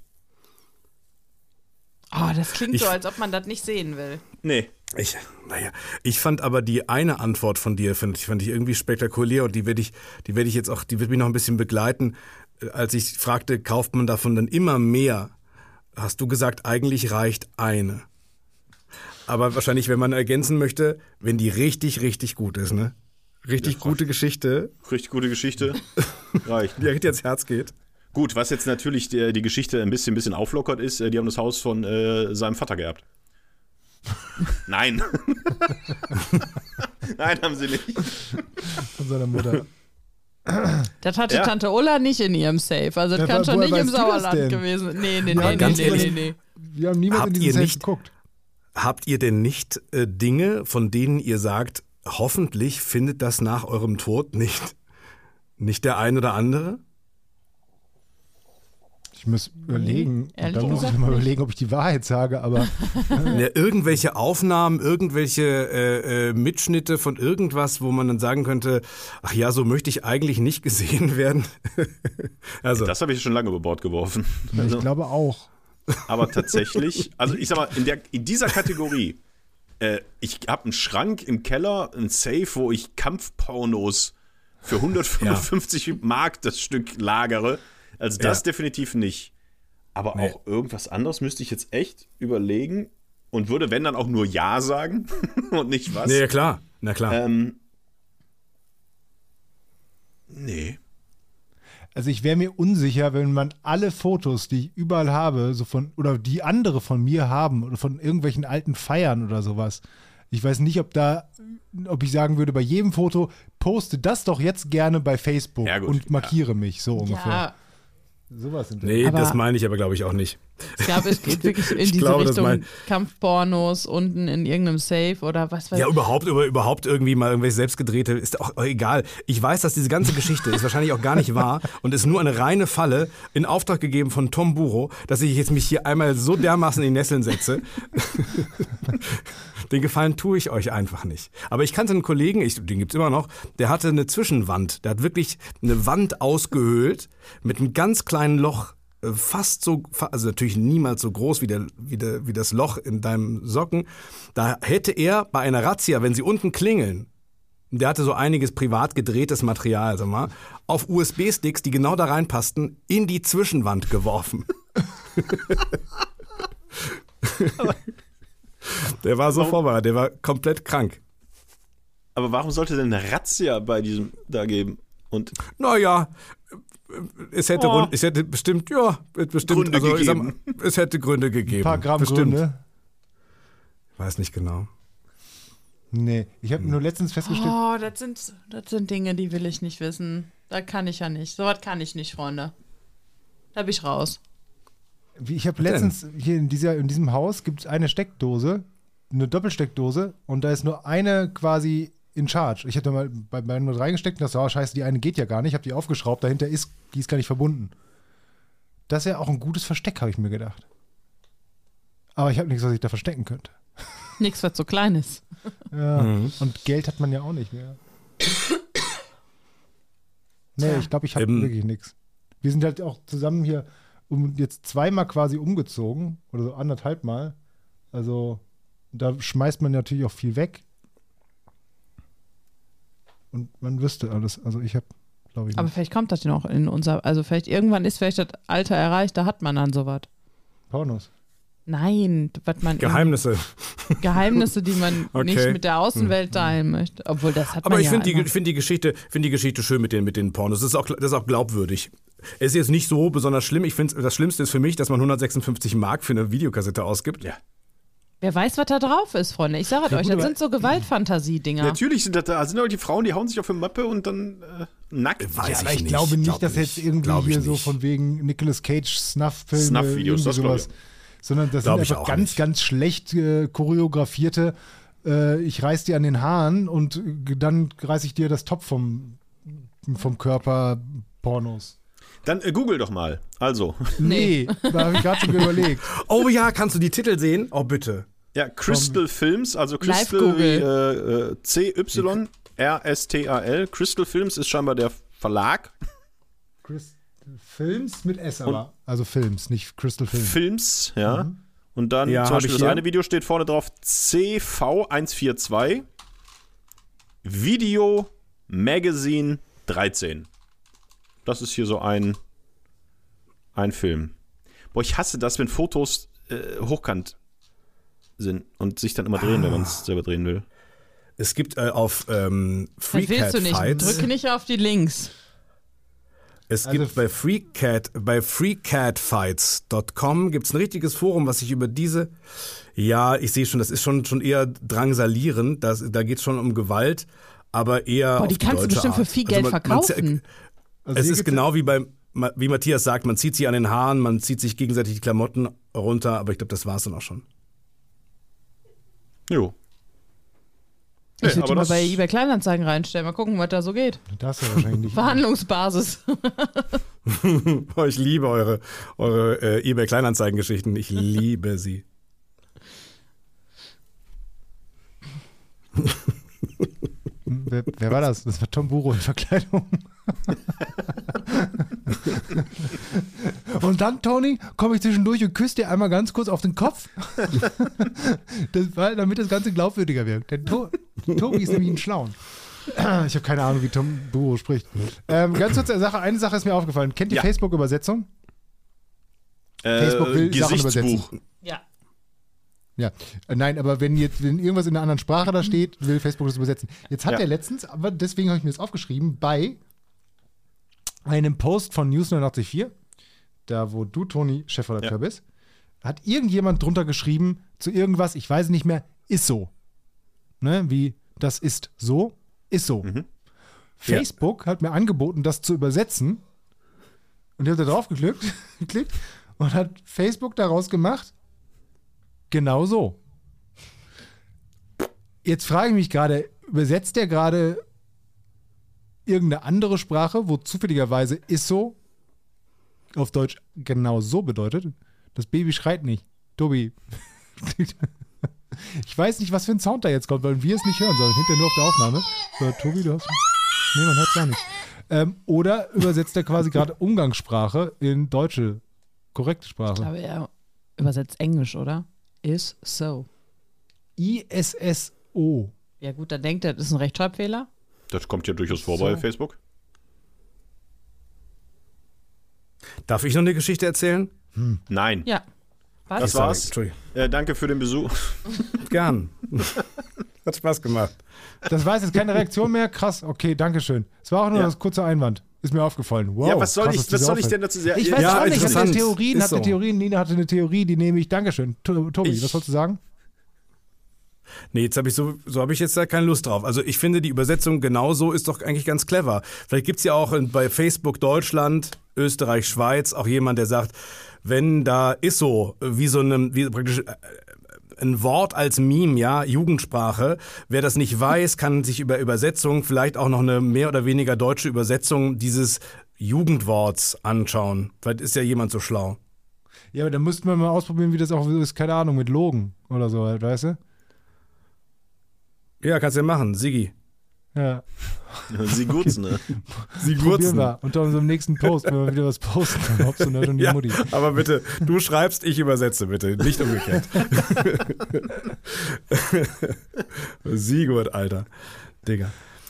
[SPEAKER 1] Oh, das klingt
[SPEAKER 4] Ich-
[SPEAKER 1] so, als ob man das nicht sehen will.
[SPEAKER 2] Nee,
[SPEAKER 4] Ich fand aber die eine Antwort von dir, fand ich irgendwie spektakulär und die wird mich noch ein bisschen begleiten. Als ich fragte, kauft man davon dann immer mehr, hast du gesagt, eigentlich reicht eine. Aber wahrscheinlich, wenn man ergänzen möchte, wenn die richtig, richtig gut ist, ne? Richtig gute Geschichte,
[SPEAKER 2] richtig gute Geschichte. Reicht.
[SPEAKER 4] die richtig ans Herz geht.
[SPEAKER 2] Gut, was jetzt natürlich die Geschichte ein bisschen auflockert ist, die haben das Haus von seinem Vater geerbt. Nein. Nein, haben sie nicht.
[SPEAKER 3] Von seiner Mutter.
[SPEAKER 1] Das hatte
[SPEAKER 2] Ja.
[SPEAKER 1] Tante Ulla nicht in ihrem Safe. Also das
[SPEAKER 3] Ja,
[SPEAKER 1] kann schon
[SPEAKER 3] woher
[SPEAKER 1] nicht im
[SPEAKER 3] weißt du das
[SPEAKER 1] Sauerland
[SPEAKER 3] denn?
[SPEAKER 1] gewesen. Nee.
[SPEAKER 4] ganz ehrlich,
[SPEAKER 3] Wir haben niemals in
[SPEAKER 4] Habt
[SPEAKER 3] diesen
[SPEAKER 4] ihr
[SPEAKER 3] Safe
[SPEAKER 4] nicht-
[SPEAKER 3] geguckt.
[SPEAKER 4] Habt ihr denn nicht Dinge, von denen ihr sagt, hoffentlich findet das nach eurem Tod nicht der ein oder andere?
[SPEAKER 3] Ich muss überlegen.
[SPEAKER 1] ehrlich
[SPEAKER 3] Da muss ich
[SPEAKER 1] gesagt
[SPEAKER 3] mal
[SPEAKER 1] nicht.
[SPEAKER 3] überlegen, ob ich die Wahrheit sage, aber
[SPEAKER 4] Ja, irgendwelche Aufnahmen, irgendwelche Mitschnitte von irgendwas, wo man dann sagen könnte, ach ja, so möchte ich eigentlich nicht gesehen werden. Also,
[SPEAKER 2] Das habe ich schon lange über Bord geworfen.
[SPEAKER 3] ich glaube auch.
[SPEAKER 2] Aber tatsächlich, also ich sag mal, in dieser Kategorie, ich habe einen Schrank im Keller, ein Safe, wo ich Kampfpornos für 155 Mark das Stück lagere. Also das definitiv nicht. Aber
[SPEAKER 4] Nee.
[SPEAKER 2] auch irgendwas anderes müsste ich jetzt echt überlegen und würde, wenn, dann auch nur Ja sagen und nicht was.
[SPEAKER 4] nee, ja klar, na klar.
[SPEAKER 2] Nee.
[SPEAKER 3] Also ich wäre mir unsicher, wenn man alle Fotos, die ich überall habe, so oder die andere von mir haben oder von irgendwelchen alten Feiern oder sowas. Ich weiß nicht, ob ich sagen würde, bei jedem Foto poste das doch jetzt gerne bei Facebook
[SPEAKER 2] Ja, gut,
[SPEAKER 3] und markiere mich, so ungefähr.
[SPEAKER 1] Ja,
[SPEAKER 3] Sowas sind
[SPEAKER 4] Nee,
[SPEAKER 1] aber-
[SPEAKER 4] das meine ich aber, glaube ich, auch nicht.
[SPEAKER 1] es geht wirklich in
[SPEAKER 4] Ich
[SPEAKER 1] diese
[SPEAKER 4] glaube, das
[SPEAKER 1] Richtung
[SPEAKER 4] mein-
[SPEAKER 1] Kampfpornos unten in irgendeinem Safe oder was weiß
[SPEAKER 4] Ja,
[SPEAKER 1] ich.
[SPEAKER 4] überhaupt irgendwie mal irgendwelche selbstgedrehte, ist auch egal. Ich weiß, dass diese ganze Geschichte ist wahrscheinlich auch gar nicht wahr und ist nur eine reine Falle in Auftrag gegeben von Tom Buro, dass ich jetzt mich hier einmal so dermaßen in die Nesseln setze. Den Gefallen tue ich euch einfach nicht. Aber ich kannte einen Kollegen, den gibt's immer noch, der hatte eine Zwischenwand. Der hat wirklich eine Wand ausgehöhlt mit einem ganz kleinen Loch, fast so, also natürlich niemals so groß wie das Loch in deinem Socken. Da hätte er bei einer Razzia, wenn sie unten klingeln, Der hatte so einiges privat gedrehtes Material, sag mal, auf USB-Sticks, die genau da reinpassten, in die Zwischenwand geworfen. Der war so vorbereitet, der war komplett krank.
[SPEAKER 2] Aber warum sollte denn eine Razzia bei diesem da geben? Und
[SPEAKER 4] naja, es hätte bestimmt
[SPEAKER 2] Gründe
[SPEAKER 4] also, ich sag mal,
[SPEAKER 2] gegeben.
[SPEAKER 4] es hätte Gründe gegeben.
[SPEAKER 3] Ein paar Gramm
[SPEAKER 4] bestimmt.
[SPEAKER 3] Gründe.
[SPEAKER 4] Weiß nicht genau.
[SPEAKER 3] Nee, ich habe nur letztens festgestellt,
[SPEAKER 1] Oh, das sind Dinge, die will ich nicht wissen. Da kann ich ja nicht. Sowas kann ich nicht, Freunde. Da bin ich raus.
[SPEAKER 3] ich habe letztens hier in diesem Haus gibt es eine Steckdose, eine Doppelsteckdose und da ist nur eine quasi in Charge. Ich habe da mal bei meinem mit reingesteckt und dachte, oh scheiße, die eine geht ja gar nicht. Ich habe die aufgeschraubt, die ist gar nicht verbunden. Das ist ja auch ein gutes Versteck, habe ich mir gedacht. Aber ich habe nichts, was ich da verstecken könnte.
[SPEAKER 1] Nichts, was so klein ist.
[SPEAKER 3] Ja, und Geld hat man ja auch nicht mehr. Nee, ich glaube, ich habe wirklich nichts. Wir sind halt auch zusammen hier jetzt zweimal quasi umgezogen oder so 1,5 Mal. Also da schmeißt man natürlich auch viel weg. Und man wüsste alles. Also ich habe, glaube ich,
[SPEAKER 1] Aber
[SPEAKER 3] nicht.
[SPEAKER 1] vielleicht kommt das ja noch in unser, also vielleicht irgendwann ist vielleicht das Alter erreicht, da hat man dann sowas.
[SPEAKER 3] Pornos.
[SPEAKER 1] Nein, was man
[SPEAKER 4] Geheimnisse.
[SPEAKER 1] Geheimnisse, die man
[SPEAKER 4] Okay.
[SPEAKER 1] nicht mit der Außenwelt teilen möchte. Obwohl, das hat
[SPEAKER 4] Aber
[SPEAKER 1] man
[SPEAKER 4] ich
[SPEAKER 1] ja
[SPEAKER 4] finde
[SPEAKER 1] immer.
[SPEAKER 4] die Geschichte schön mit den Pornos. Das ist auch glaubwürdig. Es ist jetzt nicht so besonders schlimm. Ich finde, das Schlimmste ist für mich, dass man 156 Mark für eine Videokassette ausgibt.
[SPEAKER 2] Ja.
[SPEAKER 1] Wer weiß, was da drauf ist, Freunde. Ich sage es euch, das sind so Gewaltfantasie-Dinger.
[SPEAKER 2] Natürlich sind da sind die Frauen, die hauen sich auf eine Mappe und dann nackt.
[SPEAKER 4] Weiß
[SPEAKER 3] Aber ich glaube nicht, dass jetzt irgendwie hier so von wegen Nicolas Cage Snuff-Filme
[SPEAKER 2] Snuff-Videos, das
[SPEAKER 3] sowas, sondern das sind
[SPEAKER 4] Glaub ich
[SPEAKER 3] einfach
[SPEAKER 4] auch
[SPEAKER 3] ganz,
[SPEAKER 4] nicht.
[SPEAKER 3] ganz schlecht choreografierte ich reiß dir an den Haaren und dann reiß ich dir das Top vom Körper Pornos.
[SPEAKER 2] Dann google doch mal. Also,
[SPEAKER 3] Nee, da habe ich gerade schon überlegt.
[SPEAKER 4] Oh ja, kannst du die Titel sehen? Oh, bitte.
[SPEAKER 2] ja, Crystal Films, also
[SPEAKER 1] Live
[SPEAKER 2] Crystal wie CYRSTAL. Crystal Films ist scheinbar der Verlag.
[SPEAKER 3] Crystal Films mit S aber. Also Films, nicht Crystal Films.
[SPEAKER 2] Films, ja. Und dann
[SPEAKER 4] Ja,
[SPEAKER 2] zum
[SPEAKER 4] hab
[SPEAKER 2] Beispiel
[SPEAKER 4] ich
[SPEAKER 2] das
[SPEAKER 4] hier.
[SPEAKER 2] eine Video steht vorne drauf CV142 Video Magazine 13. Das ist hier so ein Film. Boah, ich hasse das, wenn Fotos hochkant sind und sich dann immer drehen, wenn man es selber drehen will.
[SPEAKER 4] Es gibt auf
[SPEAKER 1] Das
[SPEAKER 4] Free
[SPEAKER 1] willst
[SPEAKER 4] Cat
[SPEAKER 1] du nicht.
[SPEAKER 4] Fights.
[SPEAKER 1] Drücke nicht auf die Links.
[SPEAKER 4] Es
[SPEAKER 3] Also
[SPEAKER 4] gibt bei freecatfights.com gibt es ein richtiges Forum, was sich über diese, ja, ich sehe schon, das ist schon eher drangsalierend, da geht es schon um Gewalt, aber eher
[SPEAKER 1] Boah, die
[SPEAKER 4] auf
[SPEAKER 1] kannst du
[SPEAKER 4] deutsche
[SPEAKER 1] bestimmt für
[SPEAKER 4] Art.
[SPEAKER 1] viel
[SPEAKER 4] Also
[SPEAKER 1] Geld verkaufen.
[SPEAKER 3] Also
[SPEAKER 4] Es
[SPEAKER 3] hier
[SPEAKER 4] ist
[SPEAKER 3] gibt's-
[SPEAKER 4] genau wie Matthias sagt, man zieht sie an den Haaren, man zieht sich gegenseitig die Klamotten runter, aber ich glaube, das war es dann auch schon.
[SPEAKER 2] Jo.
[SPEAKER 1] Ich
[SPEAKER 2] Nee,
[SPEAKER 1] würde die
[SPEAKER 2] aber
[SPEAKER 1] mal
[SPEAKER 2] das-
[SPEAKER 1] bei eBay Kleinanzeigen reinstellen. Mal gucken, was da so geht.
[SPEAKER 3] Das ja wahrscheinlich nicht.
[SPEAKER 1] Verhandlungsbasis.
[SPEAKER 4] Oh, ich liebe eure eBay Kleinanzeigen-Geschichten. Ich liebe sie.
[SPEAKER 3] Wer war das? Das war Tom Buro in Verkleidung. Und dann, Toni, komme ich zwischendurch und küsse dir einmal ganz kurz auf den Kopf. Das war, damit das Ganze glaubwürdiger wirkt. Denn Tobi ist nämlich ein Schlauen. Ich habe keine Ahnung, wie Tom Buro spricht. Ganz kurz eine Sache ist mir aufgefallen. Kennt ihr
[SPEAKER 2] Ja.
[SPEAKER 3] Facebook-Übersetzung? Facebook will Sachen
[SPEAKER 2] Gesichtsbuch.
[SPEAKER 1] Ja.
[SPEAKER 3] Ja, nein, aber wenn irgendwas in einer anderen Sprache da steht, will Facebook das übersetzen. Jetzt hat
[SPEAKER 2] Ja.
[SPEAKER 3] er letztens, aber deswegen habe ich mir das aufgeschrieben, bei einem Post von News 89.4, da wo du, Toni, Chefredakteur bist, hat irgendjemand drunter geschrieben zu irgendwas, ich weiß nicht mehr, ist so. Ne, wie, das ist so, ist so. Facebook hat mir angeboten, das zu übersetzen und ich habe da drauf geklickt und hat Facebook daraus gemacht, genau so. Jetzt frage ich mich gerade, übersetzt der gerade irgendeine andere Sprache, wo zufälligerweise ist so auf Deutsch genau so bedeutet? Das Baby schreit nicht. Tobi. Ich weiß nicht, was für ein Sound da jetzt kommt, weil wir es nicht hören sollen. Hinterher nur auf der Aufnahme. So, Tobi, du hast... Nee, man hört gar nicht. Oder übersetzt er quasi gerade Umgangssprache in deutsche, korrekte
[SPEAKER 1] Ich
[SPEAKER 3] Sprache?
[SPEAKER 1] glaube, er übersetzt Englisch, oder? Is so.
[SPEAKER 3] ISSO.
[SPEAKER 1] Ja gut, dann denkt er, das ist ein Rechtschreibfehler.
[SPEAKER 2] Das kommt ja durchaus vor bei Facebook.
[SPEAKER 4] Darf ich noch eine Geschichte erzählen?
[SPEAKER 2] Nein.
[SPEAKER 1] Ja. Was?
[SPEAKER 2] Das war's.
[SPEAKER 4] Entschuldigung.
[SPEAKER 2] Danke für den Besuch.
[SPEAKER 4] Gern. Hat Spaß gemacht.
[SPEAKER 3] Das war jetzt keine Reaktion mehr. Krass, okay, danke schön. Es war auch nur das kurze Einwand. Ist mir aufgefallen. Wow,
[SPEAKER 2] Ja, was soll
[SPEAKER 3] krass, dass
[SPEAKER 2] ich denn dazu sagen?
[SPEAKER 3] Ich weiß
[SPEAKER 4] Ja,
[SPEAKER 3] auch nicht, ich hatte
[SPEAKER 4] interessant.
[SPEAKER 3] Theorien,
[SPEAKER 4] Ist so.
[SPEAKER 3] Nina hatte eine Theorie, die nehme ich. Dankeschön. Tobi, was sollst du sagen?
[SPEAKER 4] Nee, jetzt habe ich so habe ich jetzt da keine Lust drauf. Also ich finde, die Übersetzung genauso ist doch eigentlich ganz clever. Vielleicht gibt's ja auch bei Facebook Deutschland, Österreich, Schweiz auch jemand, der sagt, wenn da ist wie praktisch ein Wort als Meme, ja, Jugendsprache. Wer das nicht weiß, kann sich über Übersetzung vielleicht auch noch eine mehr oder weniger deutsche Übersetzung dieses Jugendworts anschauen. Vielleicht ist ja jemand so schlau.
[SPEAKER 3] Ja, aber dann müssten wir mal ausprobieren, wie das auch ist, keine Ahnung, mit Logen oder so, weißt du?
[SPEAKER 4] Ja, kannst du ja machen, Sigi.
[SPEAKER 3] Ja.
[SPEAKER 2] Sie gut, ne?
[SPEAKER 3] Probieren wir. Unter unserem nächsten Post, wenn wir wieder was posten, dann hoppst du Nerd und die
[SPEAKER 4] Ja,
[SPEAKER 3] Mutti.
[SPEAKER 4] aber bitte, du schreibst, ich übersetze bitte, nicht umgekehrt. Sigurd, Alter. Digga.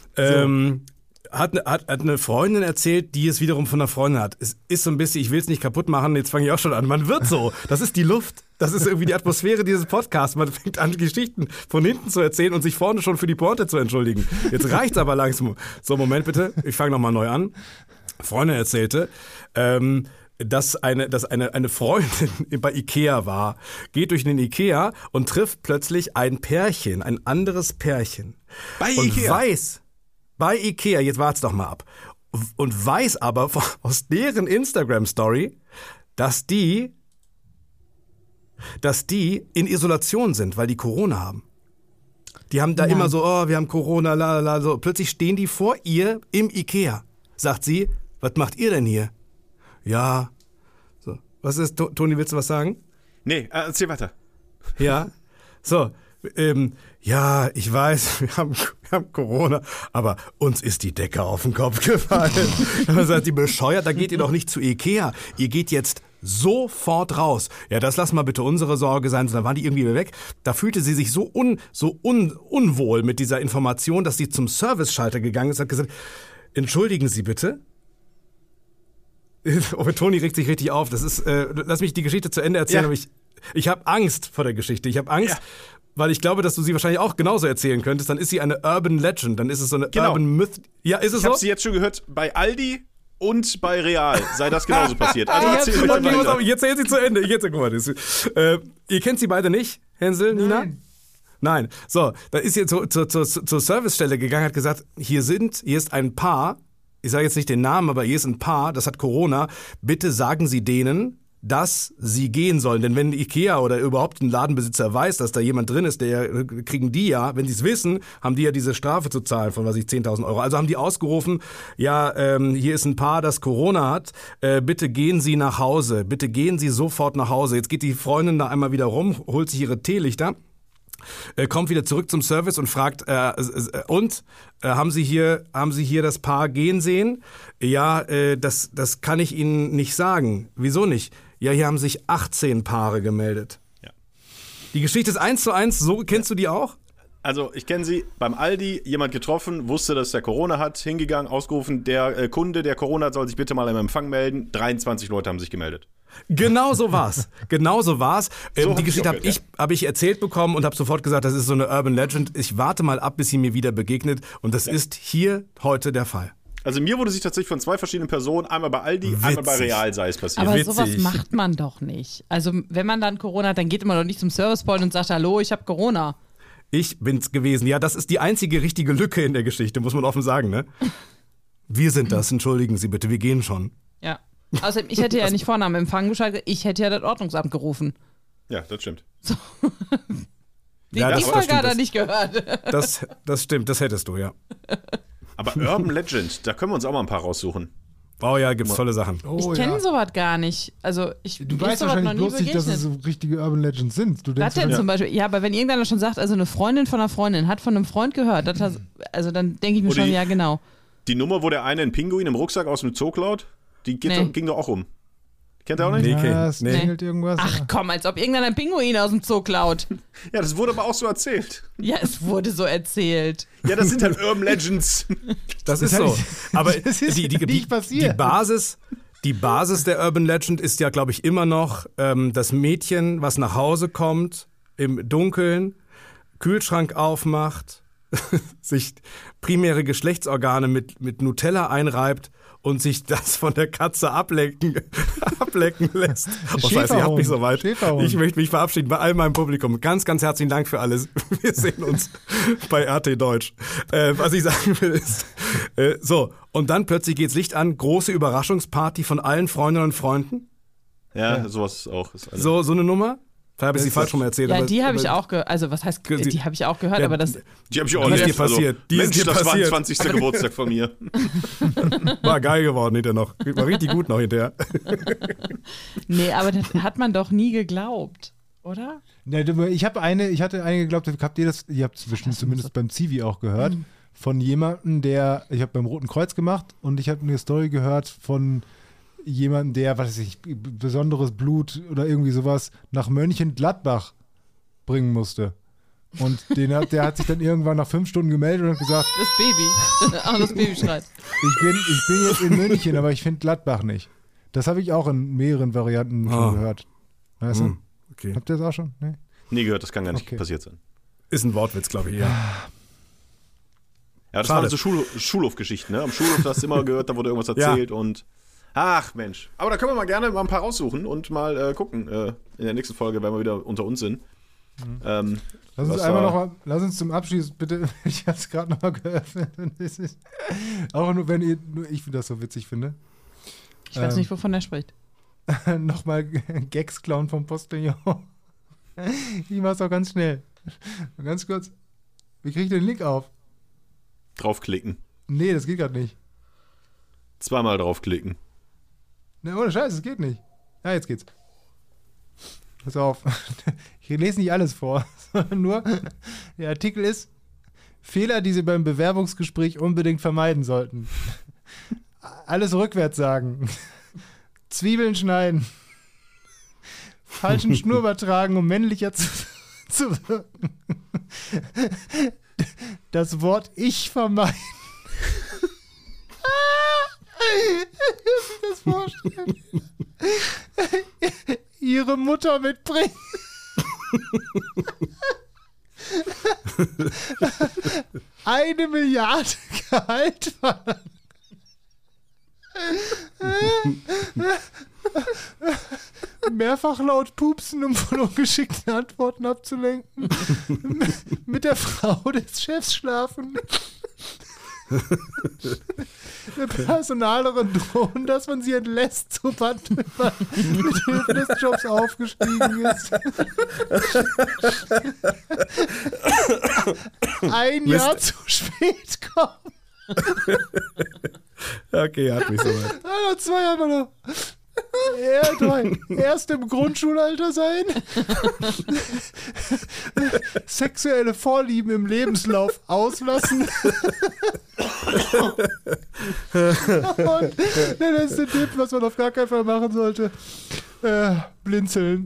[SPEAKER 4] Hat eine Freundin erzählt, die es wiederum von einer Freundin hat. Es ist so ein bisschen, ich will es nicht kaputt machen, jetzt fange ich auch schon an. Man wird so. Das ist die Luft. Das ist irgendwie die Atmosphäre dieses Podcasts. Man fängt an, Geschichten von hinten zu erzählen und sich vorne schon für die Pointe zu entschuldigen. Jetzt reicht's aber langsam. So, Moment bitte. Ich fange nochmal neu an. Freundin erzählte, dass eine Freundin bei Ikea war, geht durch den Ikea und trifft plötzlich ein Pärchen, ein anderes Pärchen. Bei Ikea, jetzt wart's doch mal ab. Und weiß aber aus deren Instagram-Story, dass die in Isolation sind, weil die Corona haben. Die haben da immer so, oh, wir haben Corona, la, so. Plötzlich stehen die vor ihr im Ikea. Sagt sie, was macht ihr denn hier? Ja. So. Was ist, Toni, willst du was sagen?
[SPEAKER 2] Nee, erzähl weiter.
[SPEAKER 4] Ja. So. Ja, ich weiß, wir haben Corona, aber uns ist die Decke auf den Kopf gefallen. Dann sagt die bescheuert, da geht ihr doch nicht zu Ikea. Ihr geht jetzt sofort raus. Ja, das lass mal bitte unsere Sorge sein. Dann waren die irgendwie weg. Da fühlte sie sich so unwohl mit dieser Information, dass sie zum Service-Schalter gegangen ist und hat gesagt, entschuldigen Sie bitte. Oh, Toni regt sich richtig auf. Das ist, lass mich die Geschichte zu Ende erzählen.
[SPEAKER 2] Ja.
[SPEAKER 4] Aber ich habe Angst vor der Geschichte. Ich habe Angst, weil ich glaube, dass du sie wahrscheinlich auch genauso erzählen könntest. Dann ist sie eine Urban Legend. Dann ist es so eine Urban Myth. Ja, ist es
[SPEAKER 2] Ich
[SPEAKER 4] so?
[SPEAKER 2] habe sie jetzt schon gehört, bei Aldi und bei Real sei das genauso passiert. Also erzähl bitte
[SPEAKER 4] Okay, pass
[SPEAKER 2] weiter.
[SPEAKER 4] auf, jetzt erzählt sie zu Ende. Guck mal, ihr kennt sie beide nicht, Hänsel, Nina? Nein. So, da ist sie zur Servicestelle gegangen, hat gesagt, hier ist ein Paar, ich sage jetzt nicht den Namen, aber hier ist ein Paar, das hat Corona, bitte sagen Sie denen, dass sie gehen sollen. Denn wenn Ikea oder überhaupt ein Ladenbesitzer weiß, dass da jemand drin ist, kriegen die ja, wenn sie es wissen, haben die ja diese Strafe zu zahlen von, 10.000 Euro. Also haben die ausgerufen, ja, hier ist ein Paar, das Corona hat, bitte gehen Sie nach Hause, bitte gehen Sie sofort nach Hause. Jetzt geht die Freundin da einmal wieder rum, holt sich ihre Teelichter, kommt wieder zurück zum Service und fragt, haben Sie hier das Paar gehen sehen? Ja, das kann ich Ihnen nicht sagen. Wieso nicht? Ja, hier haben sich 18 Paare gemeldet.
[SPEAKER 2] Ja.
[SPEAKER 4] Die Geschichte ist 1:1, so kennst du die auch?
[SPEAKER 2] Also ich kenne sie, beim Aldi, jemand getroffen, wusste, dass der Corona hat, hingegangen, ausgerufen, der Kunde, der Corona hat, soll sich bitte mal im Empfang melden. 23 Leute haben sich gemeldet.
[SPEAKER 4] Genau so war's.
[SPEAKER 2] So
[SPEAKER 4] Die Geschichte
[SPEAKER 2] auch
[SPEAKER 4] hab ich erzählt bekommen und habe sofort gesagt, das ist so eine Urban Legend. Ich warte mal ab, bis sie mir wieder begegnet. Und das ist hier heute der Fall.
[SPEAKER 2] Also mir wurde sich tatsächlich von 2 verschiedenen Personen, einmal bei Aldi, einmal bei Real sei es passiert.
[SPEAKER 1] Aber
[SPEAKER 4] Witzig.
[SPEAKER 1] sowas macht man doch nicht. Also wenn man dann Corona hat, dann geht man doch nicht zum Service Point und sagt, hallo, ich habe Corona.
[SPEAKER 4] Ich bin's gewesen. Ja, das ist die einzige richtige Lücke in der Geschichte, muss man offen sagen, ne? Wir sind das, entschuldigen Sie bitte, wir gehen schon.
[SPEAKER 1] Ja. Außerdem, ich hätte ja nicht vorne am Empfang Bescheid, ich hätte ja das Ordnungsamt gerufen.
[SPEAKER 2] Ja, das stimmt.
[SPEAKER 1] Die
[SPEAKER 4] Ja, das
[SPEAKER 1] Folge
[SPEAKER 4] stimmt,
[SPEAKER 1] hat er
[SPEAKER 4] das-
[SPEAKER 1] nicht gehört.
[SPEAKER 4] Das stimmt, das hättest du, ja.
[SPEAKER 2] Aber Urban Legend, da können wir uns auch mal ein paar raussuchen.
[SPEAKER 4] Oh ja, gibt's tolle Sachen.
[SPEAKER 3] Oh,
[SPEAKER 1] Ich kenne sowas gar nicht. Also
[SPEAKER 3] Du
[SPEAKER 1] mir
[SPEAKER 3] weißt
[SPEAKER 1] ist sowas noch
[SPEAKER 3] wahrscheinlich
[SPEAKER 1] nie
[SPEAKER 3] bloß nicht, dass
[SPEAKER 1] begegnet.
[SPEAKER 3] es so richtige Urban Legends sind. Du
[SPEAKER 1] Was
[SPEAKER 3] denkst
[SPEAKER 1] denn zum Beispiel? Ja, aber wenn irgendeiner schon sagt, also eine Freundin von einer Freundin hat von einem Freund gehört, also dann denke ich mir
[SPEAKER 2] Oder
[SPEAKER 1] schon,
[SPEAKER 2] die-
[SPEAKER 1] ja genau.
[SPEAKER 2] Die Nummer, wo der eine einen Pinguin im Rucksack aus dem Zoo klaut, die
[SPEAKER 1] Nee.
[SPEAKER 2] ging doch auch um. Kennt ihr auch nicht?
[SPEAKER 4] Nee.
[SPEAKER 3] Ja, es
[SPEAKER 4] Nee.
[SPEAKER 3] klingelt irgendwas.
[SPEAKER 1] Ach komm, als ob irgendeiner einen Pinguin aus dem Zoo klaut.
[SPEAKER 2] Ja, das wurde aber auch so erzählt.
[SPEAKER 1] Ja, es wurde so erzählt.
[SPEAKER 2] Ja, das sind halt Urban Legends.
[SPEAKER 4] Das ist so. Aber
[SPEAKER 3] Das ist nicht passiert.
[SPEAKER 4] die Basis der Urban Legend ist ja, glaube ich, immer noch das Mädchen, was nach Hause kommt, im Dunkeln, Kühlschrank aufmacht, sich primäre Geschlechtsorgane mit Nutella einreibt und sich das von der Katze ablecken lässt. Oh Scheiße, ihr habt mich soweit.
[SPEAKER 3] Schäferhund.
[SPEAKER 4] Ich möchte mich verabschieden bei all meinem Publikum. Ganz, ganz herzlichen Dank für alles. Wir sehen uns bei RT Deutsch. Was ich sagen will ist, so, und dann plötzlich geht's Licht an, große Überraschungsparty von allen Freundinnen und Freunden.
[SPEAKER 2] Ja, sowas auch. Ist
[SPEAKER 4] So eine Nummer? Da habe ich sie falsch rum erzählt.
[SPEAKER 1] Ja,
[SPEAKER 4] aber-
[SPEAKER 1] die habe ich
[SPEAKER 4] aber-
[SPEAKER 1] auch gehört. Also, was heißt, die habe ich auch gehört,
[SPEAKER 4] Ja,
[SPEAKER 1] aber das.
[SPEAKER 2] Die hab ich auch
[SPEAKER 4] Die ist
[SPEAKER 2] erlebt.
[SPEAKER 4] dir passiert. Die ist
[SPEAKER 2] Mensch,
[SPEAKER 4] dir
[SPEAKER 2] das
[SPEAKER 4] passiert.
[SPEAKER 2] war ein 20. Geburtstag von mir.
[SPEAKER 4] War geil geworden hinterher noch. War richtig gut noch hinterher.
[SPEAKER 1] Nee, aber das hat man doch nie geglaubt, oder?
[SPEAKER 3] Ne, ich hatte eine geglaubt, habt ihr das, ihr habt es bestimmt zumindest beim Zivi auch gehört, von jemandem, ich habe beim Roten Kreuz gemacht und ich habe eine Story gehört von jemandem, der, was weiß ich, besonderes Blut oder irgendwie sowas nach Mönchengladbach bringen musste. Und der hat sich dann irgendwann nach 5 Stunden gemeldet und hat gesagt,
[SPEAKER 1] Das Baby. Oh, das Baby schreit.
[SPEAKER 3] ich bin jetzt in München, aber ich finde Gladbach nicht. Das habe ich auch in mehreren Varianten schon gehört. Weißt du?
[SPEAKER 4] Okay.
[SPEAKER 3] Habt ihr das auch schon? Nee?
[SPEAKER 2] Nee, gehört, das kann gar nicht
[SPEAKER 3] Okay.
[SPEAKER 2] passiert sein.
[SPEAKER 4] Ist ein Wortwitz, glaube ich, ja.
[SPEAKER 2] Ja, das
[SPEAKER 4] Schade.
[SPEAKER 2] waren so Schulhofgeschichten, ne? Am Schulhof, da hast du immer gehört, da wurde irgendwas erzählt und ach Mensch. Aber da können wir mal gerne mal ein paar raussuchen und mal gucken in der nächsten Folge, wenn wir wieder unter uns sind.
[SPEAKER 3] Lass uns lass uns zum Abschluss bitte, ich habe es gerade nochmal geöffnet. Auch nur, wenn nur ich das so witzig finde.
[SPEAKER 1] Ich weiß nicht, wovon er spricht.
[SPEAKER 3] Nochmal Gags klauen vom Postillon. Ich mach's auch ganz schnell. Ganz kurz. Wie kriege ich den Link auf?
[SPEAKER 2] Draufklicken.
[SPEAKER 3] Nee, das geht gerade nicht.
[SPEAKER 2] Zweimal draufklicken.
[SPEAKER 3] Ne, ohne Scheiß, es geht nicht. Ja, jetzt geht's. Pass auf. Ich lese nicht alles vor, sondern nur, der Artikel ist Fehler, die Sie beim Bewerbungsgespräch unbedingt vermeiden sollten. Alles rückwärts sagen. Zwiebeln schneiden. Falschen Schnurrbart tragen, um männlicher zu wirken. Das Wort Ich vermeiden. Ich das vorstellen. Ihre Mutter mitbringen. 1 Milliarde Gehalt verlangen. Mehrfach laut pupsen, um von ungeschickten Antworten abzulenken. Mit der Frau des Chefs schlafen. Der Personalerin drohen, dass man sie entlässt, sobald man mit Hilfe des Jobs aufgestiegen ist. 1 Jahr zu spät kommen.
[SPEAKER 4] Okay, hat mich soweit.
[SPEAKER 3] Noch 2 haben wir noch. Ja, 3. Erst im Grundschulalter sein. Sexuelle Vorlieben im Lebenslauf auslassen. Und der letzte Tipp, was man auf gar keinen Fall machen sollte: blinzeln.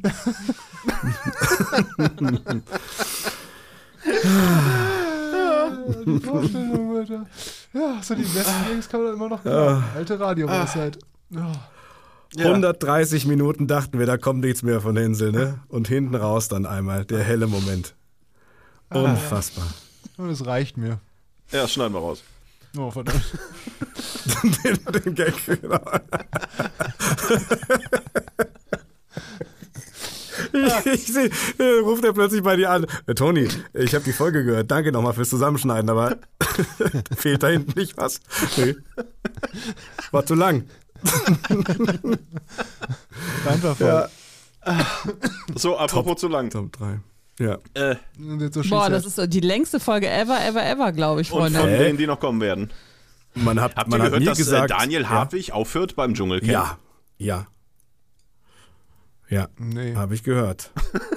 [SPEAKER 3] Die Vorstellung, Alter. Ja, so die besten Gags kann man immer noch glauben. Alte Radioweisheit. Ja.
[SPEAKER 4] 130 Minuten dachten wir, da kommt nichts mehr von Hänsel, ne? Und hinten raus dann einmal der helle Moment. Unfassbar.
[SPEAKER 3] Und es reicht mir.
[SPEAKER 2] Ja, das schneiden wir raus.
[SPEAKER 3] Oh, verdammt.
[SPEAKER 4] den Gag, genau. Ich sehe, ruft er plötzlich bei dir an. Toni, ich habe die Folge gehört. Danke nochmal fürs Zusammenschneiden, aber fehlt da hinten nicht was? Nee. War zu lang.
[SPEAKER 3] Einfach voll.
[SPEAKER 2] So, apropos zu lang.
[SPEAKER 4] Top 3. Ja.
[SPEAKER 3] Und jetzt so
[SPEAKER 1] Boah, das ist so die längste Folge ever, glaube ich,
[SPEAKER 2] Und
[SPEAKER 1] Freunde.
[SPEAKER 2] von denen, die noch kommen werden.
[SPEAKER 4] Habt
[SPEAKER 2] Habt ihr
[SPEAKER 4] hat
[SPEAKER 2] gehört,
[SPEAKER 4] mir
[SPEAKER 2] dass
[SPEAKER 4] gesagt,
[SPEAKER 2] Daniel Hartwig aufhört beim Dschungelcamp?
[SPEAKER 4] Ja,
[SPEAKER 3] Nee.
[SPEAKER 4] habe ich gehört.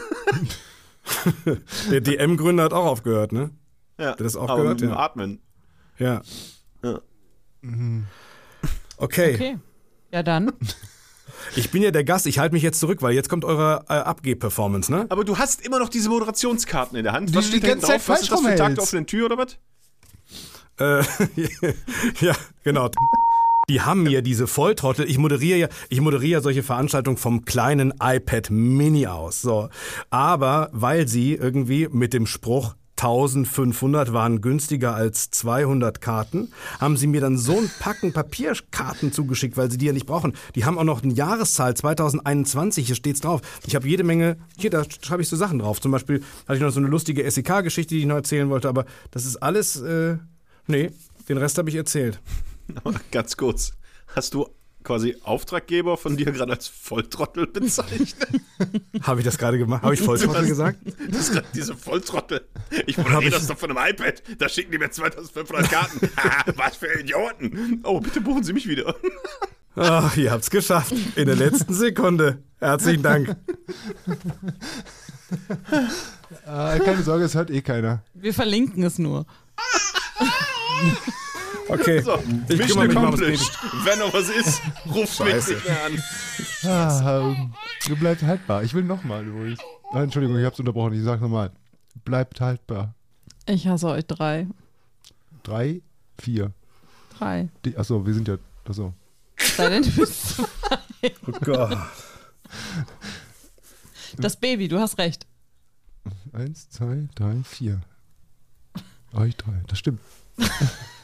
[SPEAKER 4] Der DM-Gründer hat auch aufgehört, ne?
[SPEAKER 2] Ja.
[SPEAKER 4] Hat das auch
[SPEAKER 2] aber
[SPEAKER 4] gehört?
[SPEAKER 2] mit dem
[SPEAKER 4] Ja.
[SPEAKER 2] Atmen.
[SPEAKER 4] Ja.
[SPEAKER 2] Ja.
[SPEAKER 4] Okay.
[SPEAKER 1] Okay. Ja, dann.
[SPEAKER 4] Ich bin ja der Gast, ich halte mich jetzt zurück, weil jetzt kommt eure Abgeh-Performance, ne?
[SPEAKER 2] Aber du hast immer noch diese Moderationskarten in der Hand. Was
[SPEAKER 3] Die
[SPEAKER 2] steht
[SPEAKER 3] die
[SPEAKER 2] da
[SPEAKER 3] ganze
[SPEAKER 2] drauf?
[SPEAKER 3] Zeit
[SPEAKER 2] Was ist das für ein
[SPEAKER 3] falsch
[SPEAKER 2] Tag
[SPEAKER 3] rumhältst.
[SPEAKER 2] auf der Tür oder was?
[SPEAKER 4] Ja, genau. Die haben mir diese Volltrottel, ich moderiere ja solche Veranstaltungen vom kleinen iPad Mini aus. So. Aber weil sie irgendwie mit dem Spruch 1500 waren günstiger als 200 Karten, haben sie mir dann so ein Packen Papierkarten zugeschickt, weil sie die ja nicht brauchen. Die haben auch noch eine Jahreszahl, 2021, hier steht's drauf. Ich habe jede Menge, hier, da schreibe ich so Sachen drauf. Zum Beispiel hatte ich noch so eine lustige SEK-Geschichte, die ich noch erzählen wollte, aber das ist alles, nee, den Rest habe ich erzählt.
[SPEAKER 2] Aber ganz kurz, hast du quasi Auftraggeber von dir gerade als Volltrottel bezeichnet?
[SPEAKER 4] Habe ich das gerade gemacht? Habe ich Volltrottel gesagt?
[SPEAKER 2] Das ist gerade diese Volltrottel. Ich moderiere das doch von einem iPad. Da schicken die mir 2500 Karten. Was für Idioten. Oh, bitte buchen Sie mich wieder.
[SPEAKER 4] Ach, ihr habt's geschafft. In der letzten Sekunde. Herzlichen Dank.
[SPEAKER 3] Keine Sorge, es hört eh keiner.
[SPEAKER 1] Wir verlinken es nur.
[SPEAKER 4] Okay,
[SPEAKER 2] So,
[SPEAKER 4] ich
[SPEAKER 2] Mission
[SPEAKER 4] kümmere mich mal ums Baby.
[SPEAKER 2] accomplished. Wenn noch was ist, ruft mich
[SPEAKER 4] Scheiße.
[SPEAKER 2] nicht mehr an.
[SPEAKER 3] Du bleibst haltbar. Ich will nochmal übrigens. Nein, Entschuldigung, ich hab's unterbrochen. Ich sag's nochmal. Bleibt haltbar.
[SPEAKER 1] Ich hasse euch 3.
[SPEAKER 3] 3, 4.
[SPEAKER 1] 3.
[SPEAKER 3] Achso, wir sind ja. Achso.
[SPEAKER 1] Sei denn, du bist so.
[SPEAKER 4] Oh Gott.
[SPEAKER 1] Das Baby, du hast recht.
[SPEAKER 3] 1, 2, 3, 4. Euch 3. Das stimmt.